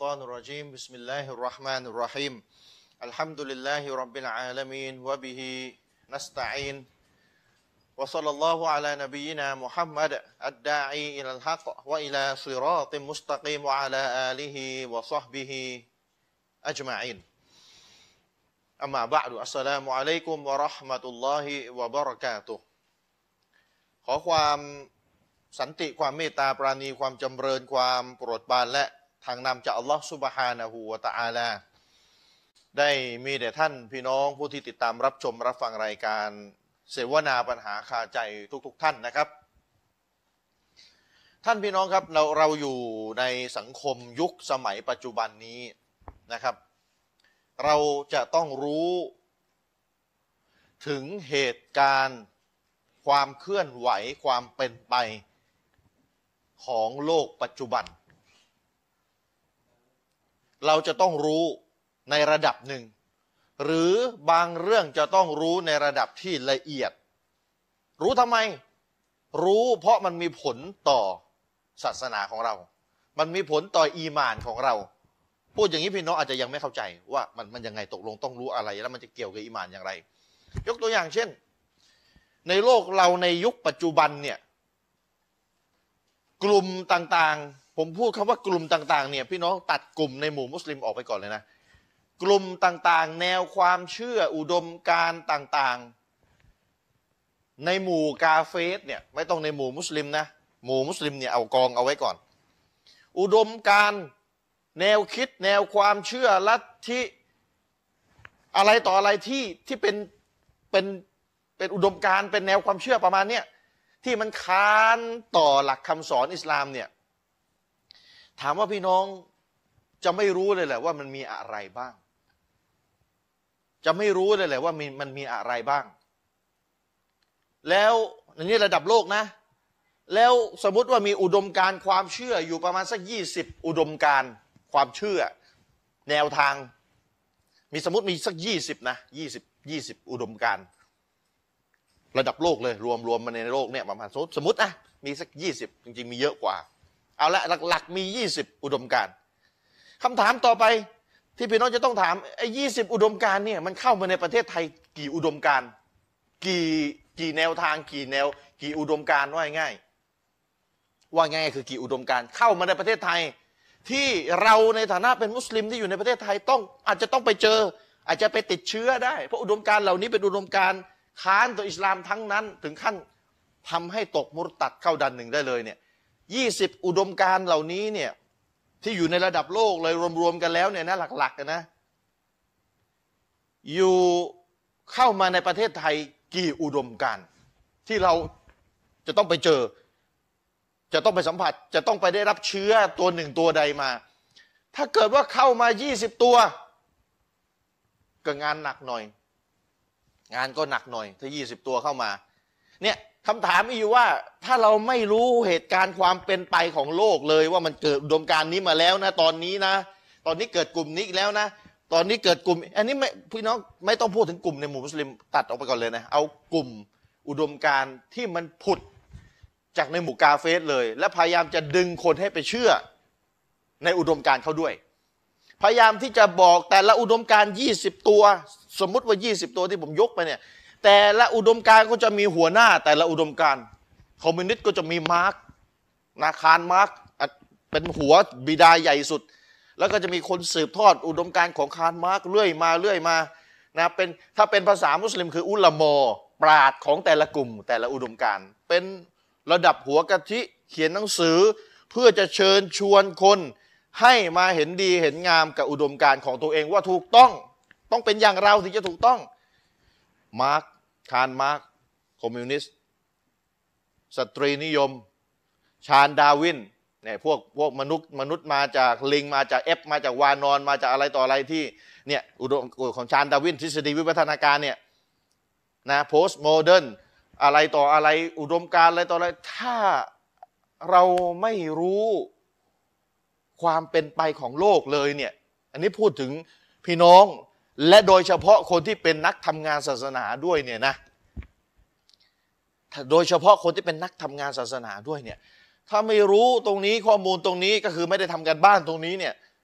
الشيطان الرجيم بسم الله الرحمن الرحيم الحمد لله رب العالمين وبه نستعين وصلى الله على نبينا محمد الداعي إلى الحق وإلى صراط مستقيم وعلى آله وصحبه أجمعين أما بعد السلام عليكم ورحمة الله وبركاته ขอความสันติความเมตตาปราณีความจำเริญความโปรดปรานและทางนำจากอัลลอฮฺซุบฮานะฮูวะตะอาลาได้มีแด่ท่านพี่น้องผู้ที่ติดตามรับชมรับฟังรายการเสวนาปัญหาคาใจทุกท่านนะครับท่านพี่น้องครับเราอยู่ในสังคมยุคสมัยปัจจุบันนี้นะครับเราจะต้องรู้ถึงเหตุการณ์ความเคลื่อนไหวความเป็นไปของโลกปัจจุบันเราจะต้องรู้ในระดับหนึ่งหรือบางเรื่องจะต้องรู้ในระดับที่ละเอียดรู้ทำไมรู้เพราะมันมีผลต่อศาสนาของเรามันมีผลต่ออีหม่านของเราพูดอย่างนี้พี่น้องอาจจะยังไม่เข้าใจว่ามันยังไงตกลงต้องรู้อะไรแล้วมันจะเกี่ยวกับอีหม่านอย่างไรยกตัวอย่างเช่นในโลกเราในยุคปัจจุบันเนี่ยกลุ่มต่างๆผมพูดคำว่ากลุ่มต่างๆเนี่ยพี่น้องตัดกลุ่มในหมู่มุสลิมออกไปก่อนเลยนะกลุ่มต่างๆแนวความเชื่ออุดมการณ์ต่างๆในหมู่กาเฟสเนี่ยไม่ต้องในหมู่มุสลิมนะหมู่มุสลิมเนี่ยเอากองเอาไว้ก่อนอุดมการณ์แนวคิดแนวความเชื่อลัทธิอะไรต่ออะไรที่เป็นอุดมการณ์เป็นแนวความเชื่อประมาณเนี้ยที่มันค้านต่อหลักคำสอนอิสลามเนี่ยถามว่าพี่น้องจะไม่รู้เลยแหละว่ามันมีอะไรบ้างจะไม่รู้เลยแหละว่ามันมีอะไรบ้างแล้วอันนี้ระดับโลกนะแล้วสมมติว่ามีอุดมการณ์ความเชื่ออยู่ประมาณสัก20อุดมการณ์ความเชื่อแนวทางมีสมมติมีสัก20นะ20อุดมการณ์ระดับโลกเลยรวมมาในโลกเนี่ยประมาณสมมตินะมีสัก20จริงๆมีเยอะกว่าเอาละหลักๆมี20อุดมการณ์คำถามต่อไปที่พี่น้องจะต้องถามไอ้20อุดมการณ์เนี่ยมันเข้ามาในประเทศไทยกี่อุดมการณ์กี่แนวทางกี่อุดมการณ์ว่าง่ายคือกี่อุดมการณ์เข้ามาในประเทศไทยที่เราในฐานะเป็นมุสลิมที่อยู่ในประเทศไทยอาจจะต้องไปเจออาจจะไปติดเชื้อได้เพราะอุดมการณ์เหล่านี้เป็นอุดมการณ์ค้านต่ออิสลามทั้งนั้นถึงขั้นทำให้ตกมุรตัดเข้าดันหนึ่งได้เลยเนี่ย20อุดมการณ์เหล่านี้เนี่ยที่อยู่ในระดับโลกเลยรวมกันแล้วเนี่ยนะหลักๆนะอยู่เข้ามาในประเทศไทยกี่อุดมการณ์ที่เราจะต้องไปเจอจะต้องไปสัมผัสจะต้องไปได้รับเชื้อตัวหนึ่งตัวใดมาถ้าเกิดว่าเข้ามา20ตัวก็งานหนักหน่อยงานก็หนักหน่อยถ้า20ตัวเข้ามาเนี่ยคำถามมีอยู่ว่าถ้าเราไม่รู้เหตุการณ์ความเป็นไปของโลกเลยว่ามันเกิดอุดมการณ์นี้มาแล้วนะตอนนี้เกิดกลุ่มนี้อีกแล้วนะตอนนี้เกิดกลุ่มอันนี้ไม่พี่น้องไม่ต้องพูดถึงกลุ่มในหมู่มุสลิมตัดออกไปก่อนเลยนะเอากลุ่มอุดมการณ์ที่มันผุดจากในหมู่กาเฟสเลยและพยายามจะดึงคนให้ไปเชื่อในอุดมการณ์เขาด้วยพยายามที่จะบอกแต่ละอุดมการณ์20ตัวสมมุติว่า20ตัวที่ผมยกไปเนี่ยแต่ละอุดมการณ์ก็จะมีหัวหน้าแต่ละอุดมการณ์คอมมิวนิสต์ก็จะมีมาร์กนาคารมาร์กเป็นหัวบิดาใหญ่สุดแล้วก็จะมีคนสืบทอดอุดมการณ์ของคารมาร์กเรื่อยมานะเป็นถ้าเป็นภาษามุสลิมคืออุลามอปราชญ์ของแต่ละกลุ่มแต่ละอุดมการณ์เป็นระดับหัวกะทิเขียนหนังสือเพื่อจะเชิญชวนคนให้มาเห็นดีเห็นงามกับอุดมการณ์ของตัวเองว่าถูกต้องเป็นอย่างเราถึงจะถูกต้องมาร์กคาร์ลมาร์กคอมมิวนิสต์สตรีนิยมชาญดาร์วินเนี่ยพวกมนุษย์มาจากลิงมาจากมาจากวานอนมาจากอะไรต่ออะไรที่เนี่ยอุดมของชาญดาร์วินทฤษฎีวิวัฒนาการเนี่ยนะโพสต์โมเดิร์นอะไรต่ออะไรอุดมการณ์อะไรต่ออะไรถ้าเราไม่รู้ความเป็นไปของโลกเลยเนี่ยอันนี้พูดถึงพี่น้องและโดยเฉพาะคนที่เป็นนักทำงานศาสนาด้วยเนี่ยนะโดยเฉพาะคนที่เป็นนักทำงานศาสนาด้วยเนี่ยถ้าไม่รู้ตรงนี้ข้อมูลตรงนี้ก็คือไม่ได้ทำการบ้านตรงนี้เนี่ย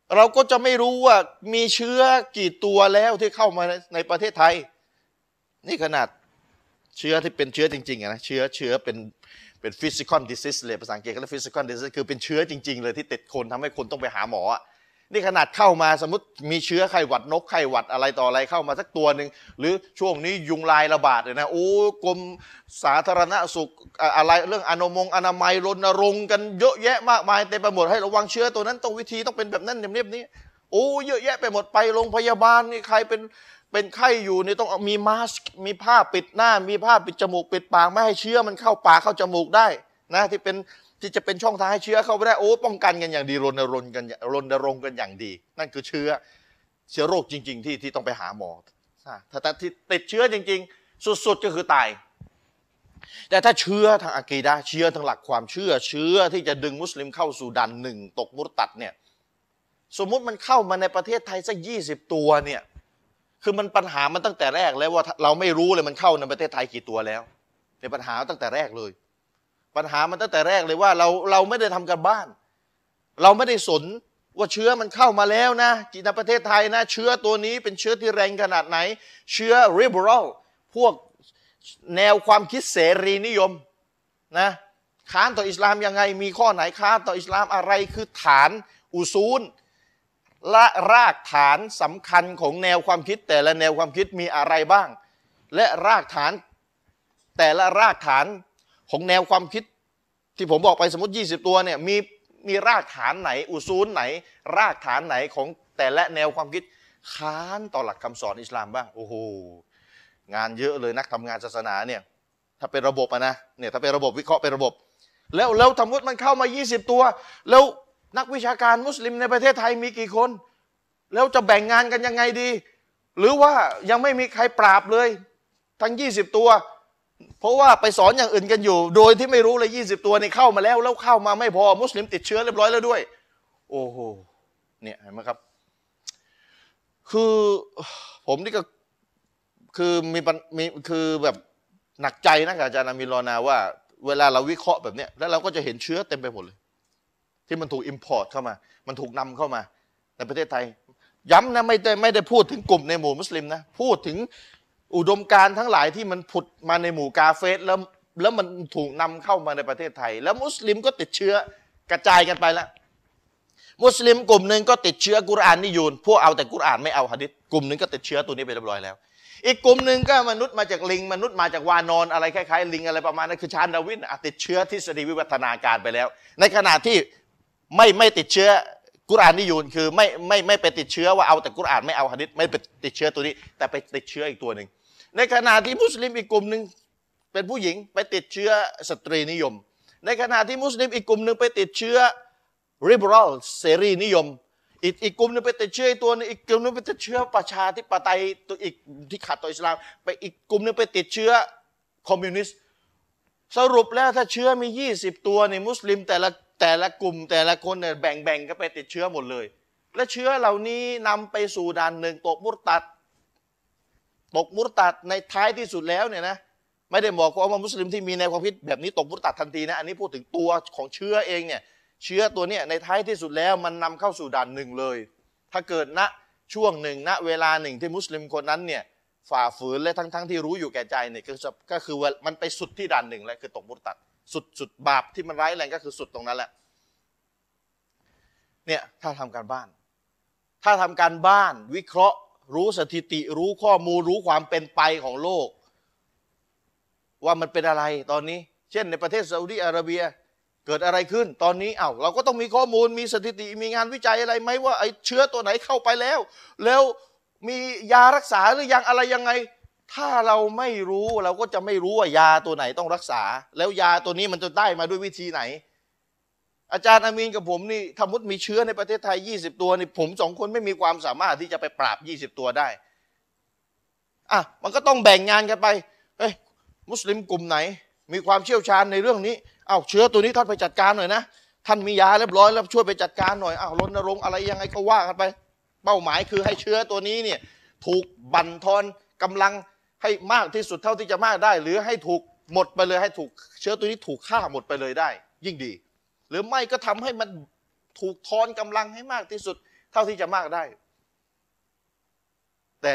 เราก็จะไม่รู้ว่ามีเชื้อกี่ตัวแล้วที่เข้ามาในประเทศไทยนี่ขนาดเชื้อที่เป็นเชื้อจริงๆนะเชื้อเป็น physical disease เลยภาษาอังกฤษก็เรียก physical disease คือเป็นเชื้อจริงๆเลยที่ติดคนทำให้คนต้องไปหาหมอนี่ขนาดเข้ามาสมมติมีเชื้อไข้หวัดนกไข้หวัดอะไรต่ออะไรเข้ามาสักตัวหนึ่งหรือช่วงนี้ยุงลายระบาดเลยนะโอ้กรมสาธารณสุขอะไรเรื่องอนามัยรณรงค์กันเยอะแยะมากมายเต็มไปหมดให้ระวังเชื้อตัวนั้นต้องวิธีต้องเป็นแบบนั้นแบบนี้โอ้เยอะแยะไปหมดไปโรงพยาบาลนี่ใครเป็นไข้อยู่นี่ต้องมีมาสก์มีผ้าปิดหน้ามีผ้าปิดจมูกปิดปากไม่ให้เชื้อมันเข้าปากเข้าจมูกได้นะที่จะเป็นช่องทางให้เชื้อเข้าไปได้โอ้ป้องกันกันอย่างดีรณรงค์กันอย่างดีนั่นคือเชื้อโรคจริงๆที่ต้องไปหาหมอถ้าที่ติดเชื้อจริงๆสุดๆก็คือตายแต่ถ้าเชื้อทางอะกีดะห์เชื้อทางหลักความเชื่อที่จะดึงมุสลิมเข้าสู่ดันหนึ่งตกมุรตัดเนี่ยสมมุติมันเข้ามาในประเทศไทยสัก20 ตัวเนี่ยคือมันปัญหามันตั้งแต่แรกแล้วว่าเราไม่รู้เลยมันเข้าในประเทศไทยกี่ตัวแล้วในปัญหาตั้งแต่แรกเลยปัญหามันตั้งแต่แรกเลยว่าเราไม่ได้ทำกันบ้านเราไม่ได้สนว่าเชื้อมันเข้ามาแล้วนะในประเทศไทยนะเชื้อตัวนี้เป็นเชื้อที่แรงขนาดไหนเชื้อ liberal พวกแนวความคิดเสรีนิยมนะค้านต่ออิสลามยังไงมีข้อไหนค้านต่ออิสลามอะไรคือฐานอุซูลและรากฐานสำคัญของแนวความคิดแต่ละแนวความคิดมีอะไรบ้างและรากฐานแต่ละรากฐานของแนวความคิดที่ผมบอกไปสมมติ20 ตัวเนี่ยมีรากฐานไหนอุซูลไหนรากฐานไหนของแต่ละแนวความคิดค้านต่อหลักคำสอนอิสลามบ้างโอ้โหงานเยอะเลยนักทำงานศาสนาเนี่ยถ้าเป็นระบบนะเนี่ยถ้าเป็นระบบวิเคราะห์เป็นระบบแล้วสมมติมันเข้ามา20 ตัวแล้วนักวิชาการมุสลิมในประเทศไทยมีกี่คนแล้วจะแบ่งงานกันยังไงดีหรือว่ายังไม่มีใครปราบเลยทั้ง20 ตัวเพราะว่าไปสอนอย่างอื่นกันอยู่โดยที่ไม่รู้เลย20 ตัวนี่เข้ามาแล้วเข้ามาไม่พอมุสลิมติดเชื้อเรียบร้อยแล้วด้วยโอ้โหเนี่ยเห็นไหมครับคือผมนี่ก็คือคือแบบหนักใจนะอาจารย์อามีรอนาว่าเวลาเราวิเคราะห์แบบเนี้ยแล้วเราก็จะเห็นเชื้อเต็มไปหมดเลยที่มันถูกอิมพอร์ตเข้ามามันถูกนำเข้ามาในประเทศไทยย้ำนะไม่ได้พูดถึงกลุ่มในหมู่มุสลิมนะพูดถึงอุดมการณ์ทั้งหลายที่มันผุดมาในหมู่กาเฟสแล้วมันถูกนำเข้ามาในประเทศไทยแล้วมุสลิมก็ติดเชื้อกระจายกันไปแล้วมุสลิมกลุ่มหนึ่งก็ติดเชื้อกุรอานนิยูนพวกเอาแต่กุรอานไม่เอาหะดีษกลุ่มหนึ่งก็ติดเชื้อตัวนี้ไปเรียบร้อยแล้วอีกกลุ่มหนึ่งก็มนุษย์มาจากลิงมนุษย์มาจากวานอนอะไรคล้ายๆลิงอะไรประมาณนั้นคือชาญดาวินติดเชื้อทฤษฎีวิวัฒนาการไปแล้วในขณะที่ไม่ติดเชื้อกุรอานนิยูนคือไม่ไปติดเชื้อว่าเอาแต่กุรอานไม่เอาหะดีษไม่ไปติดเชื้อตัวนี้แต่ไปติดเชื้ออีกตัวหนึ่งในขณะที่มุสลิมอีกกลุ่มหนึ่งเป็นผู้หญิงไปติดเชื้อสตรีนิยมในขณะที่มุสลิมอีกกลุ่มหนึ่งไปติดเชื้อ liberal เสรีนิยมอีกกลุ่มนึงไปติดเชื้อตัวนึงอีกกลุ่มนึงไปติดเชื้อประชาธิปไตยตัวอีกที่ขัดต่ออิสลามไปอีกกลุ่มนึงไปติดเชื้อคอมมิวนิสต์สรุปแล้วถ้าเชื้อมี20 ตัวในมุสลิมแต่ละกลุ่มแต่ละคนเนี่ยแบ่งก็ไปติดเชื้อหมดเลยและเชื้อเหล่านี้นำไปสู่ด่านหนึ่งตกมุรตัดในท้ายที่สุดแล้วเนี่ยนะไม่ได้บอกว่ามุสลิมที่มีแนวความคิดแบบนี้ตกมุรตัดทันทีนะอันนี้พูดถึงตัวของเชื้อเองเนี่ยเชื้อตัวนี้ในท้ายที่สุดแล้วมันนำเข้าสู่ด่านหนึ่งเลยถ้าเกิดณช่วงหนึ่งณเวลาหนึ่งที่มุสลิมคนนั้นเนี่ยฝ่าฝืนและทั้งที่รู้อยู่แก่ใจเนี่ยก็คือว่ามันไปสุดที่ด่านหนึ่งแล้วคือตกมุรตัดสุดบาปที่มันร้ายแรงก็คือสุดตรงนั้นแหละเนี่ยถ้าทำการบ้านวิเคราะห์รู้สถิติรู้ข้อมูลรู้ความเป็นไปของโลกว่ามันเป็นอะไรตอนนี้เช่นในประเทศซาอุดิอาระเบียเกิดอะไรขึ้นตอนนี้เราก็ต้องมีข้อมูลมีสถิติมีงานวิจัยอะไรไหมว่าไอ้เชื้อตัวไหนเข้าไปแล้วมียารักษาหรือยังอะไรยังไงถ้าเราไม่รู้เราก็จะไม่รู้ว่ายาตัวไหนต้องรักษาแล้วยาตัวนี้มันจะได้มาด้วยวิธีไหนอาจารย์อามีนกับผมนี่ถ้ามุดมีเชื้อในประเทศไทย20 ตัวนี่ผม2 คนไม่มีความสามารถที่จะไปปราบ20 ตัวได้มันก็ต้องแบ่งงานกันไปมุสลิมกลุ่มไหนมีความเชี่ยวชาญในเรื่องนี้เชื้อตัวนี้ท่านไปจัดการหน่อยนะท่านมียาเรียบร้อยแล้วช่วยไปจัดการหน่อยรณรงค์อะไรยังไงก็ว่ากันไปเป้าหมายคือให้เชื้อตัวนี้เนี่ยถูกบั่นทอนกำลังให้มากที่สุดเท่าที่จะมากได้หรือให้ถูกหมดไปเลยให้ถูกเชื้อตัวนี้ถูกฆ่าหมดไปเลยได้ยิ่งดีหรือไม่ก็ทำให้มันถูกทอนกำลังให้มากที่สุดเท่าที่จะมากได้ แต่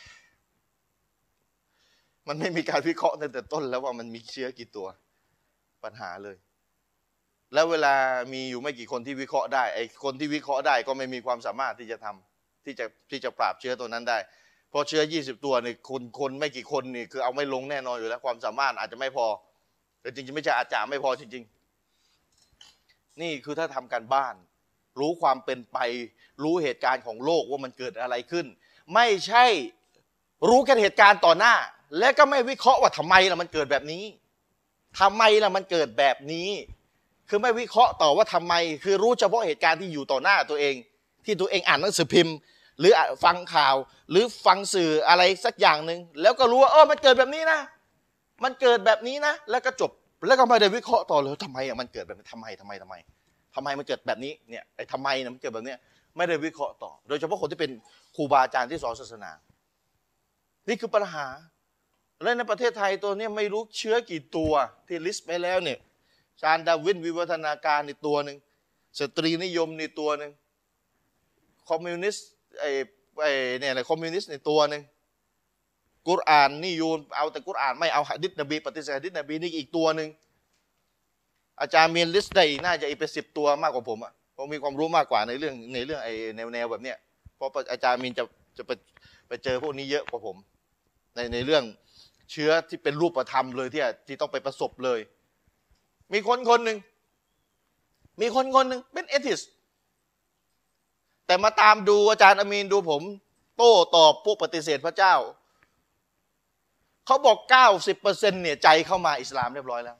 มันไม่มีการวิเคราะห์ตั้งแต่ต้นแล้วว่ามันมีเชื้อกี่ตัวปัญหาเลยแล้วเวลามีอยู่ไม่กี่คนที่วิเคราะห์ได้ไอ้คนที่วิเคราะห์ได้ก็ไม่มีความสามารถที่จะทำที่จะปราบเชื้อตัวนั้นได้เพราะเชื้อ20ตัวนี่คนไม่กี่คนนี่คือเอาไม่ลงแน่นอนอยู่แล้วความสามารถอาจจะไม่พอแต่จริงๆไม่ใช่อาจจะไม่พอจริงๆนี่คือถ้าทำการบ้านรู้ความเป็นไปรู้เหตุการณ์ของโลกว่ามันเกิดอะไรขึ้นไม่ใช่รู้แค่เหตุการณ์ต่อหน้าและก็ไม่วิเคราะห์ว่าทำไมล่ะมันเกิดแบบนี้ทำไมล่ะมันเกิดแบบนี้คือไม่วิเคราะห์ต่อว่าทำไมคือรู้เฉพาะเหตุการณ์ที่อยู่ต่อหน้าตัวเองที่ตัวเองอ่านหนังสือพิมพ์หรือฟังข่าวหรือฟังสื่ออะไรสักอย่างหนึ่งแล้วก็รู้ว่ามันเกิดแบบนี้นะมันเกิดแบบนี้นะแล้วก็จบแล้วก็ไม่ได้วิเคราะห์ต่อเลยทำไมมันเกิดแบบนี้ทำไมมันเกิดแบบนี้เนี่ยไอ้ทำไมมันเกิดแบบนี้ไม่ได้วิเคราะห์ต่อโดยเฉพาะคนที่เป็นครูบาอาจารย์ที่สอนศาสนานี่คือปัญหาและในประเทศไทยตัวนี้ไม่รู้เชื้อกี่ตัวที่ลิสต์ไปแล้วเนี่ยชาญดาวินวิวัฒนาการในตัวหนึ่งสตรีนิยมในตัวหนึ่งคอมมิวนิสต์เนี่ยอะไรคอมมิวนิสต์ในตัวหนึ่งกุรอานนิยูนเอาแต่กุรอานไม่เอาหะดีษนบีปฏิเสธหะดีษนบีนี่อีกตัวหนึ่งอาจารย์มีลิสต์ได้น่าจะอีกเป็น10 ตัวมากกว่าผมอ่ะผมมีความรู้มากกว่าในเรื่องไอ้แนวแบบเนี้ยเพราะอาจารย์มีนจะไปเจอพวกนี้เยอะกว่าผมในเรื่องเชื้อที่เป็นรูปธรรมเลยที่ต้องไปประสบเลยมีคนหนึ่งเป็นเอทิสต์แต่มาตามดูอาจารย์อามีนดูผมโต้ตอบพวกปฏิเสธพระเจ้าเขาบอก 90% เนี่ยใจเข้ามาอิสลามเรียบร้อยแล้ว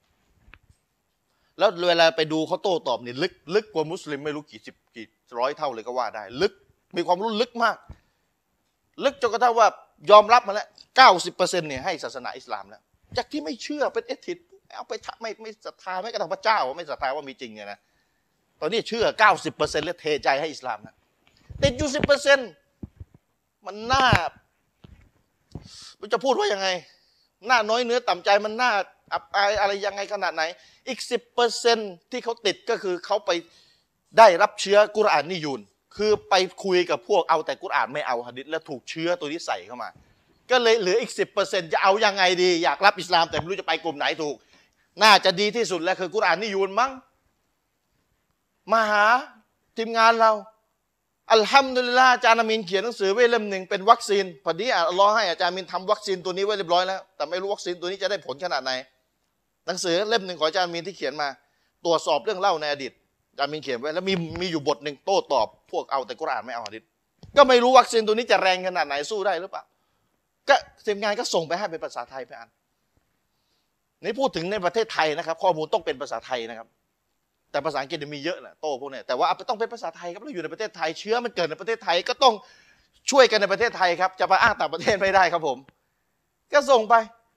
เวลาไปดูเขาโต้ตอบนี่ลึกกว่ามุสลิมไม่รู้กี่ร้อยเท่าเลยก็ว่าได้ลึกมีความรู้ลึกมากลึกจนกระทั่งว่ายอมรับมาแล้ว 90% เนี่ยให้ศาสนาอิสลามแล้วจากที่ไม่เชื่อเป็นเอทิสต์เอาไปไม่ศรัทธาไม่กระทั่งพระเจ้าไม่ศรัทธาว่ามีจริงเนี่ยนะตอนนี้เชื่อ 90% แล้วเทใจให้อิสลามนะติดอยู่ 10% มันน่าจะพูดว่ายังไงน่าน้อยเนื้อต่ำใจมันน่าอับอายอะไรยังไงขนาดไหนอีก 10% ที่เขาติดก็คือเขาไปได้รับเชื้อกุรอานนิยูนคือไปคุยกับพวกเอาแต่กุรอานไม่เอาหะดีษแล้วถูกเชื้อตัวนี้ใส่เข้ามาก็เลยเหลืออีก 10% จะเอายังไงดีอยากรับอิสลามแต่ไม่รู้จะไปกลุ่มไหนถูกน่าจะดีที่สุดแล้วคือกุรอานนิยูนมั้งมาหาทีมงานเราอัลฮัมดุลิลลาห์อาจารย์อามีนเขียนหนังสือไว้เล่มหนึ่งเป็นวัคซีนพอดีอัลลอฮ์ให้อาจารย์อามีนทำวัคซีนตัวนี้ไว้เรียบร้อยแล้วแต่ไม่รู้วัคซีนตัวนี้จะได้ผลขนาดไหนหนังสือเล่มหนึ่งของอาจารย์อามีนที่เขียนมาตรวจสอบเรื่องเล่าในอดีตอาจารย์อามีนเขียนไว้แล้วมีอยู่บทหนึ่งโต้ตอบพวกเอาแต่กุรอานไม่เอาหะดีษก็ไม่รู้วัคซีนตัวนี้จะแรงขนาดไหนสู้ได้หรือเปล่าก็ทีมงานก็ส่งไปให้เป็นภาษาไทยไปอ่านนี่พูดถึงในประเทศไทยนะครับข้อมูลต้องเป็นภาษาไทยนะครับแต่ภาษาอังกฤษมีเยอะนะโต้พวกนี้แต่ว่าต้องเป็นภาษาไทยครับเราอยู่ในประเทศไทยเชื้อมันเกิดในประเทศไทยก็ต้องช่วยกันในประเทศไทยครับจะไปอ้างต่างประเทศไม่ได้ครับผมก็ส่งไป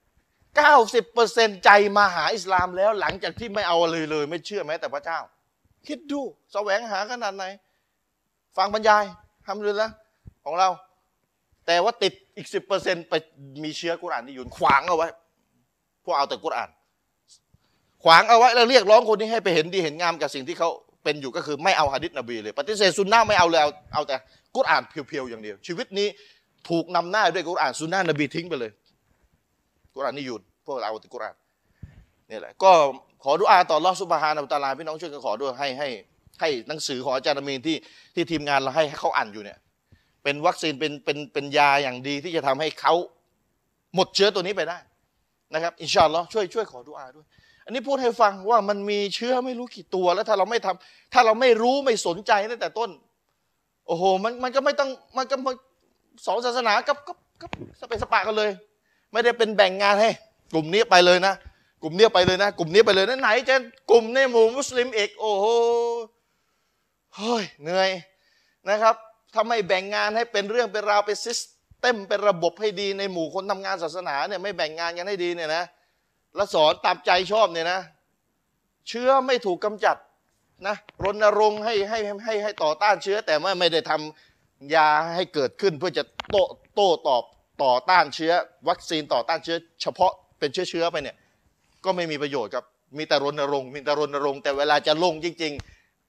90% ใจมาหาอิสลามแล้วหลังจากที่ไม่เอาเลยไม่เชื่อแม้แต่พระเจ้าคิดดูแสวงหาขนาดไหนฟังบรรยายทำเลยละของเราแต่ว่าติดอีก 10% ไปมีเชื้อกุรอานนิยูนขวางเอาไว้พวกเอาแต่กุรอานขวางเอาไว้แล้วเรียกร้องคนนี้ให้ไปเห็นดีเห็นงามกับสิ่งที่เขาเป็นอยู่ก็คือไม่เอาหะดีษนบีเลยปฏิเสธซุนนะห์ไม่เอาเลยเอาแต่กุรอานเพียวๆอย่างเดียวชีวิตนี้ถูกนำหน้าด้วยกุรอานซุนนะห์นบีทิ้งไปเลยกุรอานนิยูนพวกเราเอาแต่กุรอานนี่แหละก็ขอดุอาต่ออัลเลาะห์ซุบฮานะฮูวะตะอาลาพี่น้องช่วยกันขอด้วยให้หนังสือของอาจารย์อามีนที่ทีมงานเราให้เขาอ่านอยู่เนี่ยเป็นวัคซีนเป็นยาอย่างดีที่จะทำให้เขาหมดเชื้อตัวนี้ไปได้นะครับอินชาอัลลอฮ์ช่วยขอดุอาด้วยอันนี้พูดให้ฟังว่ามันมีเชื้อไม่รู้กี่ตัวแล้วถ้าเราไม่ทำถ้าเราไม่รู้ไม่สนใจตั้งแต่ต้นโอ้โหมันก็ไม่ต้องมันก็สองศาสนากับสเปสปะกันเลยไม่ได้เป็นแบ่งงานให้กลุ่มนี้ไปเลยนะกลุ่มนี้ไปเลยนะกลุ่มนี้ไปเลยนะไหนจะกลุ่มในหมู่มุสลิมเอกโอ้โหเฮ้ยเหนื่อยนะครับถ้าไม่แบ่งงานให้เป็นเรื่องเป็นราวเป็นซิสเต็มเป็นระบบให้ดีในหมู่คนทำงานศาสนาเนี่ยไม่แบ่งงานกันให้ดีเนี่ยนะแล้วสอนตามใจชอบเนี่ยนะเชื้อไม่ถูกกำจัดนะรณรงค์ให้ต่อต้านเชื้อแต่ไม่ได้ทำยาให้เกิดขึ้นเพื่อจะโต้ตอบต่อต้านเชื้อวัคซีนต่อต้านเชื้อเฉพาะเป็นเชื้อไปเนี่ยก็ไม่มีประโยชน์ครับมีแต่รณรงค์แต่เวลาจะลงจริงๆ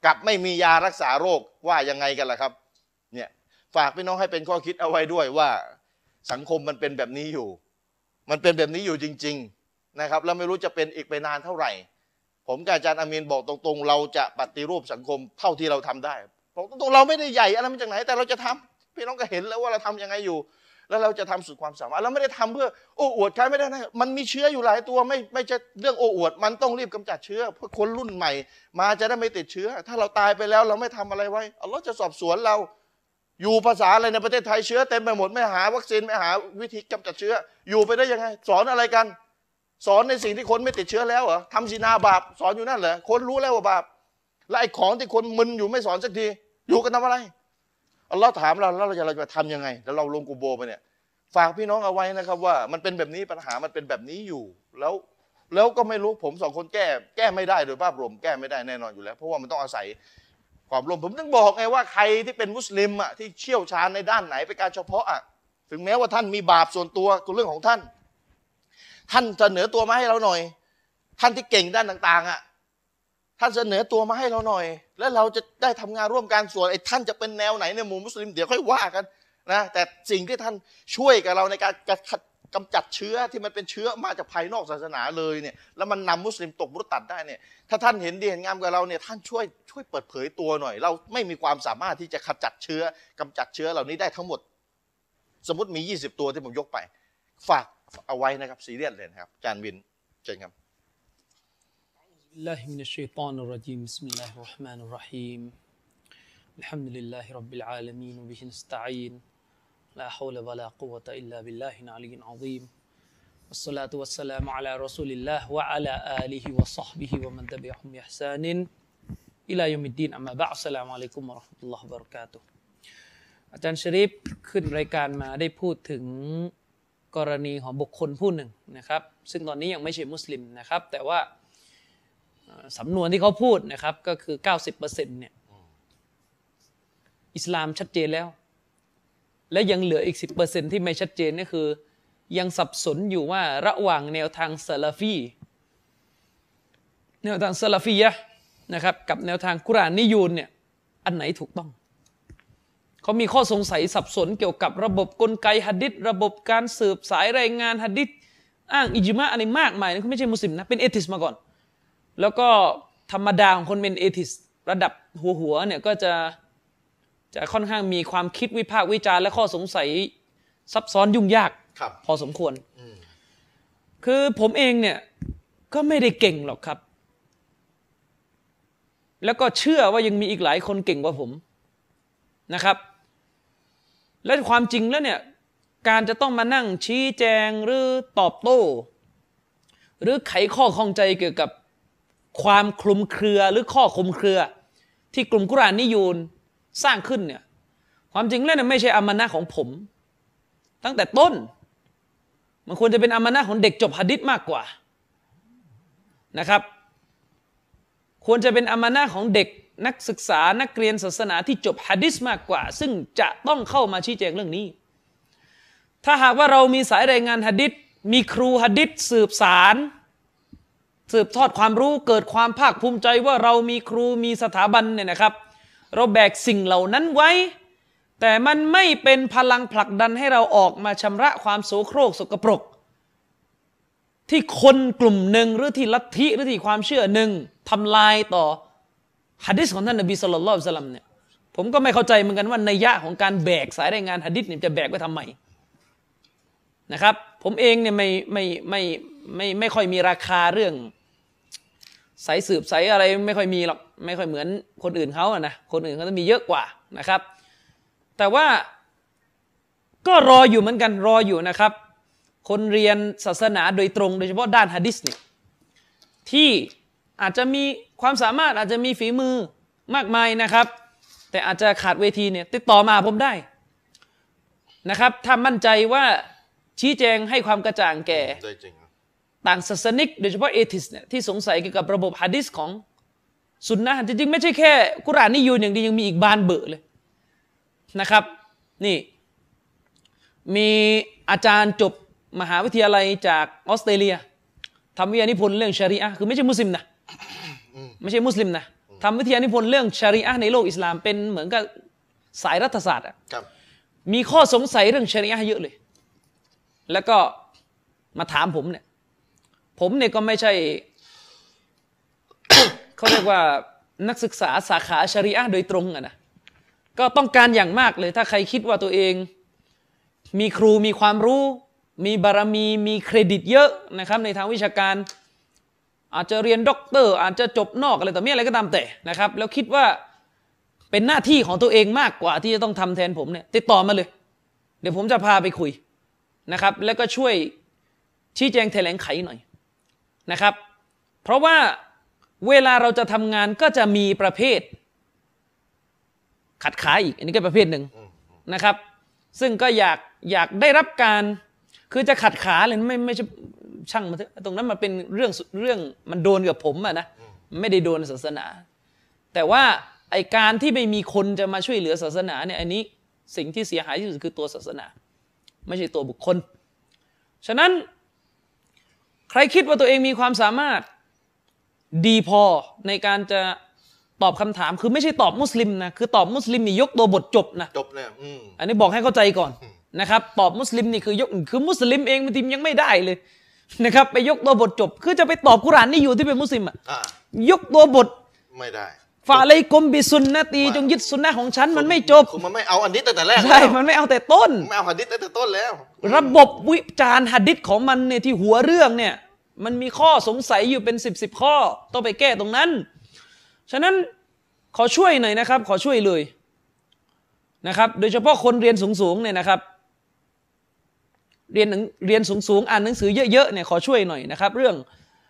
กับไม่มียารักษาโรคว่ายังไงกันล่ะครับเนี่ยฝากพี่น้องให้เป็นข้อคิดเอาไว้ด้วยว่าสังคมมันเป็นแบบนี้อยู่มันเป็นแบบนี้อยู่จริงๆนะครับแล้วไม่รู้จะเป็นอีกไปนานเท่าไหร่ผมกับอาจารย์อามีนบอกตรงๆเราจะปฏิรูปสังคมเท่าที่เราทำได้บอกตรงๆเราไม่ได้ใหญ่อะไรมาจากไหนแต่เราจะทำพี่น้องก็เห็นแล้วว่าเราทำยังไงอยู่แล้วเราจะทำสุดความสามารถเราไม่ได้ทำเพื่อโอ้อวดใครไม่ได้นะมันมีเชื้ออยู่หลายตัวไม่ใช่เรื่องโอ้อวดมันต้องรีบกำจัดเชื้อเพื่อคนรุ่นใหม่มาจะได้ไม่ติดเชื้อถ้าเราตายไปแล้วเราไม่ทำอะไรไว้อัลลอฮ์จะสอบสวนเราอยู่ภาษาอะไรในประเทศไทยเชื้อเต็มไปหมดไม่หาวัคซีนไม่หาวิธีกำจัดเชื้ออยู่ไปได้ยังไงสอนอะไรกันสอนในสิ่งที่คนไม่ติดเชื้อแล้วเหรอทำศีนาบาปสอนอยู่นั่นเหรอคนรู้แล้วว่าบาปและไอ้ของที่คนมึนอยู่ไม่สอนสักทีอยู่กันทำอะไรอัลลอฮ์ถามเราแล้วเราจะทำยังไงแล้วเราลงกุโบไปเนี่ยฝากพี่น้องเอาไว้นะครับว่ามันเป็นแบบนี้ปัญหามันเป็นแบบนี้อยู่แล้วก็ไม่รู้ผมสองคนแก้ไม่ได้โดยภาพรวมแก้ไม่ได้แน่นอนอยู่แล้วเพราะว่ามันต้องอาศัยความร่วมผมต้องบอกไงว่าใครที่เป็นมุสลิมอ่ะที่เชี่ยวชาญในด้านไหนเป็นการเฉพาะอ่ะถึงแม้ว่าท่านมีบาปส่วนตัวก็เรื่องของท่านเสนอตัวมาให้เราหน่อยท่านที่เก่งด้านต่างๆอ่ะท่านเสนอตัวมาให้เราหน่อยแล้วเราจะได้ทำงานร่วมกันส่วนไอ้ท่านจะเป็นแนวไหนในหมู่มุสลิมเดี๋ยวค่อยว่ากันนะแต่สิ่งที่ท่านช่วยกับเราในการกำจัดเชื้อที่มันเป็นเชื้อมาจากภายนอกศาสนาเลยเนี่ยแล้วมันนำมุสลิมตกมุรตัดได้เนี่ยถ้าท่านเห็นดีเห็นงามกับเราเนี่ยท่านช่วยเปิดเผยตัวหน่อยเราไม่มีความสามารถที่จะขจัดเชื้อกำจัดเชื้อเหล่านี้ได้ทั้งหมดสมมติมี20ตัวที่ผมยกไปฝากเอาไว้นะครับซีเรียสเลยนะครับอาจารย์วินเชิญครับ الله من الشيطان الرجيم بسم الله الرحمن الرحيم الحمد لله رب العالمين وبه نستعين لا حول ولا قوة إلا بالله العلي العظيم والصلاة والسلام على رسول الله وعلى آله وصحبه ومن تبعهم بإحسان إلى يوم الدين أما بعد السلام عليكم ورحمة الله وبركاته อาจารย์ชะรีฟขึ้นรายการมาได้พูดถึงกรณีของบุคคลผู้หนึ่งนะครับซึ่งตอนนี้ยังไม่ใช่มุสลิมนะครับแต่ว่าสำนวนที่เขาพูดนะครับก็คือ 90% เนี่ยอิสลามชัดเจนแล้วและยังเหลืออีก 10% ที่ไม่ชัดเจนนี่คือยังสับสนอยู่ว่าระหว่างแนวทางซะลาฟีแนวทางซะลาฟียะห์นะครับกับแนวทางกุรอานนิยูนเนี่ยอันไหนถูกต้องเขามีข้อสงสัยสับสนเกี่ยวกับระบบกลไกหะดีษระบบการสืบสายรายงานหะดีษอ้างอิจมาอะไรมากมายเขาไม่ใช่มุสลิมนะเป็นเอทิสต์มาก่อนแล้วก็ธรรมดาของคนเป็นเอทิสต์ระดับหัวเนี่ยก็จะค่อนข้างมีความคิดวิพากษ์วิจารณ์และข้อสงสัยซับซ้อนยุ่งยากพอสมควรคือผมเองเนี่ยก็ไม่ได้เก่งหรอกครับแล้วก็เชื่อว่ายังมีอีกหลายคนเก่งกว่าผมนะครับและความจริงแล้วเนี่ยการจะต้องมานั่งชี้แจงหรือตอบโต้หรือไขข้อข้องใจเกี่ยวกับความคลุมเครือหรือข้อคลุมเครือที่กลุ่มกุรอานนิยูนสร้างขึ้นเนี่ยความจริงแล้วเนี่ยไม่ใช่อามานะห์ของผมตั้งแต่ต้นมันควรจะเป็นอามานะห์ของเด็กจบหะดีษมากกว่านะครับควรจะเป็นอามานะห์ของเด็กนักศึกษานักเรียนศาสนาที่จบหะดีษมากกว่าซึ่งจะต้องเข้ามาชี้แจงเรื่องนี้ถ้าหากว่าเรามีสายรายงานหะดีษมีครูหะดีษสืบสารสืบทอดความรู้เกิดความภาคภูมิใจว่าเรามีครูมีสถาบันเนี่ยนะครับเราแบกสิ่งเหล่านั้นไว้แต่มันไม่เป็นพลังผลักดันให้เราออกมาชำระความโสโครกสกปรกที่คนกลุ่มหนึ่งหรือที่ลัทธิหรือที่ความเชื่อหนึ่งทำลายต่อหะดีษของท่านนบีศ็อลลัลลอฮุอะลัยฮิวะซัลลัมเนี่ยผมก็ไม่เข้าใจเหมือนกันว่านัยยะของการแบกสายรายงานหะดีษเนี่ยจะแบกไว้ทำไมนะครับผมเองเนี่ยไม่ค่อยมีราคาเรื่องสายสืบสายอะไรไม่ค่อยมีหรอกไม่ค่อยเหมือนคนอื่นเขาอะนะคนอื่นเขาจะมีเยอะกว่านะครับแต่ว่าก็รออยู่เหมือนกันรออยู่นะครับคนเรียนศาสนาโดยตรงโดยเฉพาะด้านหะดีษเนี่ยที่อาจจะมีความสามารถอาจจะมีฝีมือมากมายนะครับแต่อาจจะขาดเวทีเนี่ยติดต่อมาผมได้นะครับถ้ามั่นใจว่าชี้แจงให้ความกระจ่างแก่ต่างศาสนิกโดยเฉพาะเอทิสเนี่ยที่สงสัยเกี่ยวกับระบบหะดีษของซุนนะห์จริงๆไม่ใช่แค่กุรอานนิยูนอย่างเดียวยังมีอีกบานเบอะเลยนะครับนี่มีอาจารย์จบมหาวิทยาลัยจากออสเตรเลียทำวิทยานิพนธ์เรื่องชะรีอะห์คือไม่ใช่มุสลิมนะไม่ใช่มุสลิมนะททำวิทยานิพนธ์เรื่องชะรีอะห์ในโลกอิสลามเป็นเหมือนกับสายรัฐศาสตร์อะมีข้อสงสัยเรื่องชะรีอะห์เยอะเลยแล้วก็มาถามผมเนี่ยก็ไม่ใช่ เขาเรียกว่านักศึกษาสาขาชะรีอะห์โดยตรงอะนะก็ต้องการอย่างมากเลยถ้าใครคิดว่าตัวเองมีครูมีความรู้มีบารมีมีเครดิตเยอะนะครับในทางวิชาการอาจจะเรียนด็อกเตอร์อาจจะจบนอกอะไรต่อมีอะไรก็ตามแต่นะครับแล้วคิดว่าเป็นหน้าที่ของตัวเองมากกว่าที่จะต้องทำแทนผมเนี่ยติดต่อมาเลยเดี๋ยวผมจะพาไปคุยนะครับแล้วก็ช่วยชี้แจงแถลงไขหน่อยนะครับเพราะว่าเวลาเราจะทำงานก็จะมีประเภทขัดขาอีกอันนี้ก็ประเภทหนึ่งนะครับซึ่งก็อยากได้รับการคือจะขัดขาเลยไม่ใช่ช่างมันตรงนั้นมันเป็นเรื่องมันโดนกับผมอะนะไม่ได้โดนศาสนาแต่ว่าไอการที่ไม่มีคนจะมาช่วยเหลือศาสนาเนี่ยอันนี้สิ่งที่เสียหายที่สุดคือตัวศาสนาไม่ใช่ตัวบุคคลฉะนั้นใครคิดว่าตัวเองมีความสามารถดีพอในการจะตอบคำถามคือไม่ใช่ตอบมุสลิมนะคือตอบมุสลิมนี่ยกตัวบทจบนะจบเนี่ยอันนี้บอกให้เข้าใจก่อนนะครับตอบมุสลิมนี่คือมุสลิมเองบางทียังไม่ได้เลยนะครับไปยกตัวบทจบคือจะไปตอบกุรอานนี่อยู่ที่เป็นมุสลิมยกตัวบทไม่ได้ฟาอะลัยกุมบิซุนนะตีจงยึดซุนนะของฉันมันไม่จบคือมันไม่เอาอันนี้ตั้งแต่แรกใช่มันไม่เอาแต่ต้นไม่เอาหะดีษตั้งแต่ต้นแล้วระบบวิจารณ์หะดีษของมันเนี่ยที่หัวเรื่องเนี่ยมันมีข้อสงสัยอยู่เป็น10ข้อต้องไปแก้ตรงนั้นฉะนั้นขอช่วยหน่อยนะครับขอช่วยเลยนะครับโดยเฉพาะคนเรียนสูงๆเนี่ยนะครับเรียนสูงๆอ่านหนังสือเยอะๆเนี่ยขอช่วยหน่อยนะครับเรื่อง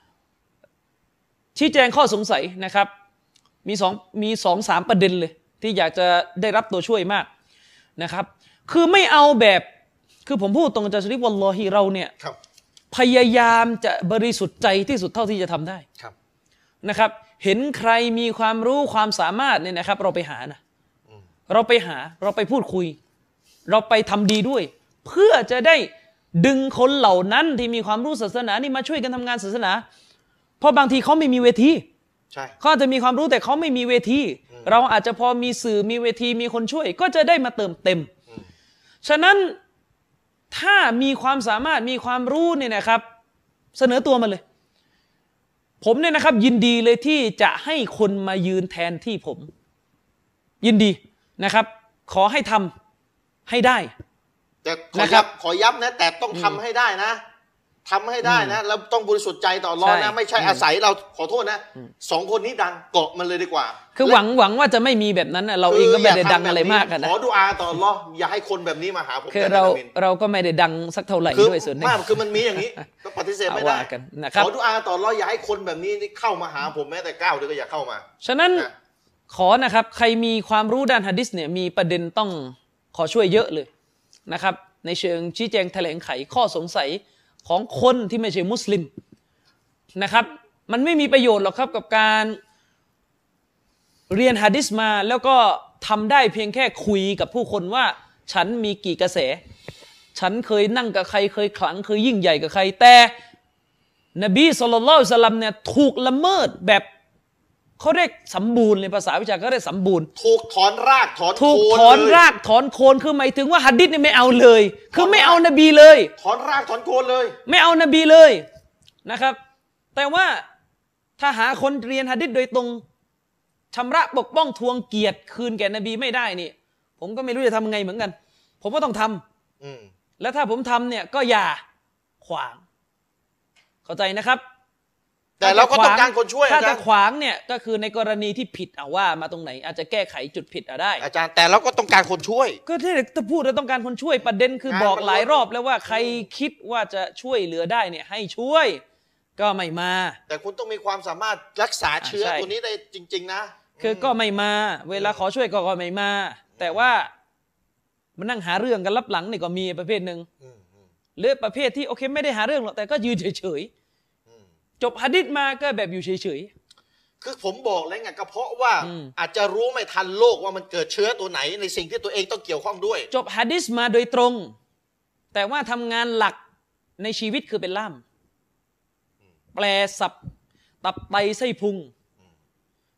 ชี้แจงข้อสงสัยนะครับมี2-3ประเด็นเลยที่อยากจะได้รับตัวช่วยมากนะครับคือไม่เอาแบบคือผมพูดตรงจะชริฟวัลลอฮีเราเนี่ยพยายามจะบริสุทธิ์ใจที่สุดเท่าที่จะทำได้นะครับเห็นใครมีความรู้ความสามารถเนี่ยนะครับเราไปหานะเราไปพูดคุยเราไปทำดีด้วยเพื่อจะได้ดึงคนเหล่านั้นที่มีความรู้ศาสนานี่มาช่วยกันทำงานศาสนาเพราะบางทีเขาไม่มีเวทีเขาอาจจะมีความรู้แต่เขาไม่มีเวทีเราอาจจะพอมีสื่อมีเวทีมีคนช่วยก็จะได้มาเติมเต็มฉะนั้นถ้ามีความสามารถมีความรู้เนี่ยนะครับเสนอตัวมาเลยผมเนี่ยนะครับยินดีเลยที่จะให้คนมายืนแทนที่ผมยินดีนะครับขอให้ทำให้ได้แต่ขอย้ำนะแต่ต้องทำให้ได้นะทำให้ได้นะแล้วต้องบริสุทธิ์ใจต่ออัลเลาะห์นะไม่ใช่อาศัยเราขอโทษนะ2คนนี้ดังเกาะมันเลยดีกว่าคือหวังว่าจะไม่มีแบบนั้นนะเราเองก็ไม่ได้ดังอะไรมากนะขอดุอาต่ออัลเลาะห์อย่าให้คนแบบนี้มาหาผมคือเราก็ไม่ได้ดังสักเท่าไหร่ด้วยส่วนนี้คือมันมีอย่างนี้ก็ปฏิเสธไม่ได้ขอดุอาต่ออัลเลาะห์อย่าให้คนแบบนี้เข้ามาหาผมแม้แต่ก้าวเดียวก็อย่าเข้ามาฉะนั้นขอนะครับใครมีความรู้ด้านหะดีษเนี่ยมีประเด็นต้องขอช่วยเยอะเลยนะครับในเชิงชี้แจงแถลงไขข้อสงสัยของคนที่ไม่ใช่มุสลิมนะครับมันไม่มีประโยชน์หรอกครับกับการเรียนหะดีษมาแล้วก็ทำได้เพียงแค่คุยกับผู้คนว่าฉันมีกี่กระแสฉันเคยนั่งกับใครเคยขลังเคยยิ่งใหญ่กับใครแต่นบีศ็อลลัลลอฮุอะลัยฮิวะซัลลัมเนี่ยถูกละเมิดแบบเขาเรียกสมบูรณ์ในภาษาวิชาเขาเรียกสมบูรณ์ถูกถอนรากถอนโคนถูกถอนรากถอนโคนคือหมายถึงว่าหะดีษนี่ไม่เอาเลยคือไม่เอานบีเลยถอนรากถอนโคนเลยไม่เอานบีเลยนะครับแต่ว่าถ้าหาคนเรียนหะดีษโดยตรงชำระปกป้องทวงเกียรติคืนแก่นบีไม่ได้นี่ผมก็ไม่รู้จะทำไงเหมือนกันผมก็ต้องทำแล้วถ้าผมทำเนี่ยก็อย่าขวางเข้าใจนะครับแต่เราก็ต้องการคนช่วยถ้าจะขวางเนี่ยก็คือในกรณีที่ผิดว่ามาตรงไหนอาจจะแก้ไขจุดผิดได้อาจารย์แต่เราก็ต้องการคนช่วยก็ที่จะพูดเราต้องการคนช่วยประเด็นคือบอกหลายรอบแล้วว่าใครคิดว่าจะช่วยเหลือได้เนี่ยให้ช่วยก็ไม่มาแต่คุณต้องมีความสามารถรักษาเชื้อตัวนี้ได้จริงๆนะคือก็ไม่มาเวลาขอช่วยก็ไม่มาแต่ว่ามันนั่งหาเรื่องกันลับหลังนี่ก็มีประเภทหนึ่งหรือประเภทที่โอเคไม่ได้หาเรื่องหรอกแต่ก็ยืนเฉยจบหะดีษมาก็แบบอยู่เฉยๆคือผมบอกแล้วไงก็เพราะว่าอาจจะรู้ไม่ทันโลกว่ามันเกิดเชื้อตัวไหนในสิ่งที่ตัวเองต้องเกี่ยวข้องด้วยจบหะดีษมาโดยตรงแต่ว่าทำงานหลักในชีวิตคือเป็นล่ามแปลศัพท์ตับไตไส้พุง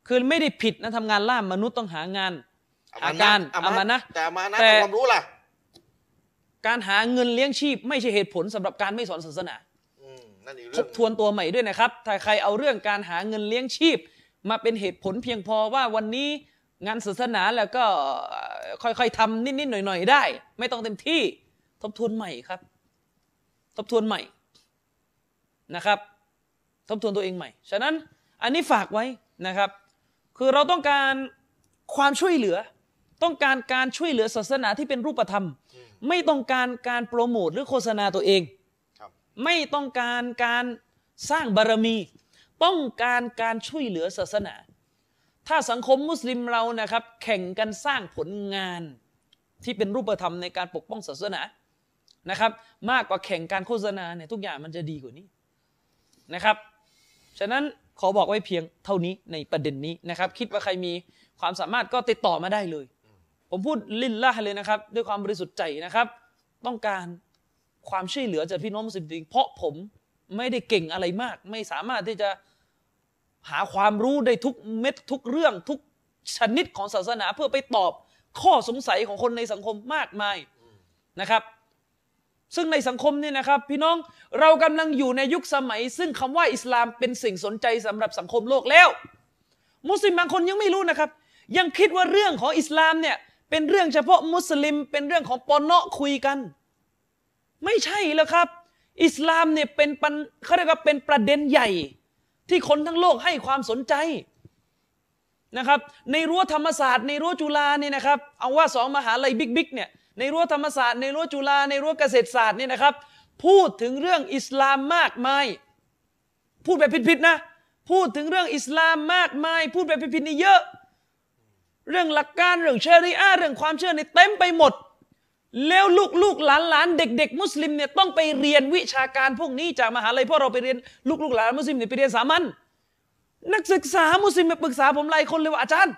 คือไม่ได้ผิดนะทำงานล่ามมนุษย์ต้องหางานหาการอามานะแต่อามานะแต่ความรู้ล่ะการหาเงินเลี้ยงชีพไม่ใช่เหตุผลสำหรับการไม่สอนศาสนานั่นอีกทเรื่อบ งทวนตัวใหม่ด้วยนะครับถ้าใครเอาเรื่องการหาเงินเลี้ยงชีพมาเป็นเหตุผลเพียงพอว่าวันนี้งานศาสนาแล้วก็ค่อยๆทำนิดๆหน่อยๆได้ ไม่ต้องเต็มที่ทบทวนใหม่ครับทบทวนใหม่นะครับทบทวนตัวเองใหม่ฉะนั้นอันนี้ฝากไว้นะครับคือเราต้องการความช่วยเหลือต้องการการช่วยเหลือศาสนาที่เป็นรูปธรรมไม่ต้องการการโปรโมทหรือโฆษณาตัวเองไม่ต้องการการสร้างบารมีต้องการการช่วยเหลือศาสนาถ้าสังคมมุสลิมเรานะครับแข่งกันสร้างผลงานที่เป็นรูปธรรมในการปกป้องศาสนานะครับมากกว่าแข่งการโฆษณาเนี่ยทุกอย่างมันจะดีกว่านี้นะครับฉะนั้นขอบอกไว้เพียงเท่านี้ในประเด็นนี้นะครับคิดว่าใครมีความสามารถก็ติดต่อมาได้เลยผมพูดลิลละห์เลยนะครับด้วยความบริสุทธิ์ใจนะครับต้องการความช่วยเหลือจากพี่น้องมุสลิมจริงเพราะผมไม่ได้เก่งอะไรมากไม่สามารถที่จะหาความรู้ได้ทุกเม็ดทุกเรื่องทุกชนิดของศาสนาเพื่อไปตอบข้อสงสัยของคนในสังคมมากมายนะครับซึ่งในสังคมเนี่ยนะครับพี่น้องเรากำลังอยู่ในยุคสมัยซึ่งคำว่าอิสลามเป็นสิ่งสนใจสำหรับสังคมโลกแล้วมุสลิมบางคนยังไม่รู้นะครับยังคิดว่าเรื่องของอิสลามเนี่ยเป็นเรื่องเฉพาะมุสลิมเป็นเรื่องของปนเนาะคุยกันไม่ใช่แล้วครับอิสลามเนี่ยเป็นเขาเรียกว่าเป็นประเด็นใหญ่ที่คนทั้งโลกให้ความสนใจนะครับในรั้วธรรมศาสตร์ในรั้วจุฬาเนี่ยนะครับเอาว่า2มหาลัยบิ๊กๆเนี่ยในรั้วธรรมศาสตร์ในรั้วจุฬาในรั้วเกษตรศาสตร์เนี่ยนะครับพูดถึงเรื่องอิสลามมากมายพูดแบบผิดๆนะพูดถึงเรื่องอิสลามมากมายพูดแบบผิดๆนี่เยอะเรื่องหลักการเรื่องชะรีอะห์เรื่องความเชื่อในเต็มไปหมดแล้วลูกหลานเด็กๆมุสลิมเนี่ยต้องไปเรียนวิชาการพวกนี้จากมหาลัยเพราะเราไปเรียนลูกหลานมุสลิมเนี่ยไปเรียนสามัญนักศึกษามุสลิมมาปรึกษาผมหลายคนเลยว่าอาจารย์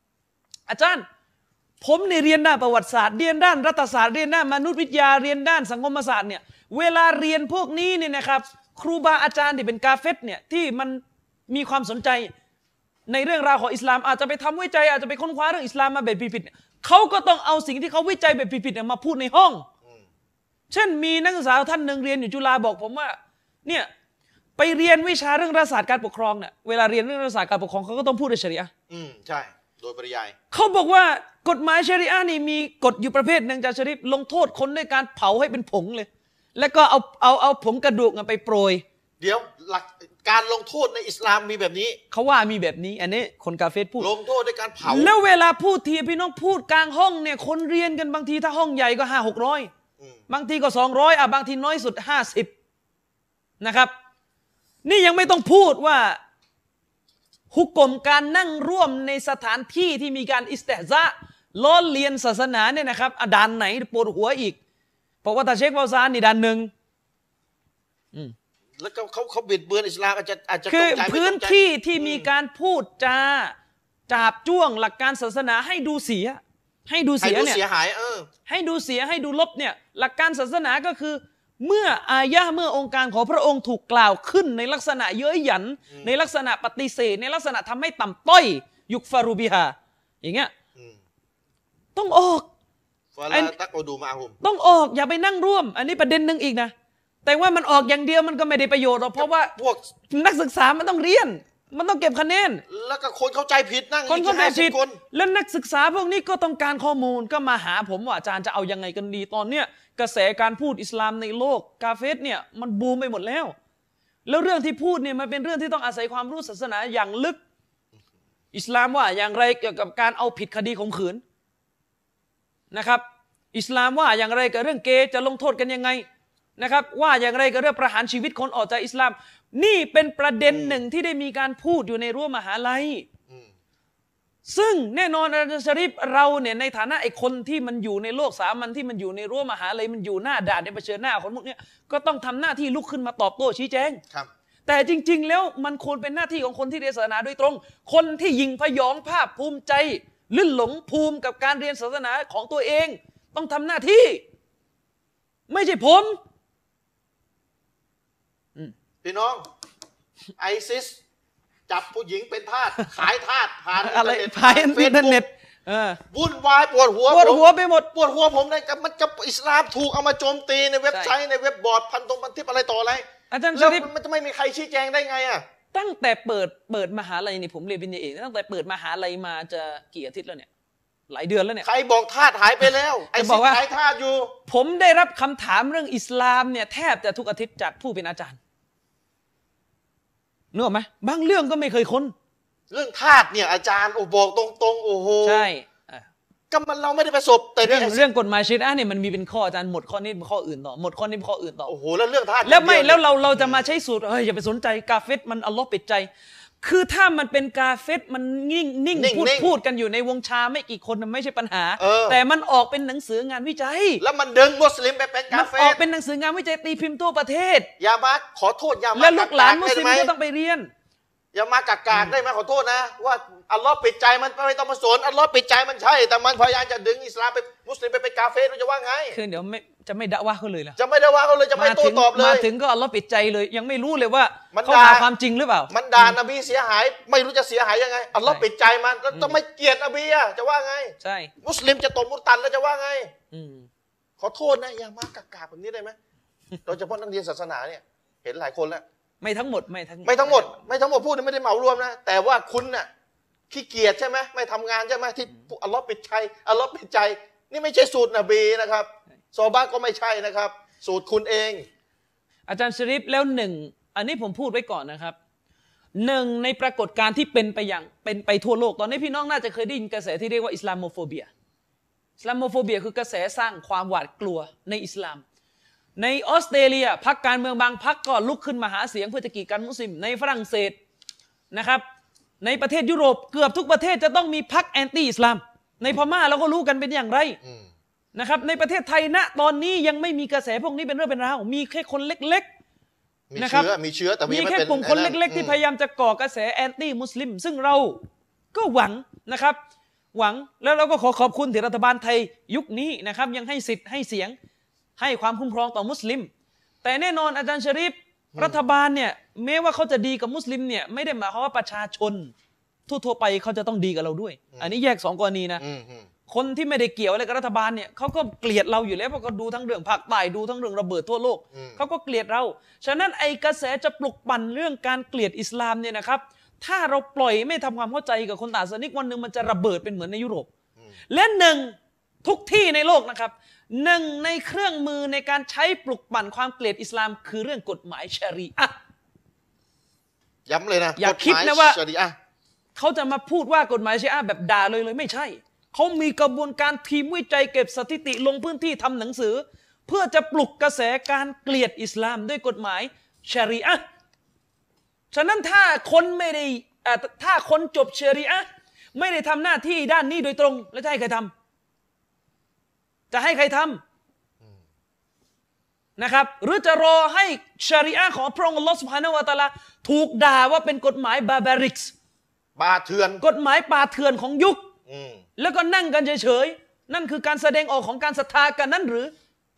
ผมเนี่ยเรียนด้านประวัติศาสตร์เรียนด้านรัฐศาสตร์เรียนด้านมนุษยวิทยาเรียนด้านสังคมศาสตร์เนี่ยเวลาเรียนพวกนี้เนี่ยนะครับครูบาอาจารย์ที่เป็นกาเฟรเนี่ยที่มันมีความสนใจในเรื่องราวของอิสลามอาจจะไปทำวิจัยอาจจะไปค้นคว้าเรื่องอิสลามมาแบบผิดๆเขาก็ต้องเอาสิ่งที่เขาวิจัยแบบผิดๆมาพูดในห้องเช่นมีนักศึกษาท่านหนึ่งเรียนอยู่จุฬาบอกผมว่าเนี่ยไปเรียนวิชาเรื่องรัฐศาสตร์การปกครองเนี่ยเวลาเรียนเรื่องรัฐศาสตร์การปกครองเขาก็ต้องพูดในชะรีอะห์ใช่โดยปริยายเขาบอกว่ากฎหมายชะรีอะห์นี่มีกฎอยู่ประเภทหนึ่งจะชะรีฟลงโทษคนด้วยการเผาให้เป็นผงเลยแล้วก็เอาผงกระดูกไปโปรยเดี๋ยวหลักการลงโทษในอิสลามมีแบบนี้เขาว่ามีแบบนี้อันนี้คนกาเฟรพูดลงโทษด้วยการเผาแล้วเวลาพูดทีพี่น้องพูดกลางห้องเนี่ยคนเรียนกันบางทีถ้าห้องใหญ่ก็500-600บางทีก็200บางทีน้อยสุด50นะครับนี่ยังไม่ต้องพูดว่าฮุกกลมการนั่งร่วมในสถานที่ที่มีการอิสติฮซะล้อเลียนศาสนาเนี่ยนะครับด่านไหนปวดหัวอีกเพราะว่าตาเชคฟาวซานนี่ด่านหนึ่งแล้วเขาบิดเบือนอิสลามอาจจะคือพื้นที่ที่มีการพูดจาจาบจ้วงหลักการศาสนาให้ดูเสียเนี่ยเสียหายให้ดูเสียให้ดูลบเนี่ยหลักการศาสนาก็คือเมื่ออายะห์เมื่อองค์การของพระองค์ถูกกล่าวขึ้นในลักษณะเย้ยหยันในลักษณะปฏิเสธในลักษณะทำให้ต่ำต้อยยุคฟารูบิฮาอย่างเงี้ยต้องออกต้องออกอย่าไปนั่งร่วมอันนี้ประเด็นหนึ่งอีกนะแต่ว่ามันออกอย่างเดียวมันก็ไม่ได้ประโยชน์หรอกเพราะว่าพวกนักศึกษามันต้องเรียนมันต้องเก็บคะแนนแล้วก็คนเข้าใจผิดนั่งคนเข้าใจผิดแล้วนักศึกษาพวกนี้ก็ต้องการข้อมูลก็มาหาผมว่าอาจารย์จะเอายังไงกันดีตอนเนี้ยกระแสการพูดอิสลามในโลกกาเฟสเนี่ยมันบูมไปหมดแล้วเรื่องที่พูดเนี่ยมันเป็นเรื่องที่ต้องอาศัยความรู้ศาสนาอย่างลึกอิสลามว่าอย่างไรเกี่ยวกับการเอาผิดคดีข่มขืนนะครับอิสลามว่าอย่างไรกับเรื่องเกย์จะลงโทษกันยังไงนะครับว่าอย่างไรกับเรื่องประหารชีวิตคนออกจากอิสลามนี่เป็นประเด็นหนึ่งที่ได้มีการพูดอยู่ในรั้วมหาลัยซึ่งแน่นอนอาจารย์ชะรีฟเราเนี่ยในฐานะไอ้คนที่มันอยู่ในโลกสามัญที่มันอยู่ในรั้วมหาลัยมันอยู่หน้าด่านในเผชิญหน้าคนพวกนี้ก็ต้องทำหน้าที่ลุกขึ้นมาตอบโต้ชี้แจงแต่จริงๆแล้วมันควรเป็นหน้าที่ของคนที่เรียนศาสนาโดยตรงคนที่ยิงพยองภาคภูมิใจลื่นหลงภูมิกับการเรียนศาสนาของตัวเองต้องทำหน้าที่ไม่ใช่ผมพี่น้องไอซิสจับผู้หญิงเป็นทาสขายทาสผ่านอะไรผ่านอินเทอร์เน็ตวุ่นวายปวดหัวไปหมดปวดหัวผมเลยกับมันกับอิสลามถูกเอามาโจมตีในเว็บไซต์ในเว็บบอร์ดพันทิปอะไรต่ออะไรอาจารย์ชแล้วริฟมันจะไม่มีใครชี้แจงได้ไงอ่ะตั้งแต่เปิดมหาลัยนี่ผมเรียนปริญญาเอกตั้งแต่เปิดมหาลัยมาจะกี่อาทิตย์แล้วเนี่ยหลายเดือนแล้วเนี่ยใครบอกทาสหายไปแล้วไอ้สิ่งขายทาสอยู่ผมได้รับคำถามเรื่องอิสลามเนี่ยแทบจะทุกอาทิตย์จากผู้เป็นอาจารย์นึกออกไหมบางเรื่องก็ไม่เคยค้นเรื่องทาสเนี่ยอาจารย์บอกตรงๆโอ้โหใช่ก็มันเราไม่ได้ประสบแต่เรื่องกฎหมายชริอะห์เนี่ยมันมีเป็นข้ออาจารย์หมดข้อนี้เป็นข้ออื่นต่อหมดข้อนี้เป็นข้ออื่นต่อโอ้โหแล้วเรื่องทาสแล้วไม่แล้วเราจะมาใช้สูตรอย่าไปสนใจกาเฟตมันอัลลอฮ์ปิดใจคือถ้ามันเป็นกาเฟตมันนิ่งพูดกันอยู่ในวงชาไม่กี่คนมันไม่ใช่ปัญหาแต่มันออกเป็นหนังสืองานวิจัยแล้วมันดึงมุสลิมไปเป็นกาเฟตมันออกเป็นหนังสืองานวิจัยตีพิมพ์ทั่วประเทศอย่ามาขอโทษอย่ามาแล้วลูกหลานมุสลิมก็ต้องไปเรียนอย่ามากากได้ไหมขอโทษนะว่าอัลลอฮ์ปิดใจมันไม่ต้องมาสนอัลลอฮ์ปิดใจมันใช่แต่มันพยายามจะดึงอิสลามไปมุสลิมไปเป็นกาเฟตเราจะว่าไงคือเดี๋ยวจะไม่ด่าว่าเขาเลยล่ะจะไม่ด่าว่าเขาเลยจะไม่โต้ตอบเลยมาถึงก็อัลลอฮ์ปิดใจเลยยังไม่รู้เลยว่าเขาหาความจริงหรือเปล่ามันด่านบีเสียหายไม่รู้จะเสียหายยังไงอัลลอฮ์ปิดใจมันแล้วจะไม่เกลียดนบีอ่ะจะว่าไงใช่มุสลิมจะตบมุตันแล้วจะว่าไงขอโทษนะอย่ามากากแบบนี้ได้ไหมโดยเฉพาะนักเรียนศาสนาเนี่ยเห็นหลายคนแล้วไม่ทั้งหมดพูดไม่ได้เหมารวมนะแต่ว่าคุณน่ะขี้เกียจใช่ไหมไม่ทำงานใช่ไหมที่อัลลอฮ์ปิดใจอัลลอฮ์ปิดใจนี่ไม่ใช่สูตรนบีนะครับซอฮาบะห์ก็ไม่ใช่นะครับสูตรคุณเองอาจารย์ชริฟแล้วหนึ่งอันนี้ผมพูดไว้ก่อนนะครับหนึ่งในปรากฏการณ์ที่เป็นไปทั่วโลกตอนนี้พี่น้องน่าจะเคยได้ยินกระแสที่เรียกว่าอิสลามโมโฟเบียคือกระแสสร้างความหวาดกลัวในอิสลามในออสเตรเลียพรรคการเมืองบางพรรคก็ลุกขึ้นมาหาเสียงเพื่อจะกีดกันมุสลิมในฝรั่งเศสนะครับในประเทศยุโรปเกือบทุกประเทศจะต้องมีพรรคแอนตี้อิสลามในพม่าเราก็รู้กันเป็นอย่างไรนะครับในประเทศไทยณตอนนี้ยังไม่มีกระแสพวกนี้เป็นเรื่องเป็นราวมีแค่คนเล็กๆนะครับมีเชื้อแต่มีแค่กลุ่มคนเล็กๆที่พยายามจะก่อกระแสแอนตี้มุสลิมซึ่งเราก็หวังนะครับหวังแล้วเราก็ขอบคุณที่รัฐบาลไทยยุคนี้นะครับยังให้สิทธิ์ให้เสียงให้ความคุ้มครองต่อมุสลิมแต่แน่นอนอาจารย์ชริฟรัฐบาลเนี่ยแม้ว่าเขาจะดีกับมุสลิมเนี่ยไม่ได้หมายความว่าประชาชนทั่วไปเขาจะต้องดีกับเราด้วยอันนี้แยกสองกรณีนะคนที่ไม่ได้เกี่ยวอะไรกับรัฐบาลเนี่ยเขาก็เกลียดเราอยู่แล้วเพราะเขาดูทั้งเรื่องภาคใต้ดูทั้งเรื่องระเบิดทั่วโลกเขาก็เกลียดเราฉะนั้นไอ้กระแสจะปลุกปั่นเรื่องการเกลียดอิสลามเนี่ยนะครับถ้าเราปล่อยไม่ทำความเข้าใจกับคนต่างศาสนาวันหนึ่งมันจะระเบิดเป็นเหมือนในยุโรปและหนึ่งทุกที่ในโลกนะครับหนึ่งในเครื่องมือในการใช้ปลุกปั่นความเกลียดอิสลามคือเรื่องกฎหมายชะรีอะห์ย้ำเลยนะอย่าคิดนะว่าเขาจะมาพูดว่ากฎหมายชะรีอะห์แบบด่าเลยไม่ใช่เขามีกระบวนการทีมวิจัยเก็บสถิติลงพื้นที่ทำหนังสือเพื่อจะปลุกกระแสการเกลียดอิสลามด้วยกฎหมายชะรีอะห์ฉะนั้นถ้าคนจบชะรีอะห์ไม่ได้ทำหน้าที่ด้านนี้โดยตรงแล้วจะให้ใครทำนะครับหรือจะรอให้ชะรีอะห์ของพระองค์อัลลอฮฺซุบฮานะฮูวะตะอาลาถูกด่าว่าเป็นกฎหมายบาบาริกส์ป่าเถื่อนกฎหมายป่าเถื่อนของยุคแล้วก็นั่งกันเฉยๆนั่นคือการแสดงออกของการศรัทธากันนั่นหรือ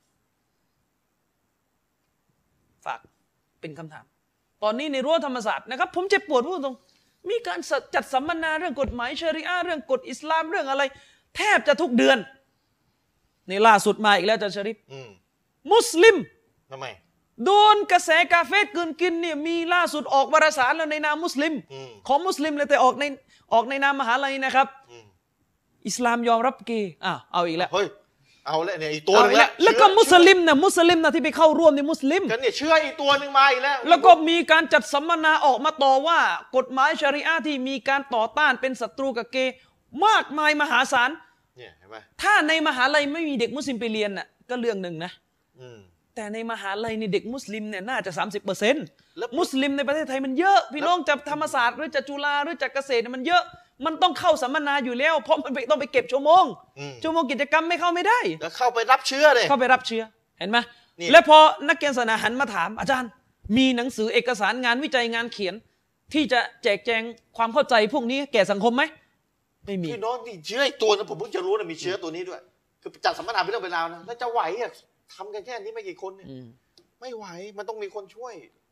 ฝากเป็นคำถามตอนนี้ในรั้วธรรมศาสตร์นะครับผมเจ็บปวดพูดตรงมีการจัดสัมมนาเรื่องกฎหมายชะรีอะห์เรื่องกฎอิสลามเรื่องอะไรแทบจะทุกเดือนในล่าสุดมาอีกแล้วอาจารย์ชริฟมุสลิมทำไมโดนกระแสกาเฟตกลืนกินเนี่ยมีล่าสุดออกวารสารแล้วในนามมุสลิมของมุสลิมเลยแต่ออกในนามมหาลัยนะครับอิสลามยอมรับเกย์เอาอีกแล้วเฮ้ยเอาแล้วเนี่ยอีกตัวนึงแล้วก็มุสลิมนะที่ไปเข้าร่วมในมุสลิมกันเนี่ยเชื่ออีกตัวนึงมาอีกแล้วก็มีการจัดสัมมนาออกมาต่อว่ากฎหมายชะรีอะห์ที่มีการต่อต้านเป็นศัตรูกับเกย์มากมายมหาศาลถ้าในมหาลัยไม่มีเด็กมุสลิมไปเรียนน่ะก็เรื่องหนึ่งนะแต่ในมหาลัยนี่เด็กมุสลิมเนี่ยน่าจะ 30% มุสลิมในประเทศไทยมันเยอะพี่น้องจากธรรมศาสตร์หรือจากจุฬาหรือจากเกษตรมันเยอะมันต้องเข้าสัมมนาอยู่แล้วเพราะมันต้องไปเก็บชั่วโมงกิจกรรมไม่เข้าไม่ได้แล้วเข้าไปรับเชื้อเลยเข้าไปรับเชื้อเห็นไหมแล้วพอนักเรียนศาสนาหันมาถามอาจารย์มีหนังสือเอกสารงานวิจัยงานเขียนที่จะแจกแจงความเข้าใจพวกนี้แก่สังคมไหมไม่มีพี่น้องนี่เชื้อตัวนั้นผมเพิ่งจะรู้นะมีเชื้อตัวนี้ด้วยคือจัดสัมมนาเป็นเรื่องเป็นราวนะแล้วจะไหวอ่ะทำกันแค่นี้ไม่กี่คนเนี่ยไม่ไหวมันต้องมีคนช่วย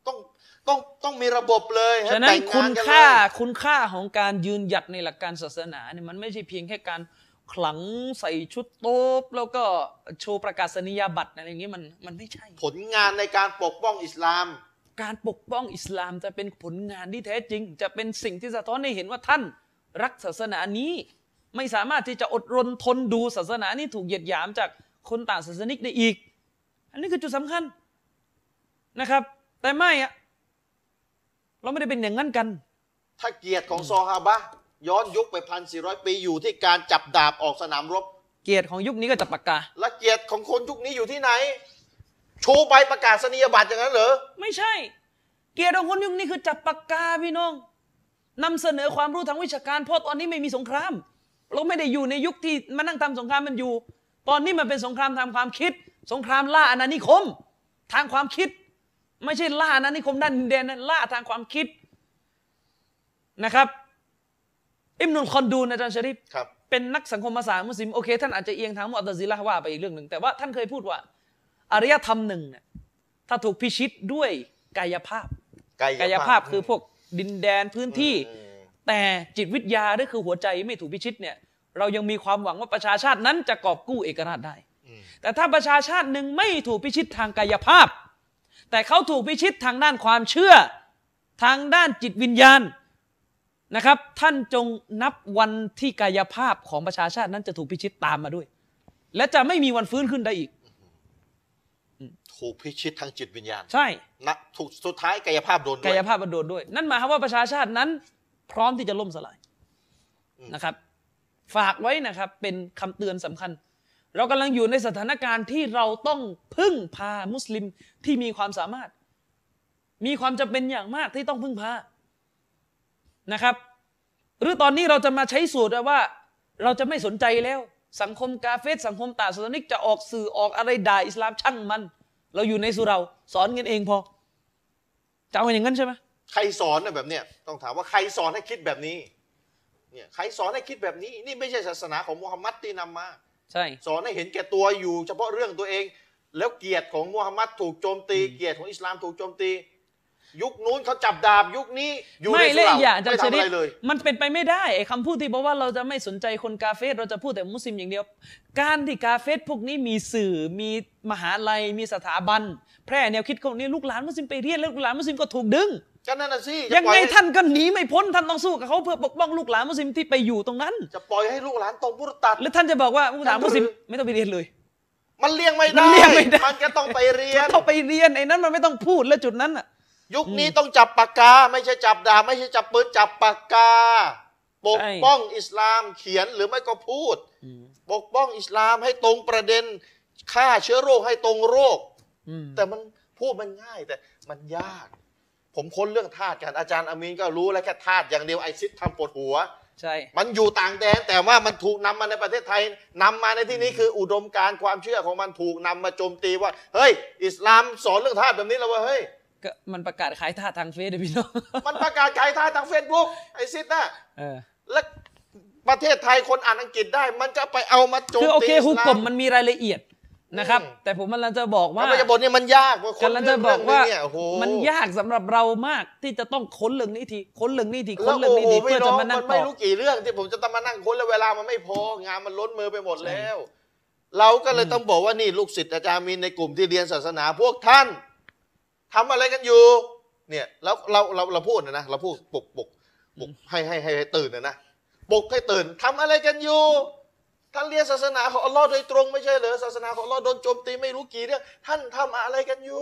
ต้องมีระบบเลยให้ฉะนั้แบ่นงคุงานณกันเลค่าย คุณค่าของการยืนหยัดในหลักการศาสนาเนี่ยมันไม่ใช่เพียงแค่การขลังใส่ชุดโต๊ะแล้วก็โชว์ประกาศนียบัตรอะไรอย่างนี้มันไม่ใช่ผลงานในการปกป้องอิสลามการปกป้องอิสลามจะเป็นผลงานที่แท้จริง จะเป็นสิ่งที่สะท้อนให้เห็นว่าท่านรักศาสนานี้ไม่สามารถที่จะอดรนทนดูศาสนานี้ถูกเหยียดหยามจากคนต่างศาสนิกได้อีก อันนี้คือจุดสำคัญนะครับ แต่ไม่อะเราไม่ได้เป็นอย่างนั้นกันถ้าเกียรติของซอฮาบะห์ย้อนยุคไป1,400 ปีอยู่ที่การจับดาบออกสนามรบเกียรติของยุคนี้ก็จับปากกาและเกียรติของคนยุคนี้อยู่ที่ไหนชูใบประกาศนียบัตรอย่างนั้นเหรอไม่ใช่ เกียรติของคนยุคนี้คือจับปากกาพี่น้องนำเสนอความรู้ทางวิชาการเพราะตอนนี้ไม่มีสงคราม เราไม่ได้อยู่ในยุคที่มานั่งทำสงครามมันอยู่ ตอนนี้มันเป็นสงครามทางความคิด สงครามล่าอาณานิคม ทางความคิด ไม่ใช่ล่าอาณานิคมด้านดินแดนนั้นล่าทางความคิดนะครับอิบนุลคอนดูนอาจารย์ชะริฟครับเป็นนักสังคมศาสตร์มุสลิมโอเคท่านอาจจะเอียงทางมุอ์ตะซิละห์ว่าไปอีกเรื่องหนึ่งแต่ว่าท่านเคยพูดว่าอารยธรรมหนึ่งเนี่ยถ้าถูกพิชิตด้วยกายภาพคือพวกดินแดนพื้นที่ แต่จิตวิทยาหรือคือหัวใจไม่ถูกพิชิตเนี่ยเรายังมีความหวังว่าประชาชาตินั้นจะกอบกู้เอกราชได้แต่ถ้าประชาชาติหนึ่งไม่ถูกพิชิตทางกายภาพแต่เขาถูกพิชิตทางด้านความเชื่อทางด้านจิตวิญญาณนะครับท่านจงนับวันที่กายภาพของประชาชาตินั้นจะถูกพิชิตตามมาด้วยและจะไม่มีวันฟื้นขึ้นได้อีกถูกพิชิตทางจิตวิญญาณใช่นะถูกสุดท้ายกายภาพโดนด้วยกายภาพมันโดนด้วยนั่นหมายความว่าประชาชาตินั้นพร้อมที่จะล่มสลายนะครับฝากไว้นะครับเป็นคำเตือนสำคัญเรากำลังอยู่ในสถานการณ์ที่เราต้องพึ่งพามุสลิมที่มีความสามารถมีความจำเป็นอย่างมากที่ต้องพึ่งพานะครับหรือตอนนี้เราจะมาใช้สูตรว่าเราจะไม่สนใจแล้วสังคมกาเฟสสังคมต่างศาสนิกจะออกสื่อออกอะไรด่าอิสลามช่างมันเราอยู่ในสุเราสอนกันเองพอจะเอาอย่างนั้นใช่ไหมใครสอนแบบเนี้ยต้องถามว่าใครสอนให้คิดแบบนี้เนี่ยใครสอนให้คิดแบบนี้นี่ไม่ใช่ศาสนาของมุฮัมมัดที่นำมาใช่สอนให้เห็นแก่ตัวอยู่เฉพาะเรื่องตัวเองแล้วเกียรติของมุฮัมมัดถูกโจมตีเกียรติของอิสลามถูกโจมตียุคนู้นเขาจับดาบยุคนี้อยู่ในสุเหร่าไม่ทำอะไรเลยมันเป็นไปไม่ได้ไอ้คำพูดที่บอกว่าเราจะไม่สนใจคนกาเฟสเราจะพูดแต่มุสลิมอย่างเดียวการที่กาเฟสพวกนี้มีสื่อมีมหาลัยมีสถาบันแพร่แนวคิดพวกนี้ลูกหลานมุสลิมไปเรียนแล้วลูกหลานมุสลิมก็ถูกดึงก็นั่นน่ะสิยังไงท่านก็หนีไม่พ้นท่านต้องสู้กับเขาเพื่อปกป้องลูกหลานมุสลิมที่ไปอยู่ตรงนั้นจะปล่อยให้ลูกหลานตกมุรตัดหรือท่านจะบอกว่าลูกหลานมุสลิมไม่ต้องไปเรียนเลยมันเลี้ยงไม่ได้มันก็ต้องไปเรียนต้องไปเรียนไอ้นั้นมันไม่ต้องพูดแล้วจุดนั้นอ่ะยุคนี้ต้องจับปากกาไม่ใช่จับดาบไม่ใช่จับปืนจับปากกาปกป้องอิสลามเขียนหรือไม่ก็พูดปกป้องอิสลามให้ตรงประเด็นฆ่าเชื้อโรคให้ตรงโรคแต่มันพูดมันง่ายแต่มันยากผมค้นเรื่องทาสกันอาจารย์อามีนก็รู้แล้วแค่ทาสอย่างเดียวไอซิสทำปวดหัวใช่มันอยู่ต่างแดนแต่ว่ามันถูกนำมาในประเทศไทยนำมาในที่นี้คืออุดมการณ์ความเชื่อของมันถูกนำมาโจมตีว่าเฮ้ยอิสลามสอนเรื่องทาสแบบนี้แล้วว่าเฮ้ยก็มันประกาศขายทาสทางเฟซพี่น้องมันประกาศขายทาสทางเฟซบุ๊กไอซิสน่ะแล้วประเทศไทยคนอ่านอังกฤษได้มันจะไปเอามาโจมตีคือโอเคฮุกกลมมันมีรายละเอียดนะครับแต่ผมกำลังจะบอกว่าบทนี้มันยากกำลังจะบอกว่ามันยากสำหรับเรามากที่จะต้องค้นเรื่องนี้ทีค้นเรื่องนี้ทีค้นเรื่องนี้ทีเพื่อจะมานั่งตอบไม่รู้กี่เรื่องที่ผมจะต้องมานั่งค้นแล้วเวลามันไม่พองานมันล้นมือไปหมดแล้วเราก็เลยต้องบอกว่านี่ลูกศิษย์อาจารย์มีในกลุ่มที่เรียนศาสนาพวกท่านทำอะไรกันอยู่เนี่ยแล้วเราพูดนะเราพูดปลุกให้ตื่นนะปลุกให้ตื่นทำอะไรกันอยู่ท่านเรียนศาสนาของอัลลอฮ์โดยตรงไม่ใช่เหรอศาสนาของอัลลอฮ์โดนโจมตีไม่รู้กี่เรื่องท่านทำอะไรกันอยู่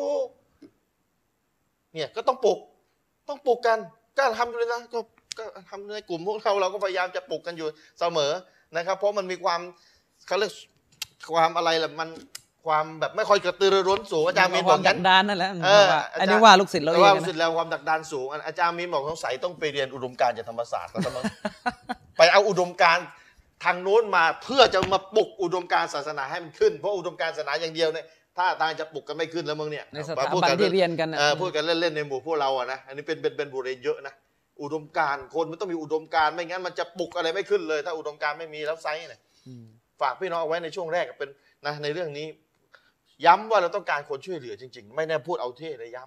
เนี่ยก็ต้องปลุกกันก็ทำเลยนะก็ทำในกลุ่มพวกเราก็พยายามจะปลุกกันอยู่เสมอนะครับเพราะมันมีความเขาเรียกความอะไรล่ะมันความแบบไม่ค่อยกระตือรือร้นสูงอาจารย์มีบอกดักดานนั่นแหละอันนี้ว่าลูกศิษย์เราเองว่าลูกศิษย์เราความดักดานสูงอาจารย์มีบอกสงสัยต้องไปเรียนอุดมการณ์จากธรรมศาสตร์ก็ต้องไปเอาอุดมการณ์ทางโน้นมาเพื่อจะมาปลุกอุดมการณ์ศาสนาให้มันขึ้นเพราะอุดมการณ์ศาสนาอย่างเดียวเนี่ยถ้าทางจะปลุกกันไม่ขึ้นแล้วมึงเนี่ยในสถาบันที่เรียนกันพูดกันเล่นๆในหมู่พวกเราอะนะอันนี้เป็นบุเรเยอะนะอุดมการณ์คนมันต้องมีอุดมการณ์ไม่งั้นมันจะปลุกอะไรไม่ขึ้นเลยถ้าอุดมการณ์ไม่มีแล้วไซส์เนี่ยฝากพี่น้องเอาไว้ในช่วงแรกเป็นนะในเรื่องนี้ย้ำว่าเราต้องการคนช่วยเหลือจริงๆไม่แน่พูดเอาเท่เลยย้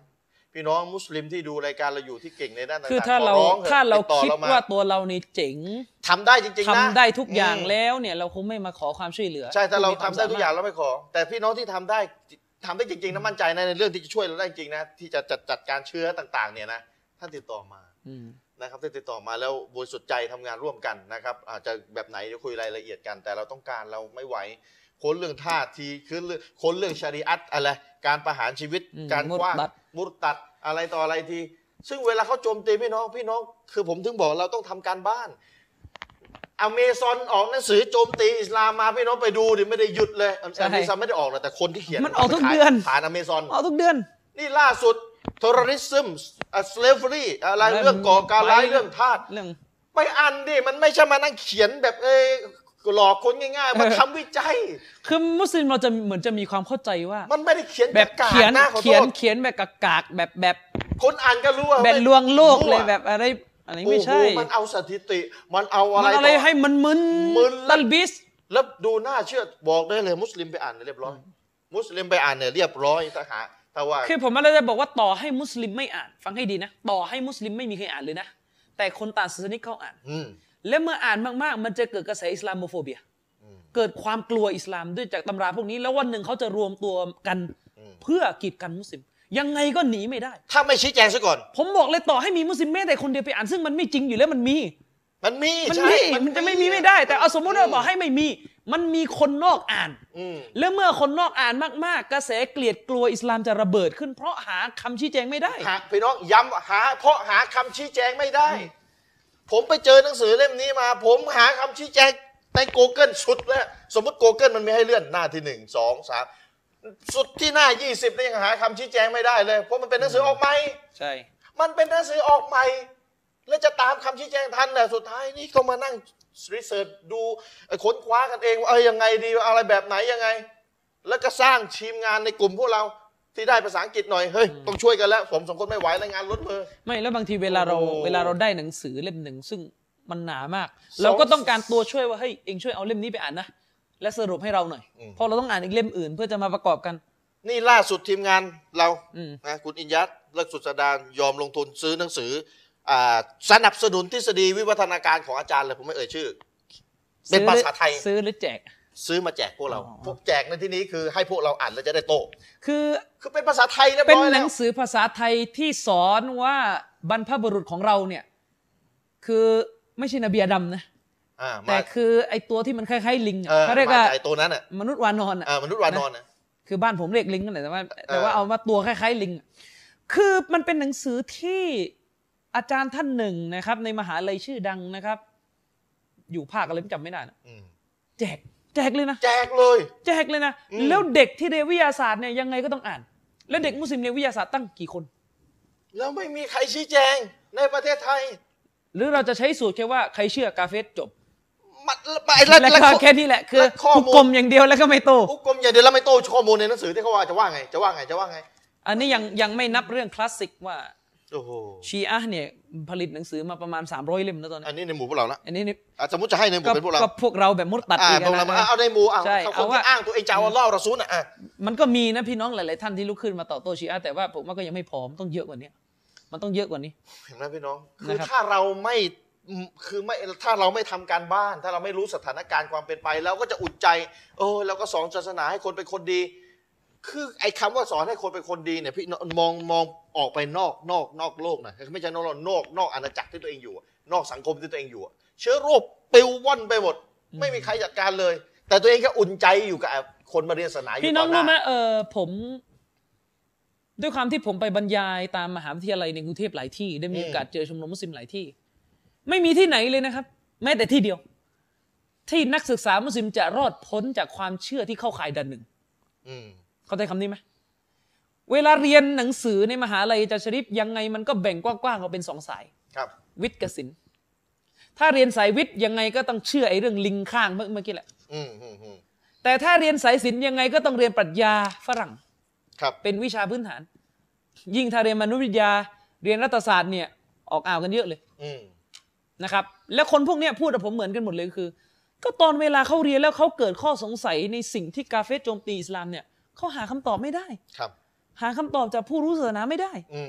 พี่น้องมุสลิมที่ดูรายการเราอยู่ที่เก่งในด้านต่างๆคือถ้าเราขอร้องถอะถ้าเราติดต่อคิดมว่าตัวเรานี่เจ๋งทำได้จริงๆนะทำได้ทุกอย่างแล้วเนี่ยเราคงไม่มาขอความช่วยเหลือใช่ถ้าเราผู้มีควทำได้ทุกอย่างสมรถเราไม่ขอ แต่พี่น้องที่ทำได้จริงๆนะมั่นใจนะในเรื่องที่จะช่วยเราได้จริงนะที่จะจัดการเชื้อต่างๆเนี่ยนะท่านติดต่อมา นะครับที่ติดต่อมาแล้วบริสุทธิ์ใจทำงานร่วมกันนะครับอาจจะแบบไหนจะคุยรายละเอียดกัน แต่เราต้องการเราไม่ไหวค้นเรื่องท่าทีค้นเรื่องชารีอัตอะไรการประหารชีวิตการคว้างมุตตัดอะไรต่ออะไรทีซึ่งเวลาเขาโจมตีพี่น้องคือผมถึงบอกเราต้องทำการบ้านอเมซอนออกหนังสือโจมตีอิสลามมาพี่น้องไปดูดิไม่ได้หยุดเลยอเมซอนไม่ได้ออกแต่คนที่เขียนมันออกทุกเดือนผ่านอเมซอนออกทุกเดือนนี่ล่าสุด terrorism slavery อะไรเรื่องก่อการร้ายเรื่องทาสเรื่องไปอ่านดิมันไม่ใช่มานั่งเขียนแบบหลอกคนง่ายๆมันทำวิจัยคือมุสลิมเราจะเหมือนจะมีความเข้าใจว่ามันไม่ได้เขียนแบบกากเขียนนะขอโทษเขียนแบบกากๆแบบคนอ่านก็รู้ว่าแบบลวงโลกเลยมั่วแบบอะไรไม่ใช่โอ้โหมันเอาสถิติมันเอาอะไรมันอะไรต่อให้มันมึนมึนตัลบิสแล้วดูน่าเชื่อบอกได้เลยมุสลิมไปอ่านเนี่ยเรียบร้อยมุสลิมไปอ่านเนี่ยเรียบร้อยถ้าว่าคือผมไม่ได้บอกว่าต่อให้มุสลิมไม่อ่านฟังให้ดีนะต่อให้มุสลิมไม่มีใครอ่านเลยนะแต่คนต่างศาสนิกเขาอ่านและเมื่ออ่านมากๆมันจะเกิดกระแสอิสลามโมโฟเบียเกิดความกลัวอิสลามด้วยจากตำราพวกนี้แล้ววันหนึ่งเขาจะรวมตัวกันเพื่อกีดกันมุสลิมยังไงก็หนีไม่ได้ถ้าไม่ชี้แจงซะก่อนผมบอกเลยต่อให้มีมุสลิมแม้แต่คนเดียวไปอ่านซึ่งมันไม่จริงอยู่แล้วมันมีใช่มันจะไม่มีไม่ได้แต่เอาสมมติว่าต่อให้ไม่มีมันมีคนนอกอ่านแล้วเมื่อคนนอกอ่านมากๆกระแสเกลียดกลัวอิสลามจะระเบิดขึ้นเพราะหาคำชี้แจงไม่ได้พี่น้องย้ำเพราะหาคำชี้แจงไม่ได้ ผมไปเจอหนังสือเล่มนี้มาผมหาคำชี้แจงใน Google สุดแล้วสมมติ Google มันมีให้เลื่อนหน้าที่1 2 3สุดที่หน้า20แล้วยังหาคำชี้แจงไม่ได้เลยเพราะมันเป็นหนังสือออกใหม่ใช่มันเป็นหนังสือออกใหม่แล้วจะตามคำชี้แจงทันแต่สุดท้ายนี่ต้องมานั่งรีเสิร์ชดูค้นคว้ากันเองว่ายังไงดีอะไรแบบไหนยังไงแล้วก็สร้างทีมงานในกลุ่มพวกเราที่ได้ภาษาอังกฤษหน่อยเฮ้ยต้องช่วยกันแล้วผมสองคนไม่ไหวแล้วงานล้นมือไม่แล้วบางทีเวลาเราได้หนังสือเล่มหนึ่งซึ่งมันหนามากเราก็ต้องการตัวช่วยว่าเฮ้ยเองช่วยเอาเล่มนี้ไปอ่านนะและสรุปให้เราหน่อยเพราะเราต้องอ่านอีกเล่มอื่นเพื่อจะมาประกอบกันนี่ล่าสุดทีมงานเรานะคุณอินยัตเลิกสุดสดานยอมลงทุนซื้อหนังสือสนับสนุนทฤษฎีวิวัฒนาการของอาจารย์เลยผมไม่เอ่ยชื่อเป็นภาษาไทยซื้อหรือแจกซื้อมาแจกพวกเราพวกแจกในที่นี้คือให้พวกเราอ่านแล้วจะได้โตคือเป็นภาษาไทยเรียบร้อยแล้วเป็นหนังสือภาษาไทยที่สอนว่าบรรพบุรุษของเราเนี่ยคือไม่ใช่นบีอาดัมนะแต่คือไอตัวที่มันคล้ายๆลิงเขาเรียกว่าตัวนั้นอ่ะมนุษย์วานอนมนุษย์วานอนคือบ้านผมเรียกลิงนั่นแหละแต่ว่าเอามาตัวคล้ายๆลิงคือมันเป็นหนังสือที่อาจารย์ท่านหนึ่งนะครับในมหาลัยชื่อดังนะครับอยู่ภาคอะไรจำไม่ได้นะแจกเลยนะแจกเลยนะแล้วเด็กที่เรียนวิทยาศาสตร์เนี่ยยังไงก็ต้องอ่านแล้วเด็กมุสลิมเรียนวิทยาศาสตร์ตั้งกี่คนแล้วไม่มีใครชี้แจงในประเทศไทยหรือเราจะใช้สูตรแค่ว่าใครเชื่อกาเฟสจบแล้วก็แค่นี้แหละคืออุกกลมอย่างเดียวแล้วก็ไม่โตอุกกลมอย่างเดียวแล้วไม่โตข้อมูลในหนังสือที่เขาว่าจะว่าไงอันนี้ยังไม่นับเรื่องคลาสสิกว่าโอ้โหชีอะห์เนี่ยผลิตหนังสือมาประมาณ300เล่มแล้วตอนนี้อันนี้ในหมู่พวกเราละอันนี้สมมติจะให้ในหมู่เป็นพวกเราก็พวกเราแบบมุตตัดอีกนะเอาในหมู่คนที่อ้างตัวเองจะเอาอัลเลาะห์รอซูลมันก็มีนะพี่น้องหลายๆท่านที่ลุกขึ้นมาต่อโต้ชีอะห์แต่ว่าผมว่าก็ยังไม่พอต้องเยอะกว่านี้มันต้องเยอะกว่านี้เห็นไหมพี่น้องคือถ้าเราไม่ทำการบ้านถ้าเราไม่รู้สถานการณ์ความเป็นไปเราก็จะอุ่นใจเราก็สอนศาสนาให้คนเป็นคนดีคือไอ้คำว่าสอนให้คนเป็นคนดีเนี่ยพี่มองออกไปนอกโลกนะไม่ใช่นอกอาณาจักรที่ตัวเองอยู่นอกสังคมที่ตัวเองอยู่เชื้อโรคปิวว่อนไปหมดไม่มีใครจัดการเลยแต่ตัวเองก็อุ่นใจอยู่กับคนมาเรียนศาสนาอยู่พี่น้องรู้ไหมผมด้วยความที่ผมไปบรรยายตามมหาวิทยาลัยในกรุงเทพหลายที่ได้มีโอกาสเจอชมรมมุสลิมหลายที่ไม่มีที่ไหนเลยนะครับแม้แต่ที่เดียวที่นักศึกษามุสลิมจะรอดพ้นจากความเชื่อที่เข้าข่ายดันหนึ่งเข้าใจคำนี้ไหมเวลาเรียนหนังสือในมหาลัยจะชริฟยังไงมันก็แบ่งกว้างๆออกเป็น2 สายวิทย์กับศิลป์ถ้าเรียนสายวิทย์ยังไงก็ต้องเชื่อไอ้เรื่องลิงข้างเมื่อกี้แหละแต่ถ้าเรียนสายศิลป์ยังไงก็ต้องเรียนปรัชญาฝรั่งเป็นวิชาพื้นฐานยิ่งถ้าเรียนมนุษยวิทยาเรียนรัฐศาสตร์เนี่ยออกอ่าวกันเยอะเลยนะครับแล้วคนพวกนี้พูดกับผมเหมือนกันหมดเลยคือก็ตอนเวลาเขาเรียนแล้วเขาเกิดข้อสงสัยในสิ่งที่กาเฟสโจมตีอิสลามเนี่ยเขาหาคำตอบไม่ได้หาคำตอบจากผู้รู้ศาสนาไม่ได้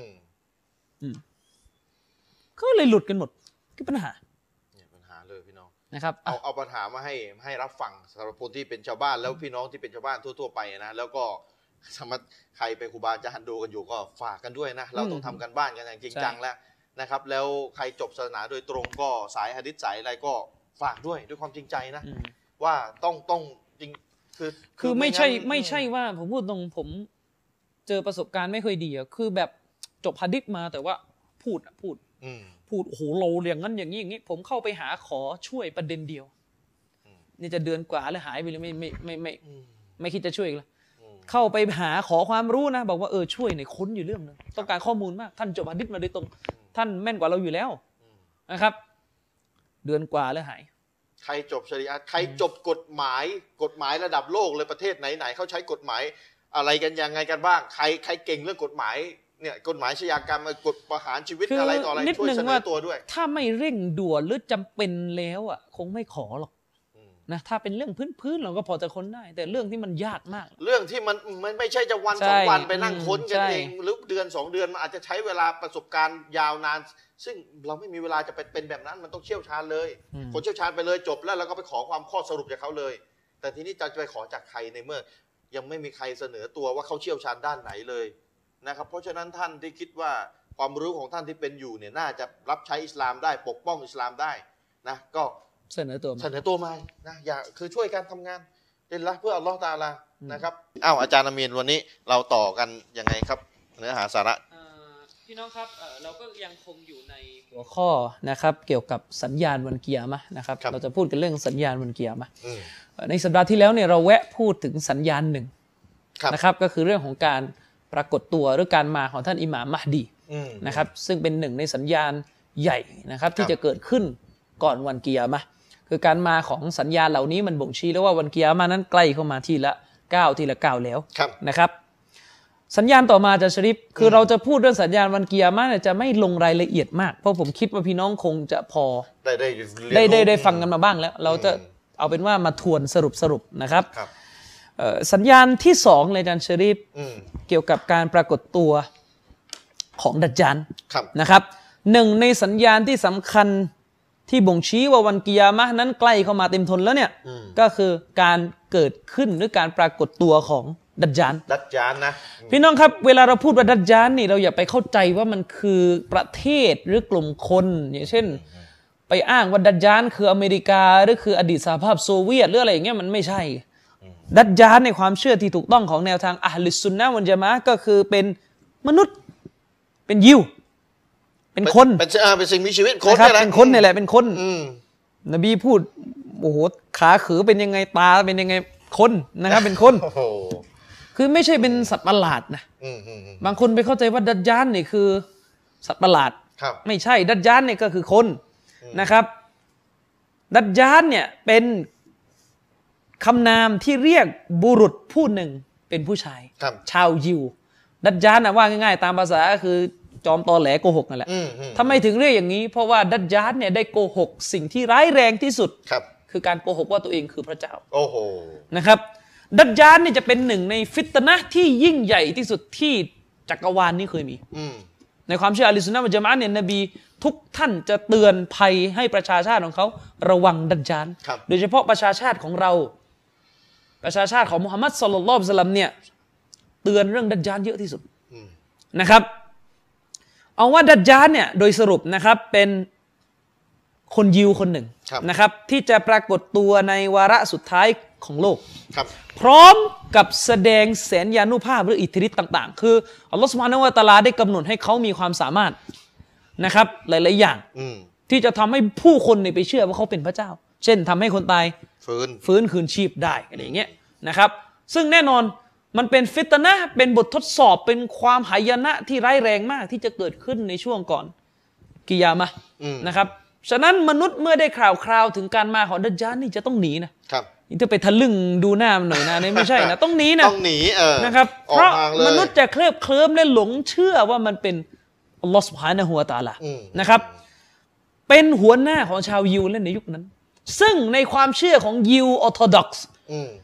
ก็เลยหลุดกันหมดคือปัญหาเนี่ยปัญหาเลยพี่น้องนะครับเอาปัญหามาให้รับฟังสำหรับคนที่เป็นชาวบ้านแล้วพี่น้องที่เป็นชาวบ้านทั่วๆไปนะแล้วก็สมมติใครเป็นครูบาอาจารย์ดูกันอยู่ก็ฝากกันด้วยนะเราต้องทำกันบ้านกันอย่างจริงจังแล้วนะครับแล้วใครจบศาสนาโดยตรงก็สายหะดีษสายอะไรก็ฝากด้วยความจริงใจนะว่าต้องจริงคือไม่ใช่ว่าผมพูดตรงผมเจอประสบการณ์ไม่ค่อยดีอะคือแบบจบหะดีษมาแต่ว่าพูดโอ้โหเราอย่างนั้นอย่างนี้ผมเข้าไปหาขอช่วยประเด็นเดียวนี่จะเดือนกว่าแล้วหายไปเลยไม่คิดจะช่วยอีกแล้วเข้าไปหาขอความรู้นะบอกว่าช่วยในค้นอยู่เรื่องนึงต้องการข้อมูลมากท่านจบหะดีษมาโดยตรงท่านแม่นกว่าเราอยู่แล้วนะครับเดือนกว่าแล้วหายใครจบชะรีอะห์ใครจบกฎหมายระดับโลกเลยประเทศไหนเขาใช้กฎหมายอะไรกันยังไงกันบ้างใครเก่งเรื่องกฎหมายเนี่ยกฎหมายอาชญากรรมกฎประหารชีวิตอะไรต่ออะไรช่วยเสนอตัวด้วยถ้าไม่เร่งด่วนหรือจำเป็นแล้วอ่ะคงไม่ขอหรอกนะถ้าเป็นเรื่องพื้นเราก็พอจะค้นได้แต่เรื่องที่มันยากมากเรื่องที่มันไม่ใช่จะวัน2 วันไปนั่งค้นกันเองหรือเดือน2 เดือนมันอาจจะใช้เวลาประสบการณ์ยาวนานซึ่งเราไม่มีเวลาจะเป็นแบบนั้นมันต้องเชี่ยวชาญเลยคนเชี่ยวชาญไปเลยจบแล้วเราก็ไปขอความข้อสรุปจากเขาเลยแต่ทีนี้จะไปขอจากใครในเมื่อยังไม่มีใครเสนอตัวว่าเขาเชี่ยวชาญด้านไหนเลยนะครับเพราะฉะนั้นท่านที่คิดว่าความรู้ของท่านที่เป็นอยู่เนี่ยน่าจะรับใช้อิสลามได้ปกป้องอิสลามได้นะก็เสนอตัวมานะอย่าคือช่วยกันทำงานเล่นละเพื่ออัลลอฮฺตะอาลานะครับอาจารย์อามีนวันนี้เราต่อกันยังไงครับเนื้อหาสาระพี่น้องครับเราก็ยังคงอยู่ในหัวข้อนะครับเกี่ยวกับสัญญาณวันกิยามะห์นะครับเราจะพูดกันเรื่องสัญญาณวันกิยามะห์ในสัปดาห์ที่แล้วเนี่ยเราแวะพูดถึงสัญญาณหนึ่งนะครับก็คือเรื่องของการปรากฏตัวหรือการมาของท่านอิหม่ามมะฮดีนะครับซึ่งเป็นหนึ่งในสัญญาณใหญ่นะครับที่จะเกิดขึ้นก่อนวันกิยามะห์คือการมาของสัญญาณเหล่านี้มันบ่งชี้แล้วว่าวันกิยามะห์นั้นใกล้เข้ามาทีละก้าวแล้วนะครับสัญญาณต่อมาจะชริฟคือเราจะพูดเรื่องสัญญาณวันกิยามะห์เนี่ยจะไม่ลงรายละเอียดมากเพราะผมคิดว่าพี่น้องคงจะพอได้ฟังกันมาบ้างแล้วเราจะเอาเป็นว่ามาทวนสรุปนะครับสัญญาณที่2เลยอาจารย์ชริฟเกี่ยวกับการปรากฏตัวของดัจญาลนะครับหนึ่งในสัญญาณที่สำคัญที่บ่งชี้ว่าวันกิยามะห์นั้นใกล้เข้ามาเต็มทนแล้วเนี่ยก็คือการเกิดขึ้นหรือการปรากฏตัวของดัจญาลนะพี่น้องครับเวลาเราพูดว่าดัจญาลนี่เราอย่าไปเข้าใจว่ามันคือประเทศหรือกลุ่มคนอย่างเช่นไปอ้างว่าดัจญาลคืออเมริกาหรือคืออดีตสหภาพโซเวียตหรืออะไรอย่างเงี้ยมันไม่ใช่ดัจญาลในความเชื่อที่ถูกต้องของแนวทางอะห์ลุสซุนนะฮ์วัลญะมาอะห์ก็คือเป็นมนุษย์เป็นยิวเป็นคนเป็นสิ่งมีชีวิตคนเป็นคนนี่แหละเป็นคนนบีพูดโอ้โหขาขือเป็นยังไงตาเป็นยังไงคนนะครับเป็นคนคือไม่ใช่เป็นสัตว์ประหลาดนะบางคนไปเข้าใจว่าดัจญาลนี่คือสัตว์ประหลาดไม่ใช่ดัจญาลนี่ก็คือคนนะครับดัจญาลเนี่ยเป็นคำนามที่เรียกบุรุษผู้หนึ่งเป็นผู้ชายชาวยิวดัจญาลว่าง่ายๆตามภาษาก็คือจอมตอแหลโกหกนั่นแหละทำไมถึงเรียกอย่างนี้เพราะว่าดัจญาลเนี่ยได้โกหกสิ่งที่ร้ายแรงที่สุดคือการโกหกว่าตัวเองคือพระเจ้านะครับดัจญาลเนี่ยจะเป็นหนึ่งในฟิตนะห์ที่ยิ่งใหญ่ที่สุดที่จักรวาลนี้เคยมีในความเชื่ออะห์ลุสซุนนะฮ์วัลญะมาอะห์เนี่ยนบีทุกท่านจะเตือนภัยให้ประชาชาติของเขาระวังดัจญาลโดยเฉพาะประชาชาติของเราประชาชาติของมุฮัมมัดศ็อลลัลลอฮุอะลัยฮิวะซัลลัมเนี่ยเตือนเรื่องดัจญาลเยอะที่สุดนะครับเอาว่าดัจญาลเนี่ยโดยสรุปนะครับเป็นคนยิวคนหนึ่งนะครับที่จะปรากฏตัวในวาระสุดท้ายของโลกพร้อมกับแสดงแสนยานุภาพหรืออิทธิฤทธิ์ต่างๆคืออัลลอฮฺซุบฮานะฮูวะตะอาลาได้กำหนดให้เขามีความสามารถนะครับหลายๆอย่างที่จะทำให้ผู้คนไปเชื่อว่าเขาเป็นพระเจ้าเช่นทำให้คนตายฟื้นคืนชีพได้อะไรอย่างเงี้ยนะครับซึ่งแน่นอนมันเป็นฟิตนะห์เป็นบททดสอบเป็นความหายนะที่ร้ายแรงมากที่จะเกิดขึ้นในช่วงก่อนกิยามะห์นะครับฉะนั้นมนุษย์เมื่อได้ข่าวถึงการมาของดัจญาลนี่จะต้องหนีนะครับนี่ถ้าไปทะลึ่งดูหน้ามันหน่อยนะนี่ไม่ใช่นะต้องหนีนะต้องหนีนะครับเพราะมนุษย์จะเคลิ้มและหลงเชื่อว่ามันเป็นอัลลอฮฺซุบฮานะฮูวะตะอาลานะครับเป็นหัวหน้าของชาวยิวในยุคนั้นซึ่งในความเชื่อของยิวออร์โธดอกซ์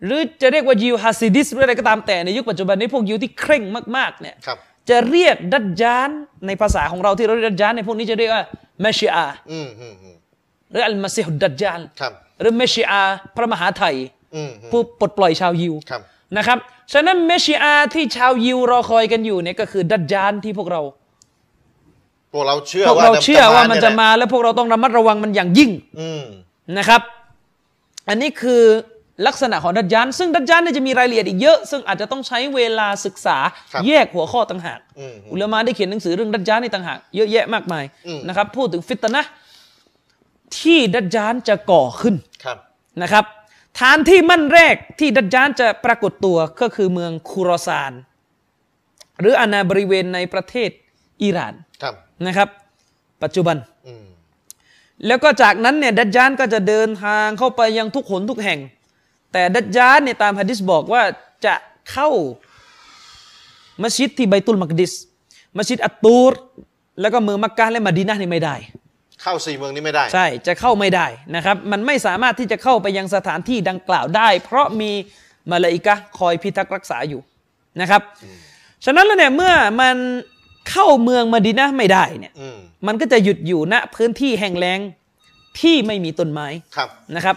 หรือจะเรียกว่ายิวฮาซิดิสหรืออะไรก็ตามแต่ในยุคปัจจุบันนี้พวกยิวที่เคร่งมากๆเนี่ยจะเรียกดัจญาลในภาษาของเราที่เราเรียกดัจญาลในพวกนี้จะเรียกว่าเมชิอาหรืออัลมาซิฮุดดัจญาลหรือเมชิอาพระมหาไทยผู้ปลดปล่อยชาวยิวนะครับฉะนั้นเมชิอาที่ชาวยิวรอคอยกันอยู่เนี่ยก็คือดัจญาลที่พวกเราเชื่อว่ามันจะมาแล้วพวกเราต้องระมัดระวังมันอย่างยิ่งนะครับอันนี้คือลักษณะของดัจญาลซึ่งดัจญาลเนี่ยจะมีรายละเอียดอีกเยอะซึ่งอาจจะต้องใช้เวลาศึกษาแยกหัวข้อต่างหากอุลามะได้เขียนหนังสือเรื่องดัจญาลในต่างหากเยอะแยะมากมายนะครับพูดถึงฟิตนะห์ที่ดัจญาลจะก่อขึ้นนะครับฐานที่มั่นแรกที่ดัจญาลจะปรากฏตัวก็คือเมืองคูรอซานหรืออาณาบริเวณในประเทศอิหร่านนะครับปัจจุบันแล้วก็จากนั้นเนี่ยดัจญาลก็จะเดินทางเข้าไปยังทุกหนทุกแห่งแต่ดัจญาลเนี่ยตามหะดีษบอกว่าจะเข้ามัสยิดที่บัยตุลมักดิสมัสยิดอัตตูรแล้วก็เมืองมักกะฮ์และมะดีนะห์นี่ไม่ได้เข้า4เมืองนี้ไม่ได้ใช่จะเข้าไม่ได้นะครับมันไม่สามารถที่จะเข้าไปยังสถานที่ดังกล่าวได้เพราะมีมะลาอิกะฮ์คอยพิทักษ์รักษาอยู่นะครับฉะนั้นแล้วเนี่ยเมื่อมันเข้าเมืองมะดีนะห์ไม่ได้เนี่ยมันก็จะหยุดอยู่ณพื้นที่แห้งแล้งที่ไม่มีต้นไม้นะครับ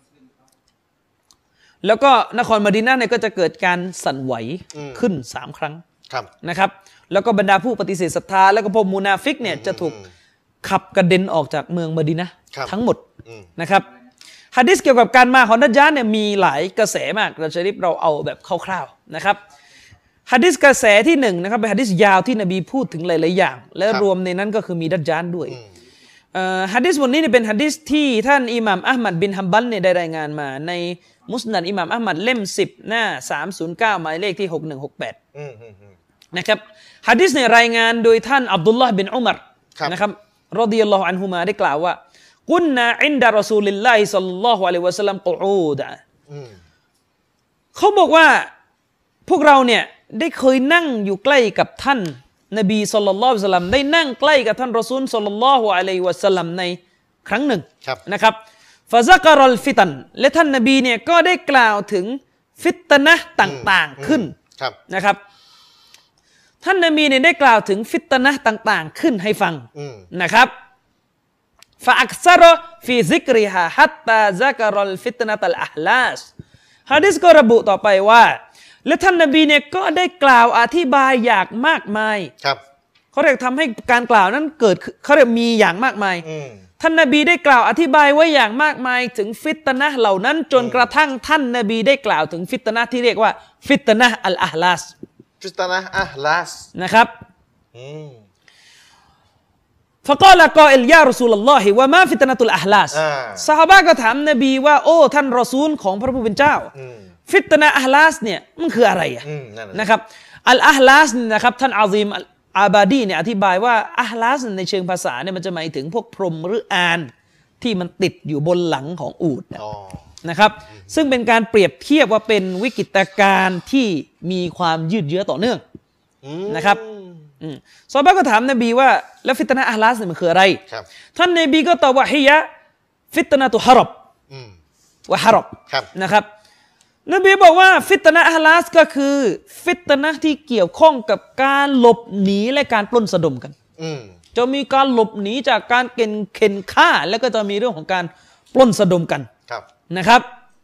แล้วก็นครมะดีนะห์เนี่ยก็จะเกิดการสั่นไหวขึ้น3 ครั้งนะครับแล้วก็บรรดาผู้ปฏิเสธศรัทธาแล้วก็พวกมุนาฟิกเนี่ยจะถูกขับกระเด็นออกจากเมืองมะดีนะห์ทั้งหมดนะครับหะดีษเกี่ยวกับการมาของดัจญาลเนี่ยมีหลายกระแสมากเราจะรีบเราเอาแบบคร่าวๆนะครับหะดีษกระแสที่1นะครับเป็นหะดีษยาวที่นบีพูดถึงหลายๆอย่างและรวมในนั้นก็คือมีดัจญาลด้วยหะดีษบทนี้เป็นหะดีษที่ท่านอิหม่ามอะห์มัดบินฮัมบัลเนี่ยได้รายงานมาในมุสนัดอิหม่ามอะห์มัดเล่ม10หน้า309หมายเลขที่6168นะครับหะดีษเนี่ยรายงานโดยท่านอับดุลลอฮ์บินอุมัรนะครับรอฎิยัลลอฮุอันฮุมาได้กล่าวว่ากุนนาอินดะรอซูลิลลาฮิศ็อลลัลลอฮุอะลัยฮิวะซัลลัมกุอูดะเขาบอกว่าพวกเราเนี่ยได้เคยนั่งอยู่ใกล้กับท่านนบีศ็อลลัลลอฮุอะลัยฮิวะซัลลัมได้นั่งใกล้กับท่านรอซูลศ็อลลัลลอฮุอะลัยฮิวะซัลลัมในครั้งหนึ่งนะครับฟะซักะรัลฟิตันและท่านนบีเนี่ยก็ได้กล่าวถึงฟิตนะห์ต่างๆขึ้นนะครับท่านนบีเนี่ยได้กล่าวถึงฟิตนะห์ต่างๆขึ้นให้ฟังนะครับฟะอักซะรอฟีซิกริฮาฮัตตาซักะรัลฟิตนะตัลอะห์ลาสหะดีษก็ระบุต่อไปว่าและท่านนบีเนี่ยก็ได้กล่าวอธิบายอย่างมากมายเขาเรียกทำให้การกล่าวนั้นเกิดเขาเรียกมีอย่างมากมายท่านนบีได้กล่าวอธิบายไว้อย่างมากมายถึงฟิตนะห์เหล่านั้นจนกระทั่งท่านนบีได้กล่าวถึงฟิตนะห์ที่เรียกว่าฟิตนะห์อัลอะห์ลาสฟิตนะห์อะห์ลาสนะครับฟะกาลกออิลยารอซูลุลลอฮิวะมาฟิตนะตุลอะห์ลาสซอฮาบะห์ก็ถามนบีว่าโอ้ท่านรอซูลของพระผู้เป็นเจ้าฟิตนะห์อะห์ลาสเนี่ยมันคืออะไรนะครับอัลอะห์ลาสนะครับท่านอาซีมอาบาดีเนี่ยอธิบายว่าอะห์ลาสในเชิงภาษาเนี่ยมันจะหมายถึงพวกพรหมหรืออานที่มันติดอยู่บนหลังของอูฐนะครับซึ่งเป็นการเปรียบเทียบว่าเป็นวิกฤตการณ์ที่มีความยืดเยื้อต่อเนื่องนะครับซอฮาบะห์ก็ถามนบีว่าแล้วฟิตนะห์อะห์ลาสเนี่ยมันคืออะไรท่านนบีก็ตอบว่าฮิยะฟิตนะตุฮารบวะฮารบนะครับนบีบอกว่าฟิตนะห์อะห์ลาสก็คือฟิตนะห์ที่เกี่ยวข้องกับการหลบหนีและการปล้นสะดมกันจะมีการหลบหนีจากการเข็นฆ่าแล้วก็จะมีเรื่องของการปล้นสะดมกันนะครับ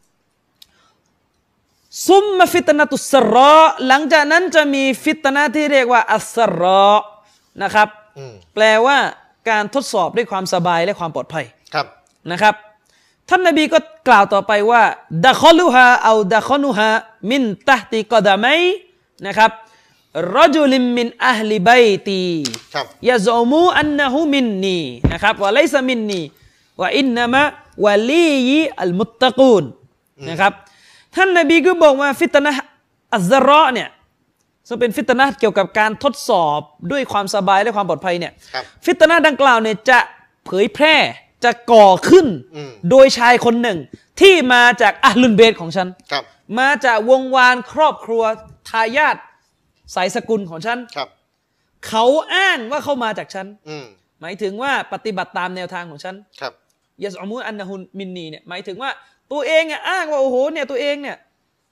ซุมมาฟิตนะตุสรอหลังจากนั้นจะมีฟิตนะห์ที่เรียกว่าอัสรอนะครับแปลว่าการทดสอบด้วยความสบายและความปลอดภัยนะครับท่านนบีก็กล่าวต่อไปว่าดะคอลุฮาเอาดะคอนุฮามินตะติกอดะมัยนะครับรอจุลิมมินอะฮลิบัยตียะซอมูอันนะฮูมินนีนะครับวะไลซะมินนีวะอินนะมะวะลียิอัลมุตตะกูนนะครับท่านนบีก็บอกว่าฟิตนะห์อัซรอเนี่ยซึ่งเป็นฟิตนะห์เกี่ยวกับการทดสอบด้วยความสบายและความปลอดภัยเนี่ยฟิตนะห์ดังกล่าวเนี่ยจะเผยแพร่จะก่อขึ้นโดยชายคนหนึ่งที่มาจากอะห์ลุลเบตของฉันมาจากวงวานครอบครัวทายาทสายสกุลของฉันเขาอ้างว่าเขามาจากฉันหมายถึงว่าปฏิบัติตามแนวทางของฉันยะซอมูอันนะฮุมินนีเนี่ยหมายถึงว่าตัวเองอ้างว่าโอ้โหเนี่ยตัวเองเนี่ย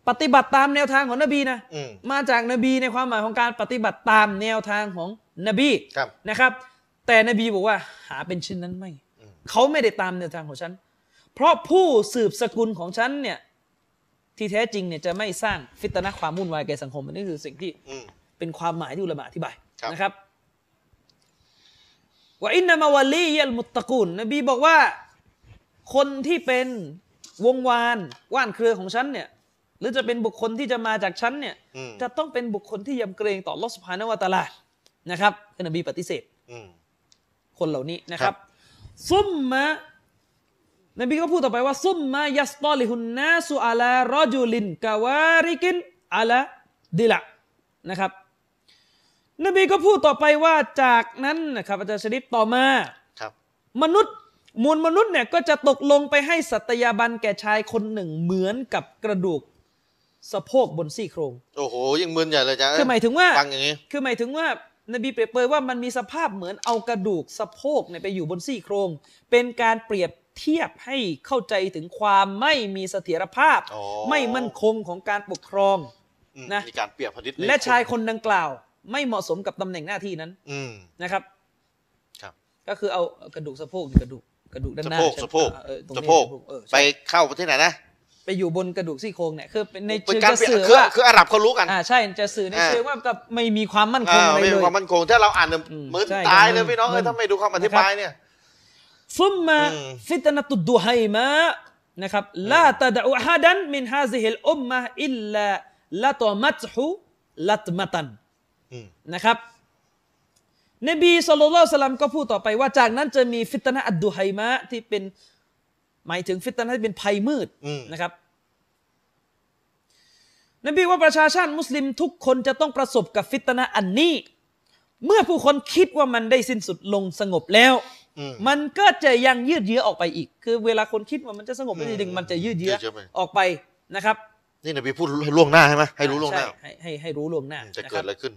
ปฏิบัติตามแนวทางของนบีนะอืมมาจากนบีในความหมายของการปฏิบัติตามแนวทางของนบีครับนะครับ แต่นบีบอกว่าหาเป็นเช่นนั้นไม่ เขาไม่ได้ตามแนวทางของฉัน เพราะผู้สืบสกุลของฉันเนี่ยที่แท้จริงเนี่ยจะไม่สร้างฟิตนะห์ความวุ่นวายแก่สังคมอันนี้คือสิ่งที่ เป็นความหมายที่อุลามะอธิบายครับนะครับว่าอินนามาวะลียัลมุตตะกูนนบีบอกว่าคนที่เป็นวงวานว่านเครือของฉันเนี่ยหรือจะเป็นบุคคลที่จะมาจากฉันเนี่ยจะต้องเป็นบุคคลที่ยำเกรงต่ออัลเลาะห์ซุบฮานะฮูวะตะอาลานะครับคือนบีปฏิเสธคนเหล่านี้นะครับซุมมะนบีก็พูดต่อไปว่าซุมมะยัสตอลิฮุนนาสุอะลารอจุลินกะวาริกินอะลาดิละนะครับนบีก็พูดต่อไปว่าจากนั้นนะครับอาจารย์ชริฟต่อมามนุษย์มูลมนุษย์เนี่ยก็จะตกลงไปให้สัตยาบันแก่ชายคนหนึ่งเหมือนกับกระดูกสะโพกบนซี่โครงโอ้โหยังมึนใหญ่เลยจ้ะคือหมายถึงว่าฟังอย่างนี้คือหมายถึงว่านบีเปรียบเปรยว่ามันมีสภาพเหมือนเอากระดูกสะโพกเนี่ยไปอยู่บนซี่โครงเป็นการเปรียบเทียบให้เข้าใจถึงความไม่มีเสถียรภาพไม่มั่นคงของการปกครองนะมีการเปรียบพนิษฐ์และชายคนดังกล่าวไม่เหมาะสมกับตำแหน่งหน้าที่นั้นนะครับก็คือเอากระดูกสะโพกกระดูกด้านหน้าสะโพกไปเข้าประเทศไหนนะไปอยู่บนกระดูกซี่โครงเนี่ยคือในเชิงจะสื่อว่าคืออาหรับเขารู้กันใช่จะสื่อในเชิงว่ากับไม่มีความมั่นคงอะไรเลยไม่มีความมั่นคงถ้าเราอ่านเหมือนตายเลยพี่น้องถ้าไม่ดูคำอธิบายเนี่ยซุมมาฟิตนะตุดดุฮัยมะนะครับลาตะดะอูอะฮัดันมินฮาซิฮิลอุมมะอิลลาละตอมัตฮุลัตมะตันนะครับนบีศ็อลลัลลอฮุอะลัยฮิวะซัลลัมก็พูดต่อไปว่าจากนั้นจะมีฟิตนะห์อัดดุฮัยมะที่เป็นหมายถึงฟิตนะห์ที่เป็นภัยมืดนะครับนบีว่าประชาชาติมุสลิมทุกคนจะต้องประสบกับฟิตนะห์อันนี้เมื่อผู้คนคิดว่ามันได้สิ้นสุดลงสงบแล้วมันก็จะยังยืดเยื้อออกไปอีกคือเวลาคนคิดว่ามันจะสงบจริงๆมันจะยืดเยื้อออกไปนะครับนี่นบีพูดล่วงหน้าใช่ไหมให้รู้ล่วงหน้าให้รู้ล่วงหน้าจะเกิดอะไรขึ้น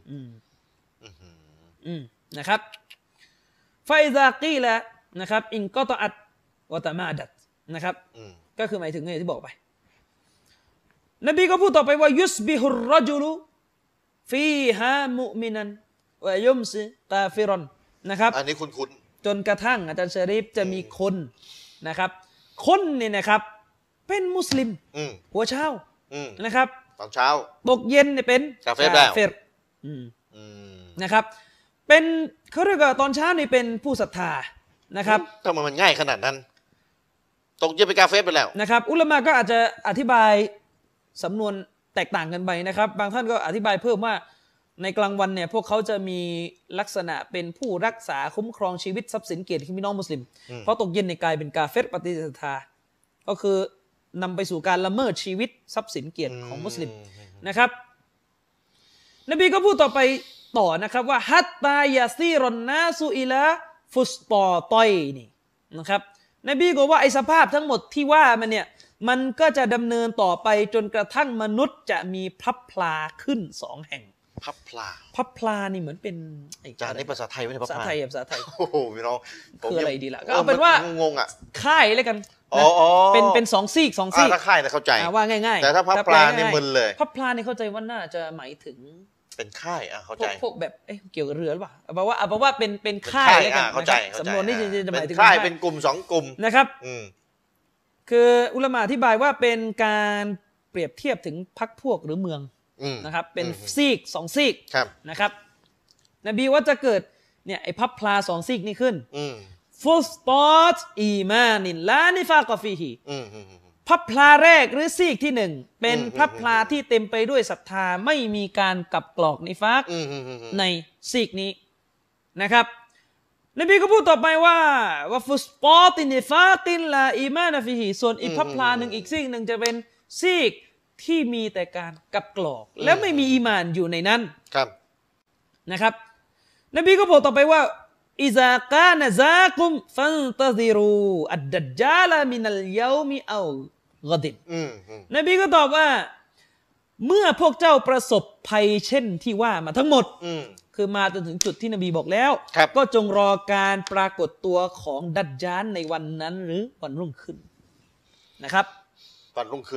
นะครับไฟซากีละนะครับอินกอตอัดวะตะมาดัดนะครับก็คือหมายถึงอย่างที่บอกไปนบีก็พูดต่อไปว่ายุสบิฮุรรจุลุฟีฮามุมินันวะยุมซิกาฟิรอนนะครับอันนี้คุ้นจนกระทั่งอาจารย์ชะรีฟจะมีคนนะครับคนเนี่ยนะครับเป็นมุสลิมหัวเช้านะครับตอนเช้าตกเย็นเนี่ยเป็นกาเฟรนะครับเป็นเขาเรียกว่าตอนเช้านี่เป็นผู้ศรัทธานะครับทำไมมันง่ายขนาดนั้นตกเย็นไปกาเฟไปแล้วนะครับอุลามะก็อาจจะอธิบายสำนวนแตกต่างกันไปนะครับบางท่านก็อธิบายเพิ่มว่าในกลางวันเนี่ยพวกเขาจะมีลักษณะเป็นผู้รักษาคุ้มครองชีวิตทรัพย์สินเกียรติพี่น้องมุสลิมเพราะตกเย็นในกลายเป็นกาเฟรปฏิเสธศรัทธาก็คือนำไปสู่การละเมิดชีวิตทรัพย์สินเกียรติของมุสลิมนะครับนบีก็พูดต่อไปต่อนะครับว่าฮัตตายาซีรอนนาสุอิลาฟุสตอตอยนี่นะครับนบีก็ว่าไอ้สภาพทั้งหมดที่ว่ามันเนี่ยมันก็จะดำเนินต่อไปจนกระทั่งมนุษย์จะมีพลับพลาขึ้น2แห่งพลับพลานี่เหมือนเป็นจานในภาษาไทยไม่ใช่พลับพลาภาษาไทยโอ้โหพี่น้องคืออะไรดีล่ะก็เอาเป็นว่างงอ่ะค่ายเลยกันเป็น2ซีกถ้าค่ายเนี่ยเข้าใจว่าง่ายๆแต่ถ้าพลับพลานี่มึนเลยพลับพลานี่เข้าใจว่าน่าจะหมายถึงเป็นค่ายเข้าใจพวกแบบเกี่ยวกับเรือหรือเปล่าแปลว่าเป็นค่ายเลยกันเข้าใจสำนวนนี้จะหมายถึงค่ายเป็นกลุ่ม2กลุ่มนะครับคืออุลามะอธิบายว่าเป็นการเปรียบเทียบถึงพรรคพวกหรือเมืองนะครับเป็นซีก2ซีกนะครับนบีว่าจะเกิดเนี่ยไอ้พับพลา2ซีกนี่ขึ้นฟุสตอตอีมานินลานิฟากอฟีฮีพับพลาแรกหรือซีกที่1เป็นพับพลาที่เต็มไปด้วยศรัทธาไม่มีการกับกรอกนิฟากในซีกนี้นะครับนบีก็พูดต่อไปว่าฟุสตอตินิฟาตินลาอีมานะฟีฮีส่วนอีกพับพลาหนึ่งอีกซีกหนึ่งจะเป็นซีกที่มีแต่การกับกรอกแล้วไม่มีอีมานอยู่ในนั้นนะครับนบีก็บอกต่อไปว่าอิซากานะซากุมฟันตะซิรูอัดดัจญาลมินัลยอมิเอากอดิบนบีก็ตอบว่าเมื่อพวกเจ้าประสบภัยเช่นที่ว่ามาทั้งหมดคือมาจนถึงจุดที่นบีบอกแล้วก็จงรอการปรากฏตัวของดัจญาลในวันนั้นหรือวันรุ่งขึ้นนะครับวันรุ่งขึ้น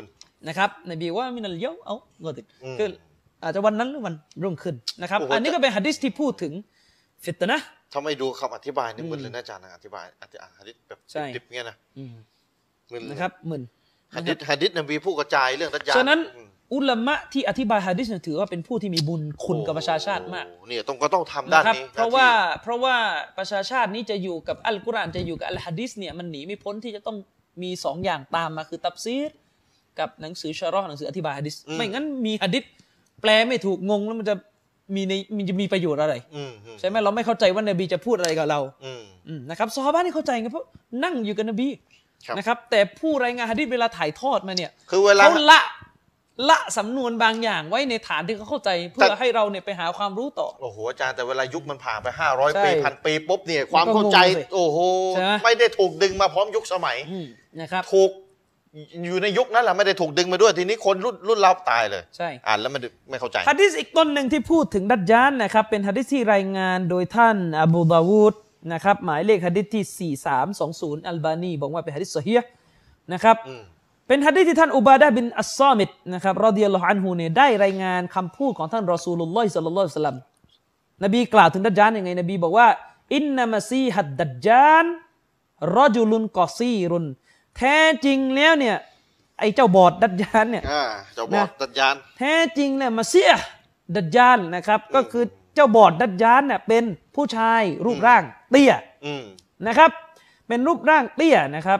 นะครับนบีว่ามินัลเยาเอาก็ติดคืออาจจะวันนั้นหรือวันรุ่งขึ้นนะครับอันนี้ก็เป็นหะดีษที่พูดถึงฟิตนะห์ถ้าไม่ดูคำอธิบายนี่มึนเลยนะอาจารย์นะอธิบายหะดีษแบบดิบๆเงี้ยนะมึนนะครับมึนหะดีษนบีผู้กระจายเรื่องดัจญาลฉะนั้นอุลามะที่อธิบายหะดีษถือว่าเป็นผู้ที่มีบุญคุณกับประชาชาติมากเนี่ยต้องทำด้านนี้เพราะว่าประชาชาตินี้จะอยู่กับอัลกุรอานจะอยู่กับอัลหะดีษเนี่ยมันหนีไม่พ้นที่จะต้องมี2อย่างตามมาคือตัฟซีรกับหนังสือชะเราะห์หนังสืออธิบายหะดีษไม่งั้นมีหะดีษแปลไม่ถูกงงแล้วมันจะมีประโยชน์อะไรใช่ไหมเราไม่เข้าใจว่านบีจะพูดอะไรกับเรานะครับซอฮาบะห์นี่เข้าใจไงเพราะนั่งอยู่กับนบีนะครับแต่ผู้รายงานหะดีษเวลาถ่ายทอดมาเนี่ยเขาละสำนวนบางอย่างไว้ในฐานที่เขาเข้าใจเพื่อให้เราเนี่ยไปหาความรู้ต่อโอ้โหอาจารย์แต่เวลายุคมันผ่านไป500 ปี1,000 ปีปุ๊บเนี่ยความเข้าใจโอ้โหไม่ได้ถูกดึงมาพร้อมยุคสมัยนะครับถูกอยู่ในยุคนั้นแหละไม่ได้ถูกดึงมาด้วยทีนี้คนรุ่นเราตายเลยใช่อ่านแล้วมันไม่เข้าใจหะดีษอีกต้นหนึ่งที่พูดถึงดัจญาลนะครับเป็นหะดีษที่รายงานโดยท่านอบูดาวูดนะครับหมายเลขหะดีษที่4320อัลบานีบอกว่าเป็นหะดีษซอฮีฮ์นะครับเป็นหะดีษที่ท่านอุบาดะห์บินอัสซอมิตนะครับรอฎิยัลลอฮุอันฮุเนี่ยได้รายงานคำพูดของท่านรอซูลุลลอฮิศ็อลลัลลอฮุอะลัยฮิวะซัลลัมนบีกล่าวถึงดัจญาลยังไงนบีบอกว่าอินนัมะซีฮัดดัจญาลรอจุลุนกอซีรุนแท้จริงแล้วเนี่ยไอ้เจ้าบอดดัจญาลเนี่ยเจ้าบอดดัจญาลแท้จริงเนี่ยมะซีฮ์ดัจญาลนะครับก็คือเจ้าบอดดัจญาลเนี่ยเป็นผู้ชายรูปร่างเตี้ยนะครับเป็นรูปร่างเตี้ยนะครับ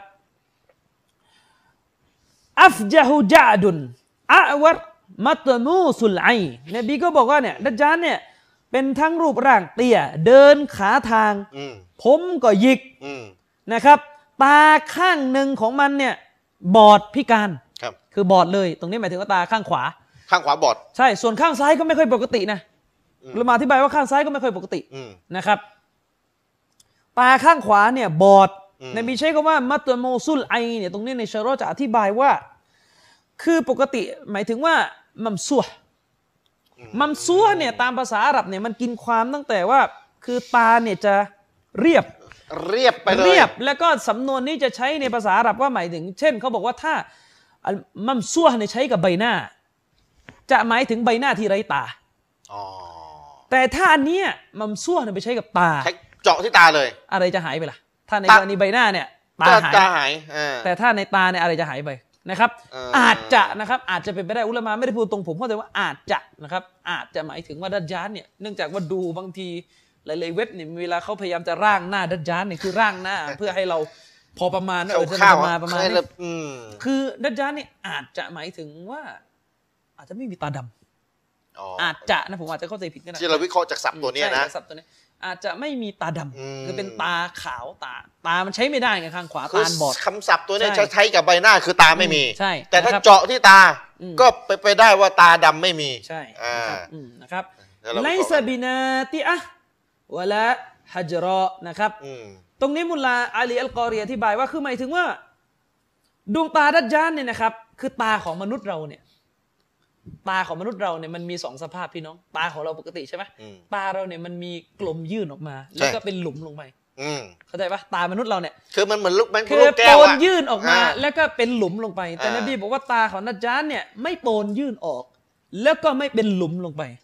อัฟจาฮูจาดุนอะวัรมัตมูสุลไอนบีก็บอกว่าเนี่ยดัจญาลเนี่ยเป็นทั้งรูปร่างเตี้ยเดินขาทางผมก็หยิกนะครับตาข้างหนึ่งของมันเนี่ยบอดพิการคือบอดเลยตรงนี้หมายถึงว่าตาข้างขวาบอดใช่ส่วนข้างซ้ายก็ไม่ค่อยปกตินะเรามาอธิบายว่าข้างซ้ายก็ไม่ค่อยปกตินะครับตาข้างขวาเนี่ยบอดนบีใช้คำว่ามัตมูซุลไอเนี่ยตรงนี้ในชะเราะห์จะอธิบายว่าคือปกติหมายถึงว่ามัมซัวเนี่ยตามภาษาอาหรับเนี่ยมันกินความตั้งแต่ว่าคือตาเนี่ยจะเรียบไปเลยแล้วก็สำนวนนี้จะใช้ในภาษาอาหรับว่าหมายถึงเช่นเขาบอกว่าถ้ามัมซัวเนี่ยใช้กับใบหน้าจะหมายถึงใบหน้าที่ไร้ตาแต่ถ้าอันเนี้ยมัมซัวเนี่ยไปใช้กับตาเจาะที่ตาเลยอะไรจะหายไปล่ะถ้าในกรณีใบหน้าเนี่ยตาหายแต่ถ้าในตาเนี่ยอะไรจะหายไปนะครับอาจจะนะครับอาจจะเป็นไปได้อุลามะไม่ได้พูดตรงผมเข้าใจว่าอาจจะนะครับอาจจะหมายถึงว่าดัจญาลเนี่ยเนื่องจากว่าดูบางทีหลายๆเว็บเนี่ยเวลาเขาพยายามจะร่างหน้าดัจญาลเนี่ยคือร่างหน้าเพื่อให้เราพอประมาณจะมาประมาณนี้คือดัจญาลเนี่ยอาจจะหมายถึงว่าอาจจะไม่มีตาดำอาจจะนะผมอาจจะเข้าใจผิดก็ได้ที่เราวิเคราะห์จากศัพท์ตัวนี้นะศัพท์ตัวนี้อาจจะไม่มีตาดำคือเป็นตาขาวตามันใช้ไม่ได้ไงข้างขวาตาบอดคำศัพท์ตัวนี้ใช้กับใบหน้าคือตาไม่มีใช่แต่ถ้าเจาะที่ตาก็ไปได้ว่าตาดำไม่มีใช่นะครับไลซาบินาติอะวะลาฮัจรอนะครับตรงนี้มุลลาอาลีอัลกอรีอธิบายว่าคือหมายถึงว่าดวงตาดัจญาลเนี่ยนะครับคือตาของมนุษย์เราเนี่ยตาของมนุษย์เราเนี่ยมันมี2สภาพพี่น้องตาของเราปกติใช่ไหมตาเราเนี่ยมันมีกลมยื่นออกมาแล้วก็เป็นหลุมลงไปเข้าใจปะตามนุษย์เราเนี่ยคือมันเหมือนลูกแก้วคือโปนยื่นออกมาแล้วก็เป็นหลุมลงไปแต่นบีบอกว่าตาของดัจญาลเนี่ยไม่โปนยื่นออกแล้วก็ไม่เป็นหลุมลงไป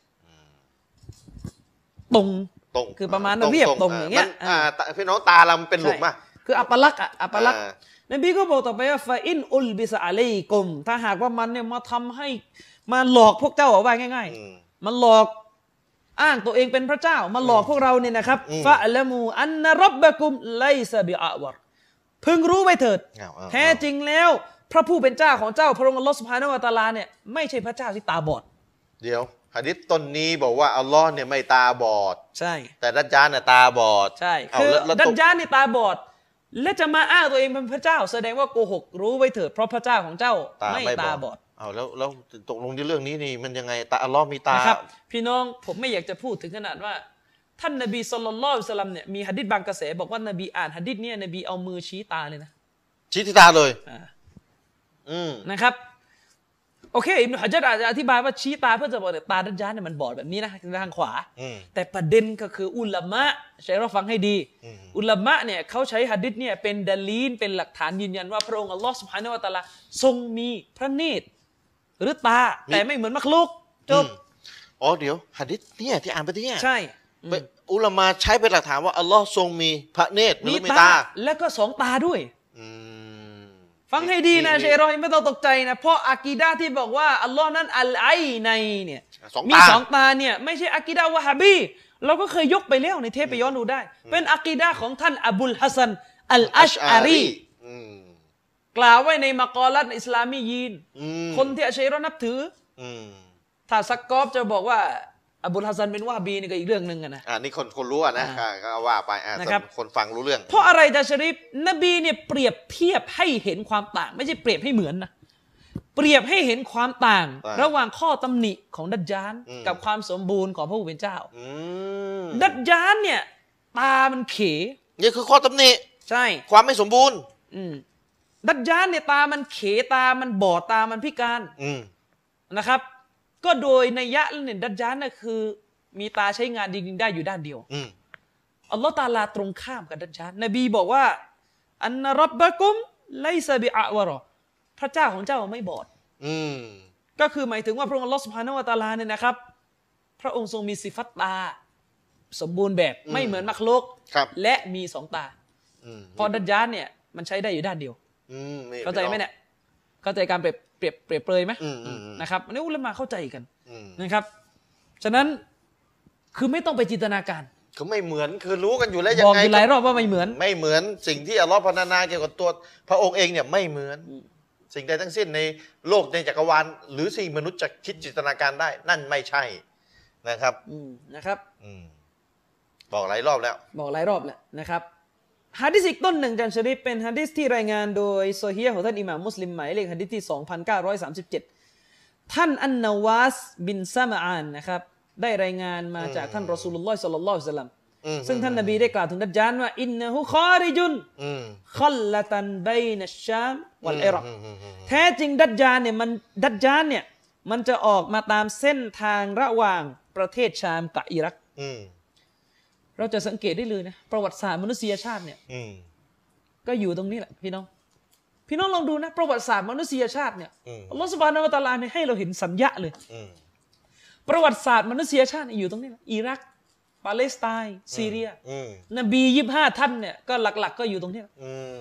ตรงคือประมาณเรียบตรงอย่างเงี้ยพี่น้องตาเราเป็นหลุมอ่ะคืออัปลักษณ์นบีก็บอกต่อไปว่าฟาอินอุลบิสอะลัยกุมถ้าหากว่ามันเนี่ยมาทำให้มาหลอกพวกเจ้าเอาไว้ง่ายๆมันหลอกอ้างตัวเองเป็นพระเจ้ามาหลอกพวกเราเนี่ยนะครับฟะละมูอันนะร็อบบะกุมไลซะบิอะวัรพึงรู้ไว้เถิดแท้จริงแล้วพระผู้เป็นเจ้าของเจ้าพระองค์อัลเลาะห์ซุบฮานะฮูวะตะอาลาเนี่ยไม่ใช่พระเจ้าที่ตาบอดเดี๋ยวหะดีษต้นนี้บอกว่าอัลเลาะห์เนี่ยไม่ตาบอดใช่แต่ดัจญาลเนี่ยตาบอดใช่คือดัจญาลนี่ตาบอดและจะมาอ้างตัวเองเป็นพระเจ้าแสดงว่าโกหกรู้ไว้เถิดเพราะพระเจ้าของเจ้าไม่ตาบอดแล้วตกลงในเรื่องนี้นี่มันยังไงตาอัลเลาะห์มีตาครับพี่น้องผมไม่อยากจะพูดถึงขนาดว่าท่านนบีศ็อลลัลลอฮุอะลัยฮิวะซัลลัมเนี่ยมีหะดีษบางกระแสบอกว่านบีอ่านหะดีษเนี่ยนบีเอามือชี้ตาเลยนะชี้ที่ตาเลยนะครับโอเคอิบนุฮะญัรอาจจะอธิบายว่าชี้ตาเพื่อจะบอกตาดัจญาลเนี่ยมันบอดแบบนี้นะทางขวาแต่ประเด็นก็คืออุลามะใช้เราฟังให้ดีอุลามะเนี่ยเขาใช้หะดีษเนี่ยเป็นดะลีลเป็นหลักฐานยืนยันว่าพระองค์อัลลอฮฺซุบฮานะฮูวะตะอาลาทรงมีพระเนตรหรือตาแต่ไม่เหมือนมักลุกจบอ๋อเดี๋ยวหะดีษเนี่ยที่อ่านไปเนี่ยใช่อุลามะใช้เป็นหลักฐานว่าอัลลอฮ์ทรงมีพระเนตรหรือมีตาแล้วก็สองตาด้วยฟังให้ดีนะเชยรอยไม่ต้องตกใจนะเพราะอากีดะที่บอกว่าอัลลอฮ์นั้นอัลไอในเนี่ยมีสองตาเนี่ยไม่ใช่อากีดะวะฮาบีเราก็เคยยกไปแล้วในเทปไปย้อนดูได้เป็นอากีดะของท่านอบุลฮัสซันอัลอัชอารีกล่าวไว้ในมักอลัตอิสลามียีนคนที่อัชชัยรอนับถือถ้าซักกอบจะบอกว่าอบุลฮัสซันเป็นวะฮาบีนี่ก็อีกเรื่องนึงนะนี่คนรู้นะก็ว่าไปนะครับคนฟังรู้เรื่องเพราะอะไรจะชริฟนบีเนี่ยเปรียบเทียบให้เห็นความต่างไม่ใช่เปรียบให้เหมือนนะเปรียบให้เห็นความต่างระหว่างข้อตำหนิของดัจญาลกับความสมบูรณ์ของพระผู้เป็นเจ้าดัจญาลเนี่ยตามันเขนี่คือข้อตำหนิใช่ความไม่สมบูรณ์ดัจญาลเนี่ยตามันเขตามันบอดตามันพิการนะครับก็โดยนัยยะเนี่ยดัจญาลน่ะคือมีตาใช้งานจริงๆได้อยู่ด้านเดียวอัลลอฮฺตะอาลาตรงข้ามกับดัจญาลนบีบอกว่าอันนะร็อบบะกุมไลซะบิอะวะรอพระเจ้าของเจ้าไม่บอดก็คือหมายถึงว่าพระองค์อัลลอฮฺซุบฮานะฮูวะตะอาลาเนี่ยนะครับพระองค์ทรงมีสิฟัตตาสมบูรณ์แบบไม่เหมือนมักลุกและมีสองตาพอดัจญาลเนี่ยมันใช้ได้อยู่ด้านเดียวเข้าใจไหมเนี่ยเข้าใจการเปรียบเปรยไหมนะครับอันนี้อุลามะเข้าใจกันนะครับฉะนั้นคือไม่ต้องไปจินตนาการคือไม่เหมือนคือรู้กันอยู่แล้วยังไงบอกอยู่หลายรอบว่าไม่เหมือนสิ่งที่อัลลอฮฺพรรณนาเกี่ยวกับตัวพระองค์เองเนี่ยไม่เหมือนสิ่งใดทั้งสิ้นในโลกในจักรวาลหรือสิ่งมนุษย์จะคิดจินตนาการได้นั่นไม่ใช่นะครับบอกหลายรอบแล้วนะครับหะดีษอีกต้นหนึ่งอาจารย์ชะรีฟเป็นหะดีษที่รายงานโดยซอฮีฮ์ของท่านอิหม่ามมุสลิมหมายเลขหะดีษที่ 2937 ท่านอันนาวาสบินซะมะอานนะครับได้รายงานมาจากท่านรอซูลุลลอฮ์ศ็อลลัลลอฮุอะลัยฮิวะซัลลัมซึ่งท่านนบีได้กล่าวถึงดัจญาลว่าอินนะฮูคอริจุนคัลละตันบัยนัชชามวัลอิรักแท้จริงดัจญาลเนี่ยมันจะออกมาตามเส้นทางระหว่างประเทศชามกับอิรักเราจะสังเกตได้เลยนะประวัติศาสตร์มนุษยชาติเนี่ยก็อยู่ตรงนี้แหละพี่น้องลองดูนะประวัติศาสตร์มนุษยชาติเนี่ยอัลลอฮฺซุบฮานะฮูวะตะอาลาเนี่ยให้เราเห็นสัญญาเลยประวัติศาสตร์มนุษยชาติอยู่ตรงนี้แหละอิรักปาเลสไตน์ซีเรียนบี25ท่านเนี่ยก็หลักๆก็อยู่ตรงนี้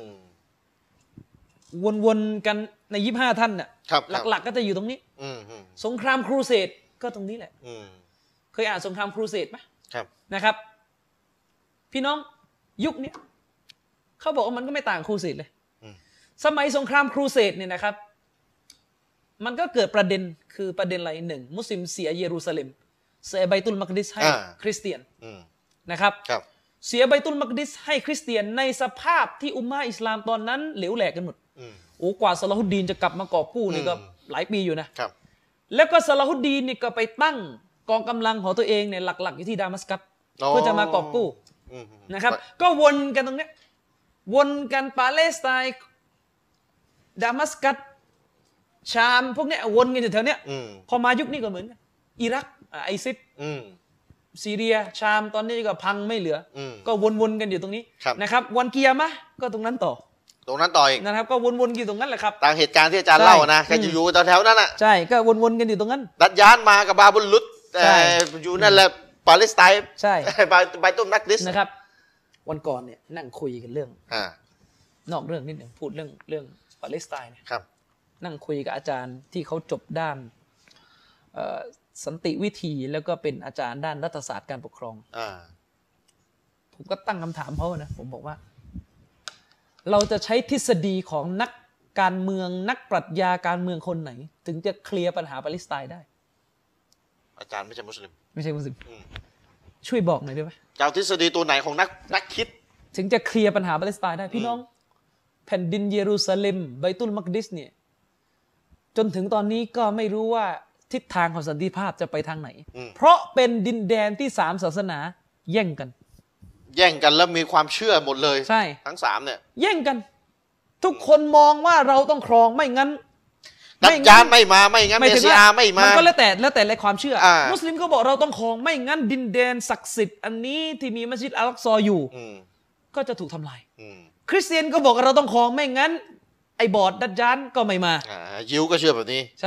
วนๆกันใน25ท่านเนี่ยหลักๆก็จะอยู่ตรงนี้สงครามครูเสดก็ตรงนี้แหละเคยอ่านสงครามครูเสดไหมนะครับพี่น้องยุคนี้เขาบอกว่ามันก็ไม่ต่างครูเสดเลยสมัยสงครามครูเสดเนี่ยนะครับมันก็เกิดประเด็นคือประเด็นอะไรหนึ่งมุสลิมเสียเยรูซาเล็มเสียไบตุลมักดิสให้คริสเตียนนะครับเสียไบตุลมักดิสให้คริสเตียนในสภาพที่อุมมะอิสลามตอนนั้นเหลวแหลกกันหมดโอ้กว่าซะลาฮุดดีนจะกลับมากอบกู้นี่ก็หลายปีอยู่นะแล้วก็ซะลาฮุดดีนนี่ก็ไปตั้งกองกำลังของตัวเองเนี่ยหลักๆอยู่ที่ดามัสกัสเพื่อจะมากอบกู้นะครับก็วนกันตรงนี้วนกันปาเลสไตน์ดามัสกัสชามพวกนี้วนกันอยู่แถวเนี้ยพอมายุคนี้ก็เหมือนกันอิรักไอซิสซีเรียชามตอนนี้ก็พังไม่เหลือก็วนๆกันอยู่ตรงนี้นะครับวันกิยามะห์ก็ตรงนั้นต่ออีกนะครับก็วนๆอยู่ตรงนั้นแหละครับตามเหตุการณ์ที่อาจารย์เล่านะแค่อยู่แถวๆนั้นน่ะใช่ก็วนๆกันอยู่ตรงนั้นดัจญาลมากับบาบุลลุตแต่อยู่นั่นแหละปาเลสไตน์ใช่ไบตุลมักดิสนะครับวันก่อนเนี่ยนั่งคุยกันเรื่องนอกเรื่องนิดหนึ่งพูดเรื่องปาเลสไตน์ครับนั่งคุยกับอาจารย์ที่เขาจบด้านสันติวิธีแล้วก็เป็นอาจารย์ด้านรัฐศาสตร์การปกครองผมก็ตั้งคำถามเขานะผมบอกว่าเราจะใช้ทฤษฎีของนักการเมืองนักปรัชญาการเมืองคนไหนถึงจะเคลียร์ปัญหาปาเลสไตน์ได้อาจารย์ไม่ใช่มุสลิมช่วยบอกหน่อยได้ไหมจะเอาทฤษฎีตัวไหนของนักคิดถึงจะเคลียร์ปัญหาปาเลสไตน์ได้พี่น้องแผ่นดินเยรูซาเล็มไบตุลมักดิสเนี่ยจนถึงตอนนี้ก็ไม่รู้ว่าทิศทางของสันติภาพจะไปทางไหนเพราะเป็นดินแดนที่3ศาสนาแย่งกันแล้วมีความเชื่อหมดเลยใช่ทั้ง3เนี่ยแย่งกันทุกคนมองว่าเราต้องครองไม่งั้นดัจญาลไม่มาไม่งั้นเมสซิอาไม่มามันก็แล้วแต่ความเชื่อมุสลิมก็บอกเราต้องครองไม่งั้นดินแดนศักดิ์สิทธิ์อันนี้ที่มีมัสยิดอัลอักซออยู่ก็จะถูกทำลายคริสเตียนก็บอกเราต้องครองไม่งั้นไอ้บอดดัจญาลก็ไม่มายิวก็เชื่อแบบนี้ใช่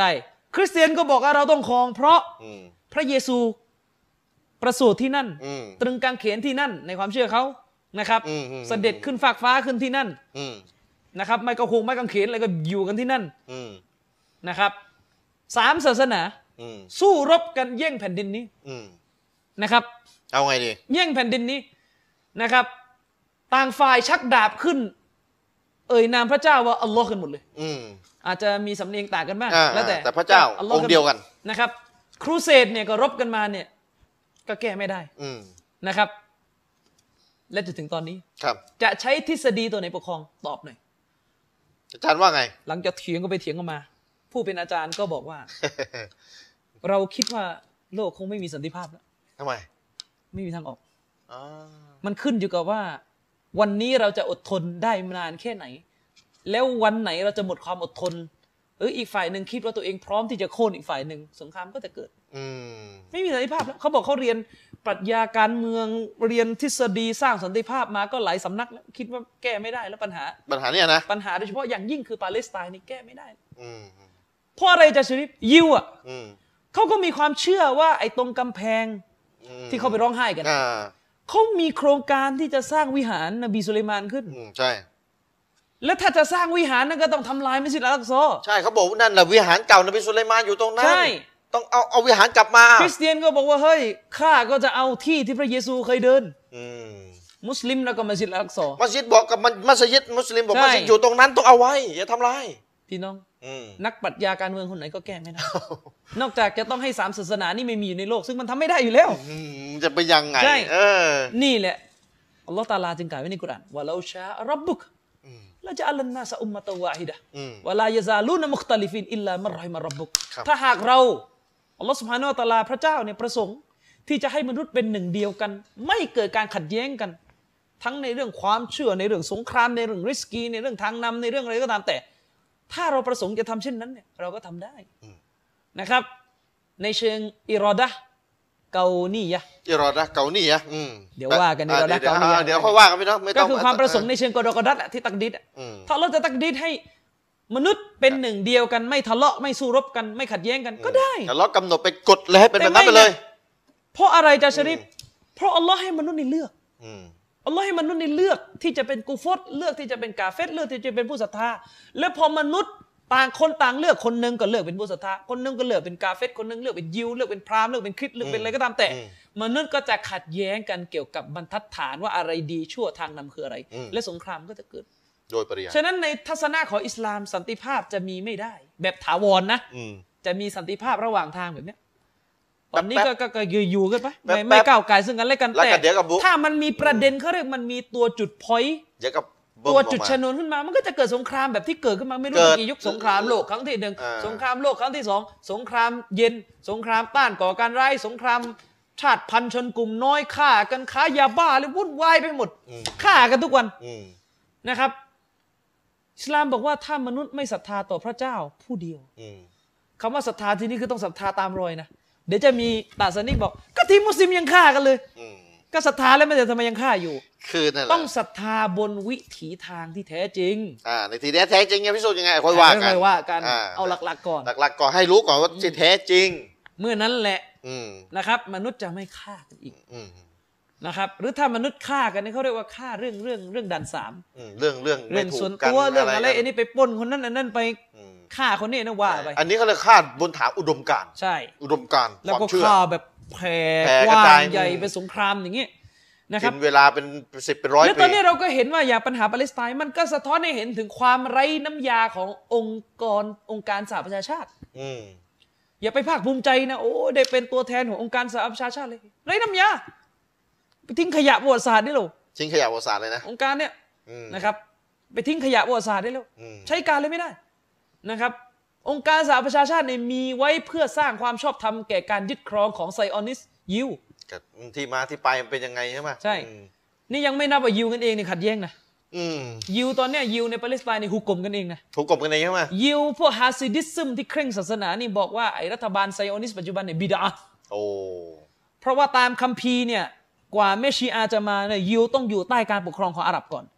คริสเตียนก็บอกว่าเราต้องครองเพราะอืมพระเยซูประสูติที่นั่นอืมตรึงกางเขนที่นั่นในความเชื่อเขานะครับ เสด็จขึ้นฟากฟ้าขึ้นที่นั่นอืมนะครับไม่ก็คงไม่กางเขนอะไรก็อยู่กันที่นั่นอืมนะครับ3ศาสนาอืมสู้รบกันแย่งแผ่นดินนี้อืมนะครับเอาไงดีแย่งแผ่นดินนี้นะครับ ต่างฝ่ายชักดาบขึ้น เอ่ยนามพระเจ้าว่าอัลลอฮ์กันหมดเลยอืมอาจจะมีสำเนียงต่างกันบ้างแล้วแต่พระเจ้าอัลลองค์เดียวกันนะครับ ครูเสดเนี่ยก็รบกันมาเนี่ยก็แก้ไม่ได้อืมนะครับ และจนถึงตอนนี้ครับจะใช้ทฤษฎีตัวไหนปกครองตอบหน่อยอาจารย์ว่าไงหลังจากเถียงก็ไปเถียงกันมา ผู้เป็นอาจารย์ก็บอกว่า เราคิดว่าโลกคงไม่มีสันติภาพแล้วทำไมไม่มีทางออกอ๋อมันขึ้นอยู่กับว่า วันนี้เราจะอดทนได้นานแค่ไหน แล้ววันไหนเราจะหมดความอดทนอีกฝ่ายหนึ่งคิดว่าตัวเองพร้อมที่จะโค่นอีกฝ่ายหนึ่งสงครามก็จะเกิดอืมไม่มีสันติภาพแล้วเขาบอกเขาเรียนปรัชญาการเมืองเรียนทฤษฎีสร้างสันติภาพมาก็หลายสำนักแล้วคิดว่าแก้ไม่ได้แล้วปัญหาเนี่ยนะปัญหาโดยเฉพาะอย่างยิ่งคือปาเลสไตน์นี่แก้ไม่ได้อืมเพราะอะไรจะชริฟยิวอ่ะอืมเขาก็มีความเชื่อว่าไอ้ตรงกำแพงอืมที่เขาไปร้องไห้กันอ่าเขามีโครงการที่จะสร้างวิหารนบีสุลัยมานขึ้นใช่แล้วถ้าจะสร้างวิหารนั่นก็ต้องทำลายมัสยิดอัลอักซอใช่เขาบอกว่านั่นแหละวิหารเก่านบีสุไลมานอยู่ตรงนั้นใช่ต้องเอาวิหารกลับมาคริสเตียนก็บอกว่าเฮ้ยข้าก็จะเอาที่ที่พระเยซูเคยเดินอืมมุสลิมแล้วก็มัสยิดอัลอักซอมัสยิดบอกกับมัสยิดมุสลิมบอกใช่มัสยิดอยู่ตรงนั้นต้องเอาไว้อย่าทำลายพี่น้องอืมนักปรัชญาการเมืองคนไหนก็แก้ไม่ได้ นอกจากจะต้องให้3ศาสนานี่ไม่มีอยู่ในโลก ซึ่งมันทำไม่ได้อยู่แล้วจะไปยังไงใช่นี่นี่แหละอัลลอฮ์ตะอาลาจึงกล่าวไว้ในกุรอานว่าเราชารับบุกละจะอัลลันนาสอุมมะตะวาฮิดะวะลายะซาลูนมุคตลิฟินอิลลามะรฮิมะรับบุกถ้าหากเราอัลลอฮ์ซุบฮานะฮูวะตะอาลาพระเจ้าเนี่ยประสงค์ที่จะให้มนุษย์เป็นหนึ่งเดียวกัน ไม่เกิดการขัดแย้งกัน ทั้งในเรื่องความเชื่อในเรื่องสงครามในเรื่องริสกีในเรื่องทางนำในเรื่องอะไรก็ตามแต่ ถ้าเราประสงค์จะทำเช่นนั้นเนี่ยเราก็ทำได้นะครับ ในเชิงอิรอดะห์เกานียะห์อิรอดะห์เกานียะห์เดี๋ยวว่ากันอิรอดะห์เกานียะห์เดี๋ยวค่อยว่ากันไม่ต้องก็คือความประสงค์ในเชิงกอดอกอดัดที่ตักดิดถ้าเราจะตักดิดให้มนุษย์เป็นหนึ่งเดียวกันไม่ทะเลาะไม่สู้รบกันไม่ขัดแย้งกันก็ได้แต่เรากำหนดไปกฎเลยให้เป็นแบบนั้นไปเลยเพราะอะไรจะชริฟเพราะอัลลอฮ์ให้มนุษย์นี่เลือก อัลลอฮ์ให้มนุษย์นี่เลือกที่จะเป็นกูฟรเลือกที่จะเป็นกาเฟรเลือกที่จะเป็นผู้ศรัทธาแล้วพอมนุษย์ต่างคนต่างเลือกคนนึงก็เลือกเป็นผู้ศรัทธาคนนึงก็เลือกเป็นกาเฟรคนนึงเลือกเป็นยิวเลือกเป็นพราหมณ์เลือกเป็นคริสต์เลือกเป็นอะไรก็ตามแต่มนุษย์ก็จะขัดแย้งกันเกี่ยวกับบรรทัดฐานว่าอะไรดีชั่วทางนำคืออะไรและสงครามก็จะเกิดโดยปริยายฉะนั้นในทัศนะของอิสลามสันติภาพจะมีไม่ได้ แบบถาวรนะจะมีสันติภาพระหว่างทางแบบนี้ตอนนี้ก็อยู่กันไปไม่ก้าวไกลซึ่งกันและกันแต่ถ้ามันมีประเด็นเขาเรียกมันมีตัวจุดพอยต์ตัวจุดชนวนขึ้นมามันก็จะเกิดสงครามแบบที่เกิดขึ้นมาไม่รู้กี่ยุคสงครามโลกครั้งที่1สงครามโลกครั้งที่2สงครามเย็นสงครามต้านก่อการร้ายสงครามชาติพันธุ์ชนกลุ่มน้อยฆ่ากันค้ายาบ้าเลยวุ่นวายไปหมดฆ่ากันทุกวันนะครับอิสลามบอกว่าถ้ามนุษย์ไม่ศรัทธาต่อพระเจ้าผู้เดียวคำว่าศรัทธาที่นี่คือต้องศรัทธาตามรอยนะเดี๋ยวจะมีตาสนิกบอกก็ทีมมุสลิมยังฆ่ากันเลยก็ศรัทธาแล้วไม่ได้ทำไมยังฆ่าอยู่คือนั่นแหละต้องศรัทธาบนวิถีทางที่แท้จริงในทีแท้จริงไงพิสูจน์ยังไงค่อยว่ากันเอาหลักๆก่อนหลักๆก่อนให้รู้ก่อนว่าที่แท้จริงเมื่อนั้นแหละนะครับมนุษย์จะไม่ฆ่ากันอีกนะครับหรือถ้ามนุษย์ฆ่ากันนี่เขาเรียกว่าฆ่าเรื่องด่าน3 เรื่องส่วนตัวเรื่องอะไรอันนี้ไปปล้นคนนั้นอันนั้นไปฆ่าคนนี้นะว่าไปอันนี้เขาเรียกฆ่าบนฐานอุดมการณ์ใช่อุดมการณ์แล้วก็ฆ่าแบบแผ่กว้างใหญ่เป็นสงครามอย่างนี้นะครับเวลาเป็น10เป็น100ปีแล้วตอนนี้เราก็เห็นว่าอย่างปัญหาปาเลสไตน์มันก็สะท้อนให้เห็นถึงความไร้น้ำยาขององค์การสหประชาชาติอย่าไปภาคภูมิใจนะโอ้ได้เป็นตัวแทนขององค์การสหประชาชาติเลยไร้น้ำยาไปทิ้งขยะประวัติศาสตร์ได้หรอทิ้งขยะประวัติศาสตร์เลยนะองค์การเนี่ยนะครับไปทิ้งขยะประวัติศาสตร์ได้แล้วใช้การเลยไม่ได้นะครับองค์การสหประชาชาติเนี่ยมีไว้เพื่อสร้างความชอบธรรมแก่การยึดครองของไซออนิสต์ยิวที่มาที่ไปมันเป็นยังไงใช่ไหมใช่นี่ยังไม่นับว่ายิวกันเองเนี่ยขัดแย้งนะยิวตอนเนี้ยยิวในปาเลสไตน์เนี่ยหุกกลมกันเองนะหุกกลมกันเองใช่ไหมยิวพวกฮาซิดิซึมที่เคร่งศาสนานี่บอกว่าไอ้รัฐบาลไซออนิสต์ปัจจุบันเนี่ยบิดาเพราะว่าตามคัมภีร์เนี่ยกว่าเมชีอาจะมาเนี่ยยิวต้องอยู่ใต้การปกครองของอาหรับก่อน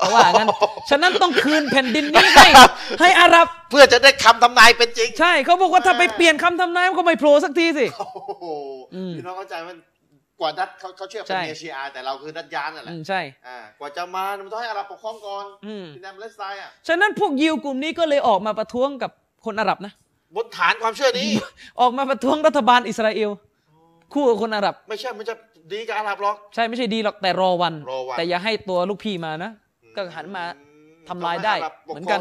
เขาว่างั้นฉะนั้นต้องคืนแผ่นดินนี้ให้อาหรับเพื่อจะได้คำทำนายเป็นจริงใช่เขาบอกว่าถ้าไปเปลี่ยนคำทำนายมันก็ไม่โผล่สักทีสิโอ้โหพี่น้องเข้าใจมันกว่าดัดเขาเชื่อเป็นเอเชียแต่เราคือดัดยานนั่นแหละใช่กว่าจะมามันต้องให้อาหรับปกครองก่อนที่แนมเลสไตน์ฉะนั้นพวกยิวกลุ่มนี้ก็เลยออกมาประท้วงกับคนอาหรับนะบนฐานความเชื่อนี้ออกมาประท้วงรัฐบาลอิสราเอลคู่กับคนอาหรับไม่ใช่มันจะดีกับอาหรับหรอกใช่ไม่ใช่ดีหรอกแต่รอวันแต่อย่าให้ตัวลูกพี่มานะก็หันมาทำลายได้เหมือนกัน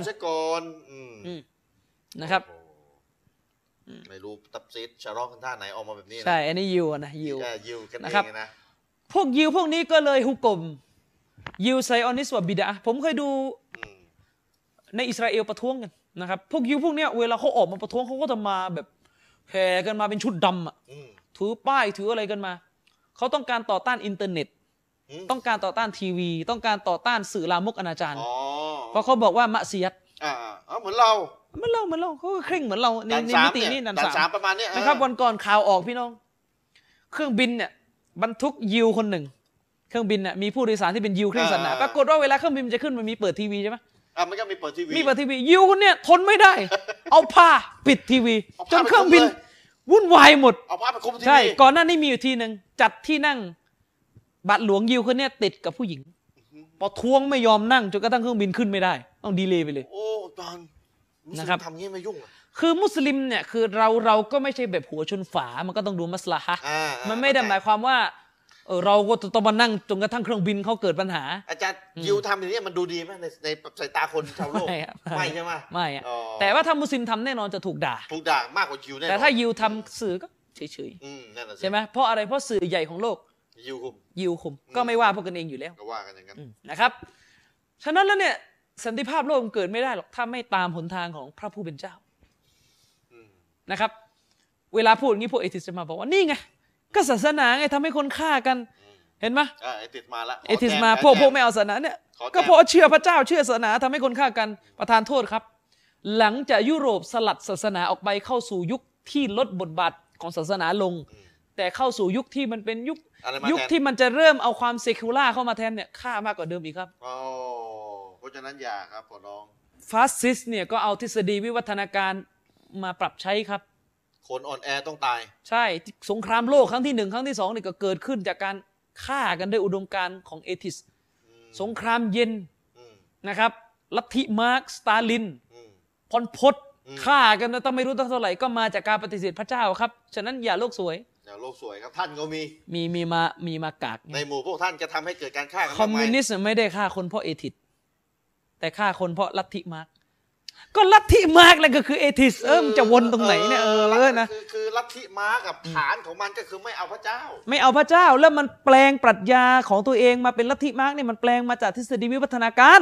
นะครับไม่รู้ตับซีดชะร้องกันท่าไหนออกมาแบบนี้ใช่อันนี้ยิวนะยิวกันนะครับพวกยิวพวกนี้ก็เลยฮุกกลมยิวไซออนิสต์ว่าบิดาผมเคยดูในอิสราเอลประท้วงกันนะครับพวกยิวพวกนี้เวลาเขาออกมาประท้วงเขาก็จะมาแบบแห่กันมาเป็นชุดดำอ่ะถือป้ายถืออะไรกันมาเขาต้องการต่อต้านอินเทอร์เน็ตต้องการต่อต้านทีวีต้องการต่อต้านสื่อลามกอนาจารเพราะเขาบอกว่ามะซียัดเหมือนเราเขาก็เคร่งเหมือนเราในมิตินี้ด่านสามประมาณนี้นะครับวันก่อนข่าวออกพี่น้องเครื่องบินเนี่ยบรรทุกยิวคนหนึ่งเครื่องบินเนี่ยมีผู้โดยสารที่เป็นยิวเครื่องศาสนาปรากฏว่าเวลาเครื่องบินจะขึ้นมันมีเปิดทีวีใช่ไหมมันก็มีเปิดทีวียิวคนเนี่ยทนไม่ได้เอาผ้าปิดทีวีจนเครื่องบินวุ่นวายหมดเอาผ้าไปคลุมทีวีใช่ก่อนหน้านี้มีอยู่ทีหนึ่งจัดที่นั่งบัตรหลวงยิวคนเนี่ยติดกับผู้หญิงพอท้วงไม่ยอมนั่งจนกระทั่งเครื่องบินขึ้นไม่ได้ต้องดีเลย์ไปเลยโอ้ตอนนะครับทำงี้ไม่ยุ่งคือมุสลิมเนี่ยคือเราก็ไม่ใช่แบบหัวชนฝามันก็ต้องดูมัสลาฮะมันไม่ได้หมายความว่าเราก็ต้องมานั่งจนกระทั่งเครื่องบินเขาเกิดปัญหาอาจารย์ยิวทำอย่างนี้มันดูดีไหมในสายตาคนชาวโลกไม่ใช่ไหมไม่แต่ว่าถ้ามุสลิมทำแน่นอนจะถูกด่ามากกว่ายิวแน่นอนแต่ถ้ายิวทำสื่อก็เฉยๆใช่ไหมเพราะอะไรเพราะสื่อใหญ่ของโลกยิวคุมก็ไม่ว่าพวกกันเองอยู่แล้วก็ว่ากันอย่างนั้นนะครับฉะนั้นแล้วเนี่ยสันติภาพโลกมันเกิดไม่ได้หรอกถ้าไม่ตามหนทางของพระผู้เป็นเจ้านะครับเวลาพูดอย่างนี้พวกเอธิสจะมาบอกว่านี่ไงก็ศาสนาไงทำให้คนฆ่ากันเห็นไหมเอธิสมาละเอธิสมาพวกไม่เอาศาสนาเนี่ยก็เพราะเชื่อพระเจ้าเชื่อศาสนาทำให้คนฆ่ากันประทานโทษครับหลังจากยุโรปสลัดศาสนาออกไปเข้าสู่ยุคที่ลดบทบาทของศาสนาลงแต่เข้าสู่ยุคที่มันเป็นยุคที่มันจะเริ่มเอาความเซคิวล่าเข้ามาแทนเนี่ยฆ่ามากกว่าเดิมอีกครับเพราะฉะนั้นอย่าครับพ่อน้องฟาสซิสเนี่ยก็เอาทฤษฎีวิวัฒนาการมาปรับใช้ครับคนอ่อนแอต้องตายใช่สงครามโลกครั้งที่1ครั้งที่2นี่ก็เกิดขึ้นจากการฆ่ากันด้วยอุดมการณ์ของเอธิสสงครามเย็นนะครับลัทธิมาร์กสตาลินพลพศฆ่ากันนะต้องไม่รู้ตั้งเท่าไหร่ก็มาจากการปฏิเสธพระเจ้าครับฉะนั้นอย่าโลกสวยโลกสวยครับท่านก็มีมากากในหมู่พวกท่านจะทำให้เกิดการฆ่ากันคอมมิวนิสต์ไม่ได้ฆ่าคนเพราะเอธิสแต่ฆ่าคนเพราะลัทธิมาร์กก็ลัทธิมาร์กแล้วก็คือเอธิสมันจะวนตรงไหนเนี่ยนะคือลัทธิมาร์กกับฐานของมันก็คือไม่เอาพระเจ้าแล้วมันแปลงปรัชญาของตัวเองมาเป็นลัทธิมาร์กเนี่ยมันแปลงมาจากทฤษฎีวิวัฒนาการ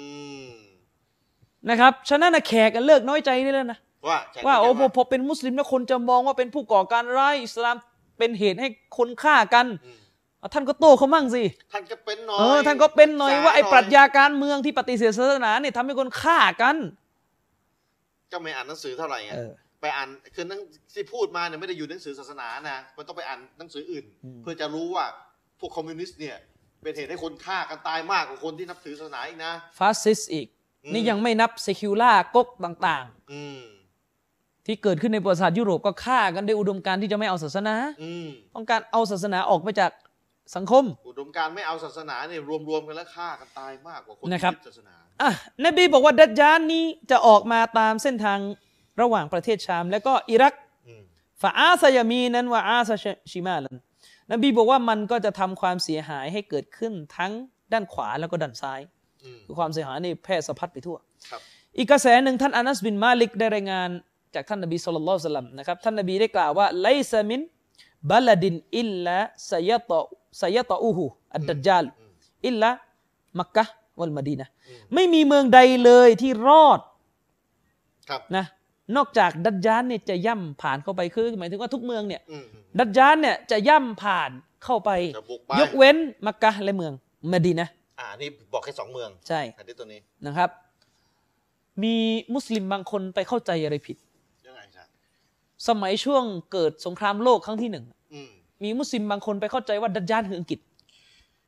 นะครับฉะนั้นแขกกันเลิกน้อยใจนี่แล้วนะว่าโอ้พอเป็นมุสลิมแล้วคนจะมองว่าเป็นผู้ก่อการร้ายอิสลามเป็นเหตุให้คนฆ่ากันท่านก็โต้เขามั่งสิท่านก็เป็นหน่อยท่านก็เป็นหน่อยว่าไอ้ปรัชญาการเมืองที่ปฏิเสธศาสนาเนี่ยทำให้คนฆ่ากันก็ไม่อ่านหนังสือเท่าไหร่ไงไปอ่านคือนั่งที่พูดมาเนี่ยไม่ได้อยู่หนังสือศาสนานะมันต้องไปอ่านหนังสืออื่นเพื่อจะรู้ว่าพวกคอมมิวนิสต์เนี่ยเป็นเหตุให้คนฆ่ากันตายมากกว่าคนที่นับถือศาสนาอีกนะฟาสซิสต์อีกนี่ยังไม่นับเซคิวล่าก๊กต่างๆที่เกิดขึ้นในประวัติศาสตร์ยุโรปก็ฆ่ากันด้วยอุดมการณ์ที่จะไม่เอาศาสนาต้องการเอาศาสนาออกไปจากสังคมอุดมการณ์ไม่เอาศาสนาเนี่ยรวมๆกันแล้วฆ่ากันตายมากกว่าคนที่ยึดศาสนานบีบอกว่าดัจญาลนี้จะออกมาตามเส้นทางระหว่างประเทศชามและก็อิรักฟาอาซยามีนั้นว่าอาซาชิมาลันนบีบอกว่ามันก็จะทำความเสียหายให้เกิดขึ้นทั้งด้านขวาแล้วก็ด้านซ้ายคือความเสียหายนี่แพร่สะพัดไปทั่วอีกกระแสหนึ่งท่านอานัสบินมาลิกได้รายงานจากท่านนบีศ็อลลัลลอฮุอะลัยฮิวะซัลลัมนะครับท่านนบีได้กล่าวว่าไลซะมินบัลดินอิลลาซยะตออูฮูอัดดัจญาลอิลลามักกะฮ์วัลมะดีนะห์ไม่มีเมืองใดเลยที่รอดนะนอกจากดัจญาลเนี่ยจะย่ำผ่านเข้าไปคือหมายถึงว่าทุกเมืองเนี่ยดัจญาลเนี่ยจะย่ำผ่านเข้าไปยกเว้นมักกะฮ์และเมืองมะดีนะห์นี่บอกแค่2เมืองใช่ที่ตัวนี้นะครับมีมุสลิมบางคนไปเข้าใจอะไรผิดยังไงครับสมัยช่วงเกิดสงครามโลกครั้งที่1มีมุสลิมบางคนไปเข้าใจว่าดัจญาลคืออังกฤษ